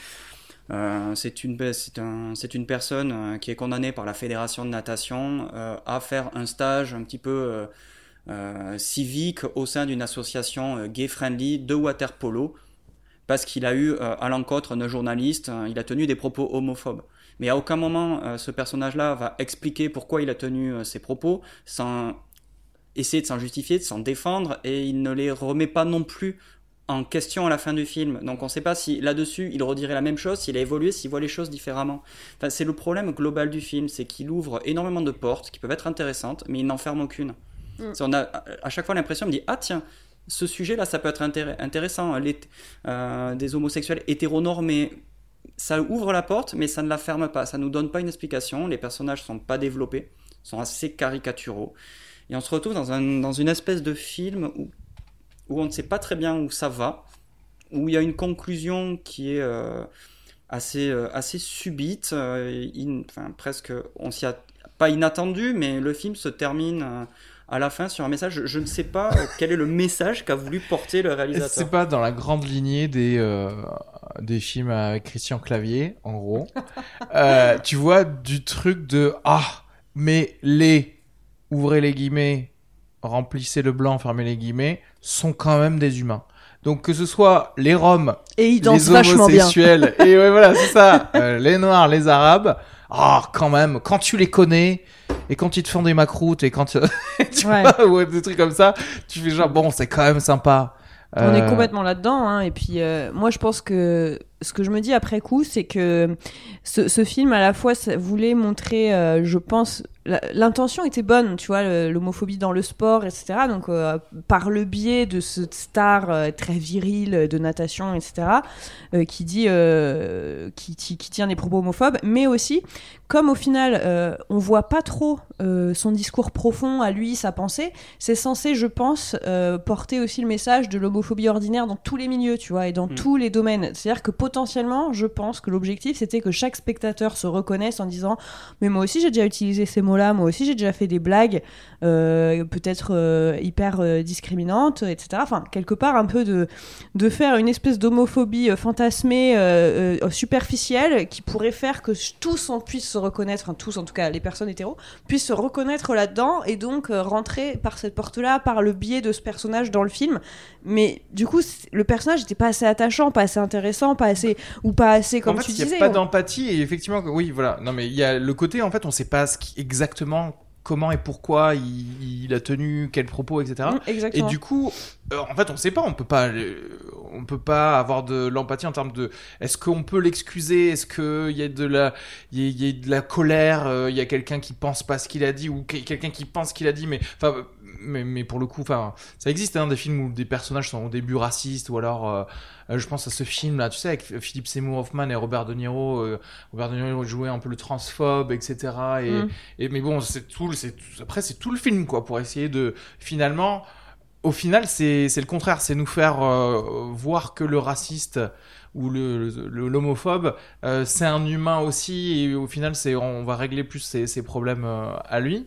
Euh, c'est, une, c'est, un, c'est une personne euh, qui est condamnée par la fédération de natation euh, à faire un stage un petit peu euh, Euh, civique au sein d'une association euh, gay-friendly de water-polo, parce qu'il a eu euh, à l'encontre d'un journaliste, euh, il a tenu des propos homophobes. Mais à aucun moment euh, ce personnage-là va expliquer pourquoi il a tenu euh, ces propos, sans essayer de s'en justifier, de s'en défendre, et il ne les remet pas non plus en question à la fin du film. Donc on ne sait pas si là-dessus il redirait la même chose, s'il a évolué, s'il voit les choses différemment. Enfin, c'est le problème global du film, c'est qu'il ouvre énormément de portes qui peuvent être intéressantes, mais il n'en ferme aucune. Mm. On a à chaque fois l'impression, on me dit ah tiens, ce sujet-là ça peut être intér- intéressant, les, euh, des homosexuels hétéronormés, ça ouvre la porte, mais ça ne la ferme pas, ça ne nous donne pas une explication, les personnages ne sont pas développés, sont assez caricaturaux, et on se retrouve dans, un, dans une espèce de film où où on ne sait pas très bien où ça va, où il y a une conclusion qui est euh, assez, euh, assez subite, euh, in, enfin, presque, on s'y a pas inattendu, mais le film se termine euh, à la fin sur un message. Je, je ne sais pas euh, quel est le message qu'a voulu porter le réalisateur. C'est pas dans la grande lignée des, euh, des films avec Christian Clavier, en gros. euh, tu vois, du truc de « Ah, mais les, ouvrez les guillemets, remplissez le blanc, fermez les guillemets, sont quand même des humains. » Donc que ce soit les Roms, et ils dansent les vachement homosexuels, et ouais, voilà, c'est ça, euh, les Noirs, les Arabes, ah, oh, quand même, quand tu les connais, et quand ils te font des macroutes, et quand tu, tu ouais. vois, ou des trucs comme ça, tu fais genre, bon, c'est quand même sympa. On euh... est complètement là-dedans, hein, et puis euh, moi je pense que ce que je me dis après coup, c'est que ce, ce film à la fois ça voulait montrer, euh, je pense, la, l'intention était bonne, tu vois, le, l'homophobie dans le sport, et cetera. Donc euh, par le biais de ce star euh, très viril de natation, et cetera, euh, qui dit, euh, qui, qui, qui tient des propos homophobes, mais aussi comme au final euh, on voit pas trop euh, son discours profond à lui, sa pensée, c'est censé, je pense, euh, porter aussi le message de l'homophobie ordinaire dans tous les milieux, tu vois, et dans mmh. tous les domaines. C'est-à-dire que potentiellement, je pense que l'objectif, c'était que chaque spectateur se reconnaisse en disant « Mais moi aussi, j'ai déjà utilisé ces mots-là, moi aussi, j'ai déjà fait des blagues, euh, peut-être euh, hyper euh, discriminantes, et cetera » Enfin, quelque part, un peu de, de faire une espèce d'homophobie euh, fantasmée, euh, euh, superficielle, qui pourrait faire que tous on puisse se reconnaître, enfin tous en tout cas, les personnes hétéros, puissent se reconnaître là-dedans et donc euh, rentrer par cette porte-là, par le biais de ce personnage dans le film. Mais du coup, le personnage n'était pas assez attachant, pas assez intéressant, pas assez ou pas assez comme en fait, tu disais. disais. Il n'y a pas on... d'empathie et effectivement, oui, voilà. Non, mais il y a le côté en fait, on sait pas ce qui, exactement comment et pourquoi il, il a tenu quels propos, et cetera. Mmh, exactement. Et du coup, euh, en fait, on sait pas, on peut pas, euh, on peut pas avoir de l'empathie en termes de, est-ce qu'on peut l'excuser, est-ce que il y a de la, il y, y a de la colère, il euh, y a quelqu'un qui pense pas ce qu'il a dit ou quelqu'un qui pense qu'il a dit, mais enfin. Mais, mais pour le coup, enfin, ça existe hein, des films où des personnages sont au début racistes ou alors, euh, euh, je pense à ce film là, tu sais, avec Philip Seymour Hoffman et Robert De Niro. Euh, Robert De Niro jouait un peu le transphobe, et cetera. Et, mm. et mais bon, c'est tout, c'est tout, après c'est tout le film quoi pour essayer de finalement, au final, c'est c'est le contraire, c'est nous faire euh, voir que le raciste ou le, le l'homophobe, euh, c'est un humain aussi et au final, c'est on va régler plus ses, ses problèmes euh, à lui.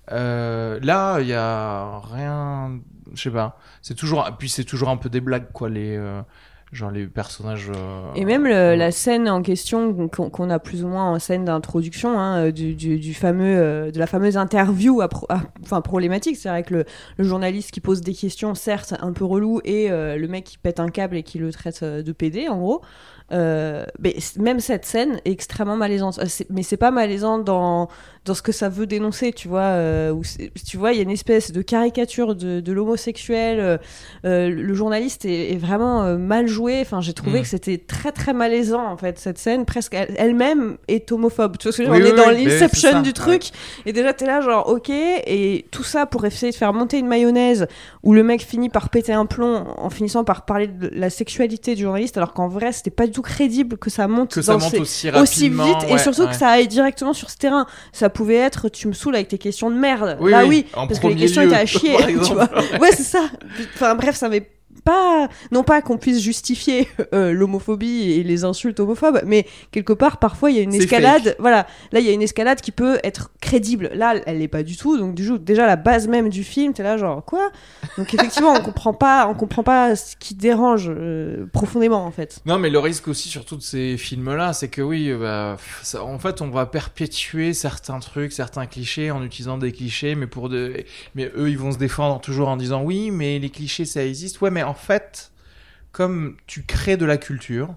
Euh, là, il y a rien, je sais pas. C'est toujours, puis c'est toujours un peu des blagues quoi, les euh, genre les personnages. Euh, et même le, euh, la scène en question qu'on, qu'on a plus ou moins en scène d'introduction hein, du, du, du fameux, euh, de la fameuse interview, à pro, à, enfin problématique, c'est vrai que le, le journaliste qui pose des questions, certes un peu relou, et euh, le mec qui pète un câble et qui le traite de pédé, en gros. Euh, mais même cette scène est extrêmement malaisante, c'est, mais c'est pas malaisant dans dans ce que ça veut dénoncer, tu vois, euh, où tu vois il y a une espèce de caricature de, de l'homosexuel, euh, euh, le journaliste est, est vraiment euh, mal joué, enfin j'ai trouvé mmh. que c'était très très malaisant en fait cette scène, presque elle-même est homophobe, tu vois ce que je veux dire, oui, on oui, est dans oui, l'inception du truc, ouais. Et déjà t'es là genre ok, et tout ça pour essayer de faire monter une mayonnaise où le mec finit par péter un plomb en finissant par parler de la sexualité du journaliste alors qu'en vrai c'était pas du tout crédible que ça monte, que ça monte ces... aussi, aussi vite ouais, et surtout ouais. que ça aille directement sur ce terrain. Ça pouvait être tu me saoules avec tes questions de merde. Oui, bah oui, oui, parce que les questions lieu, étaient à chier, tu vois. Ouais, c'est ça. Enfin bref, ça m'est pas, non pas qu'on puisse justifier euh, l'homophobie et les insultes homophobes, mais quelque part parfois il y a une c'est escalade, fake. Voilà, là il y a une escalade qui peut être crédible, là elle l'est pas du tout, donc du coup déjà la base même du film t'es là genre quoi, donc effectivement on comprend pas on comprend pas ce qui dérange euh, profondément en fait. Non mais le risque aussi sur tous ces films là c'est que oui bah, ça, en fait on va perpétuer certains trucs, certains clichés en utilisant des clichés, mais pour de mais eux ils vont se défendre toujours en disant oui mais les clichés ça existe, ouais mais en fait, comme tu crées de la culture,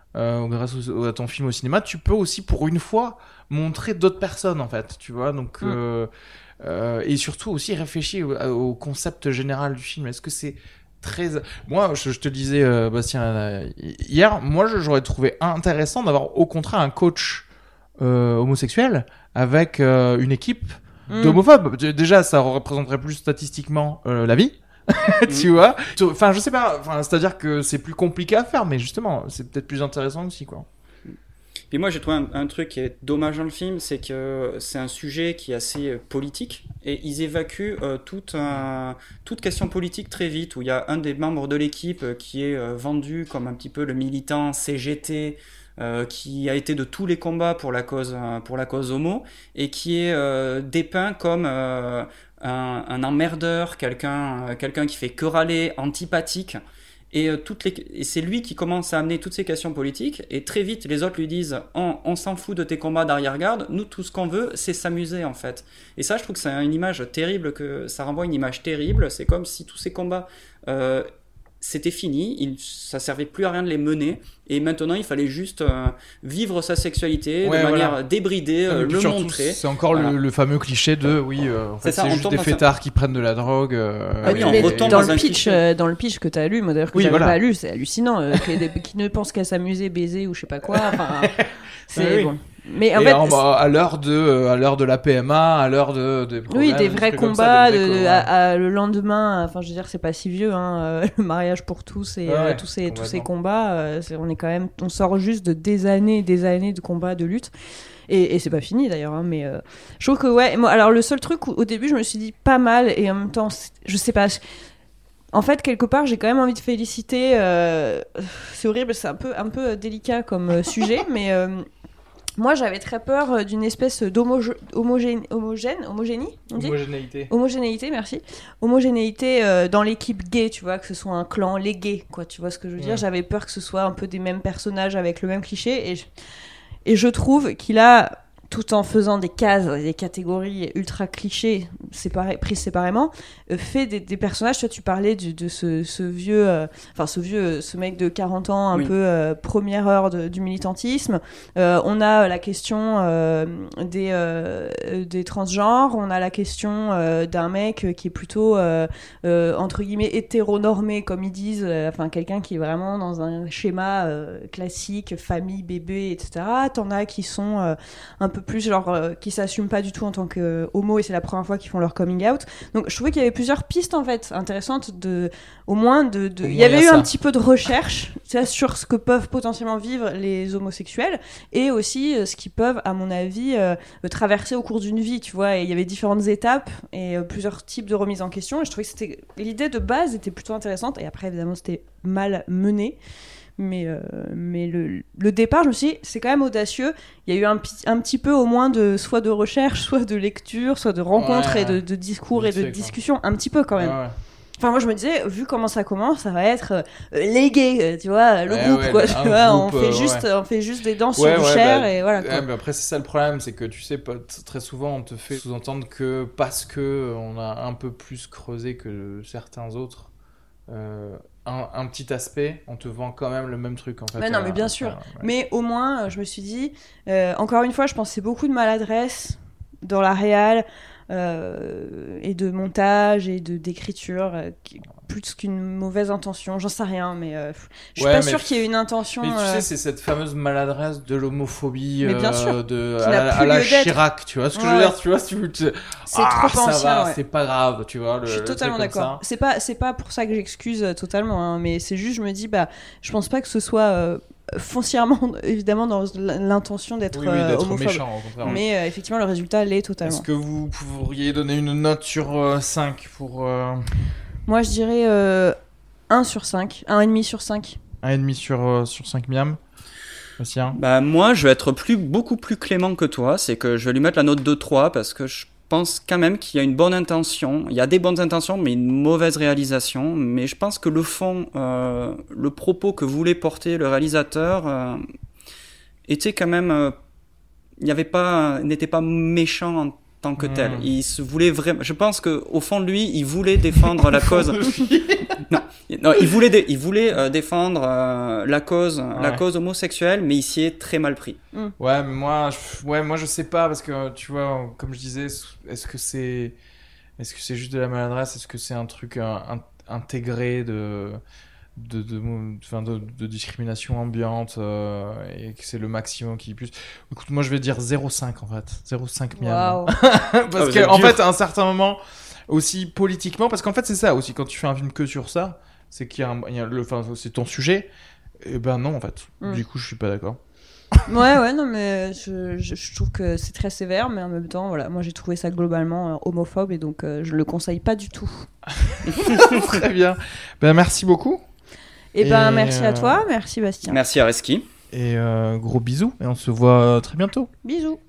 euh, grâce au, à ton film au cinéma, tu peux aussi pour une fois montrer d'autres personnes en fait, tu vois. Donc mm. euh, euh, et surtout aussi réfléchir au, au concept général du film. Est-ce que c'est très... Moi, je, je te disais, euh, Bastien, euh, hier, moi, j'aurais trouvé intéressant d'avoir au contraire un coach euh, homosexuel avec euh, une équipe mmh. d'homophobes. Déjà, ça représenterait plus statistiquement euh, la vie, tu mmh. vois. Enfin, je sais pas, enfin, c'est-à-dire que c'est plus compliqué à faire, mais justement, c'est peut-être plus intéressant aussi, quoi. Puis moi, j'ai trouvé un, un truc qui est dommage dans le film, c'est que c'est un sujet qui est assez euh, politique, et ils évacuent euh, toute, un, toute question politique très vite, où il y a un des membres de l'équipe euh, qui est euh, vendu comme un petit peu le militant C G T, euh, qui a été de tous les combats pour la cause, euh, pour la cause homo, et qui est euh, dépeint comme euh, un, un emmerdeur, quelqu'un, euh, quelqu'un qui fait que râler, antipathique. Et, euh, toutes les... et c'est lui qui commence à amener toutes ces questions politiques, et très vite les autres lui disent on, on s'en fout de tes combats d'arrière-garde, nous tout ce qu'on veut c'est s'amuser en fait. Et ça je trouve que c'est une image terrible, que ça renvoie une image terrible, c'est comme si tous ces combats euh, c'était fini, il, ça servait plus à rien de les mener, et maintenant il fallait juste euh, vivre sa sexualité ouais, de manière voilà. débridée, euh, le surtout, montrer. C'est encore voilà. le, le fameux cliché de oui, euh, en fait, c'est, ça, c'est juste des fêtards ça. Qui prennent de la drogue. Euh, ah oui, on retombe dans, dans, le pitch, euh, dans le pitch que tu as lu, moi d'ailleurs que oui, j'avais voilà. pas lu, c'est hallucinant, euh, qui ne pense qu'à s'amuser, baiser ou je sais pas quoi. Enfin, c'est ah, oui. bon. Mais en et fait, en, à l'heure de, à l'heure de la P M A, à l'heure de, de oui, des vrais combats, ça, des vrais de, de, à, à, le lendemain. Enfin, je veux dire, c'est pas si vieux, hein, euh, le mariage pour tous et ouais, euh, tous ces, tous ces combats. Euh, c'est, on est quand même, on sort juste de des années, des années de combats, de lutte. Et, et c'est pas fini d'ailleurs, hein, mais euh, je trouve que ouais. Moi, alors le seul truc où, au début, je me suis dit pas mal, et en même temps, je sais pas. Je, En fait, quelque part, j'ai quand même envie de féliciter. Euh, c'est horrible, c'est un peu, un peu délicat comme euh, sujet, mais euh, moi, j'avais très peur d'une espèce d'homogène, homogène, homogénie, on dit homogénéité. Homogénéité, merci. Homogénéité euh, dans l'équipe gay, tu vois, que ce soit un clan, les gays, quoi. Tu vois ce que je veux dire ? Ouais. J'avais peur que ce soit un peu des mêmes personnages avec le même cliché, et je, et je trouve qu'il a, tout en faisant des cases, des catégories ultra clichés, séparés, prises séparément, euh, fait des, des personnages. Toi, tu parlais du, de ce, ce vieux, euh, enfin ce vieux, ce mec de quarante ans, un oui. peu euh, première heure de, du militantisme. Euh, on a la question euh, des, euh, des transgenres. On a la question euh, d'un mec qui est plutôt euh, euh, entre guillemets hétéronormé, comme ils disent. Euh, enfin, quelqu'un qui est vraiment dans un schéma euh, classique, famille, bébé, et cetera. T'en as qui sont euh, un peu plus genre euh, qui s'assument pas du tout en tant que euh, homo, et c'est la première fois qu'ils font leur coming out. Donc je trouvais qu'il y avait plusieurs pistes en fait intéressantes, de au moins de, de... il y avait eu ça. Un petit peu de recherche sur ce que peuvent potentiellement vivre les homosexuels, et aussi euh, ce qu'ils peuvent à mon avis euh, traverser au cours d'une vie, tu vois. Et il y avait différentes étapes et euh, plusieurs types de remises en question, et je trouvais que c'était, l'idée de base était plutôt intéressante, et après évidemment c'était mal mené. Mais, euh, mais le, le départ, je me suis dit, c'est quand même audacieux. Il y a eu un, un petit peu au moins de, soit de recherche, soit de lecture, soit de rencontres ouais, et de, de discours et de sais, discussions. Quoi. Un petit peu quand même. Ouais, ouais. Enfin, moi, je me disais, vu comment ça commence, ça va être euh, les gays, tu vois, le ouais, groupe, ouais, quoi. Tu vois, groupe, on, fait euh, juste, ouais. on fait juste des danses ouais, sur du ouais, chair bah, et voilà. Quoi. Ouais, mais après, c'est ça le problème, c'est que tu sais, pas, très souvent, on te fait sous-entendre que parce que on a un peu plus creusé que certains autres, euh, Un, un petit aspect, on te vend quand même le même truc en fait. Mais non, mais bien euh, sûr. Euh, ouais. Mais au moins, je me suis dit, euh, encore une fois, je pense que c'est beaucoup de maladresse dans la réal, euh, et de montage et de d'écriture, euh, qui, plus qu'une mauvaise intention. J'en sais rien, mais euh, je suis ouais, pas sûre qu'il y ait une intention. Mais tu euh... sais, c'est cette fameuse maladresse de l'homophobie, mais bien sûr, euh, de à la, à la Chirac, tu vois ce que ouais. je veux dire, tu vois, si tu, tu... c'est ah, trop ça ancien, va, ouais. c'est pas grave, tu vois. Le, je suis totalement d'accord. C'est pas, c'est pas pour ça que j'excuse totalement, hein, mais c'est juste, je me dis, bah, je pense pas que ce soit euh, foncièrement, évidemment, dans l'intention d'être, oui, oui, d'être euh, homophobe. Méchant, au contraire. Mais euh, effectivement, le résultat l'est totalement. Est-ce que vous pourriez donner une note sur euh, cinq pour euh... Moi, je dirais euh, un sur cinq, un virgule cinq sur cinq. un virgule cinq sur, euh, sur cinq miam. Bastien ? Bah, moi, je vais être plus, beaucoup plus clément que toi. C'est que je vais lui mettre la note deux trois parce que je pense quand même qu'il y a une bonne intention. Il y a des bonnes intentions, mais une mauvaise réalisation. Mais je pense que le fond, euh, le propos que voulait porter le réalisateur euh, était quand même... Euh, il n'y avait pas, n'était pas méchant en tant que tel. Mmh. Il se voulait vraiment... Je pense qu'au fond de lui, il voulait défendre la cause... non, non, il voulait, dé- il voulait euh, défendre euh, la cause, ouais. la cause homosexuelle, mais il s'y est très mal pris. Mm. Ouais, mais moi, je, ouais, moi, je sais pas parce que tu vois, comme je disais, est-ce que c'est, est-ce que c'est juste de la maladresse, est-ce que c'est un truc un, un, intégré de de de, de, de, de discrimination ambiante euh, et que c'est le maximum qui puisse. Écoute, moi, je vais dire zéro virgule cinq en fait, zéro virgule cinq miam. Wow. Parce oh, qu'en fait, à un certain moment. Aussi politiquement, parce qu'en fait c'est ça aussi, quand tu fais un film que sur ça, c'est qu'il y a, un, il y a le, enfin c'est ton sujet, et ben non en fait, mm. du coup je suis pas d'accord. Ouais ouais non mais je, je, je trouve que c'est très sévère, mais en même temps voilà, moi j'ai trouvé ça globalement euh, homophobe et donc euh, je le conseille pas du tout. Très bien, ben merci beaucoup. Et, et ben merci euh... à toi, merci Bastien. Merci Areski. Et euh, gros bisous et on se voit très bientôt. Bisous.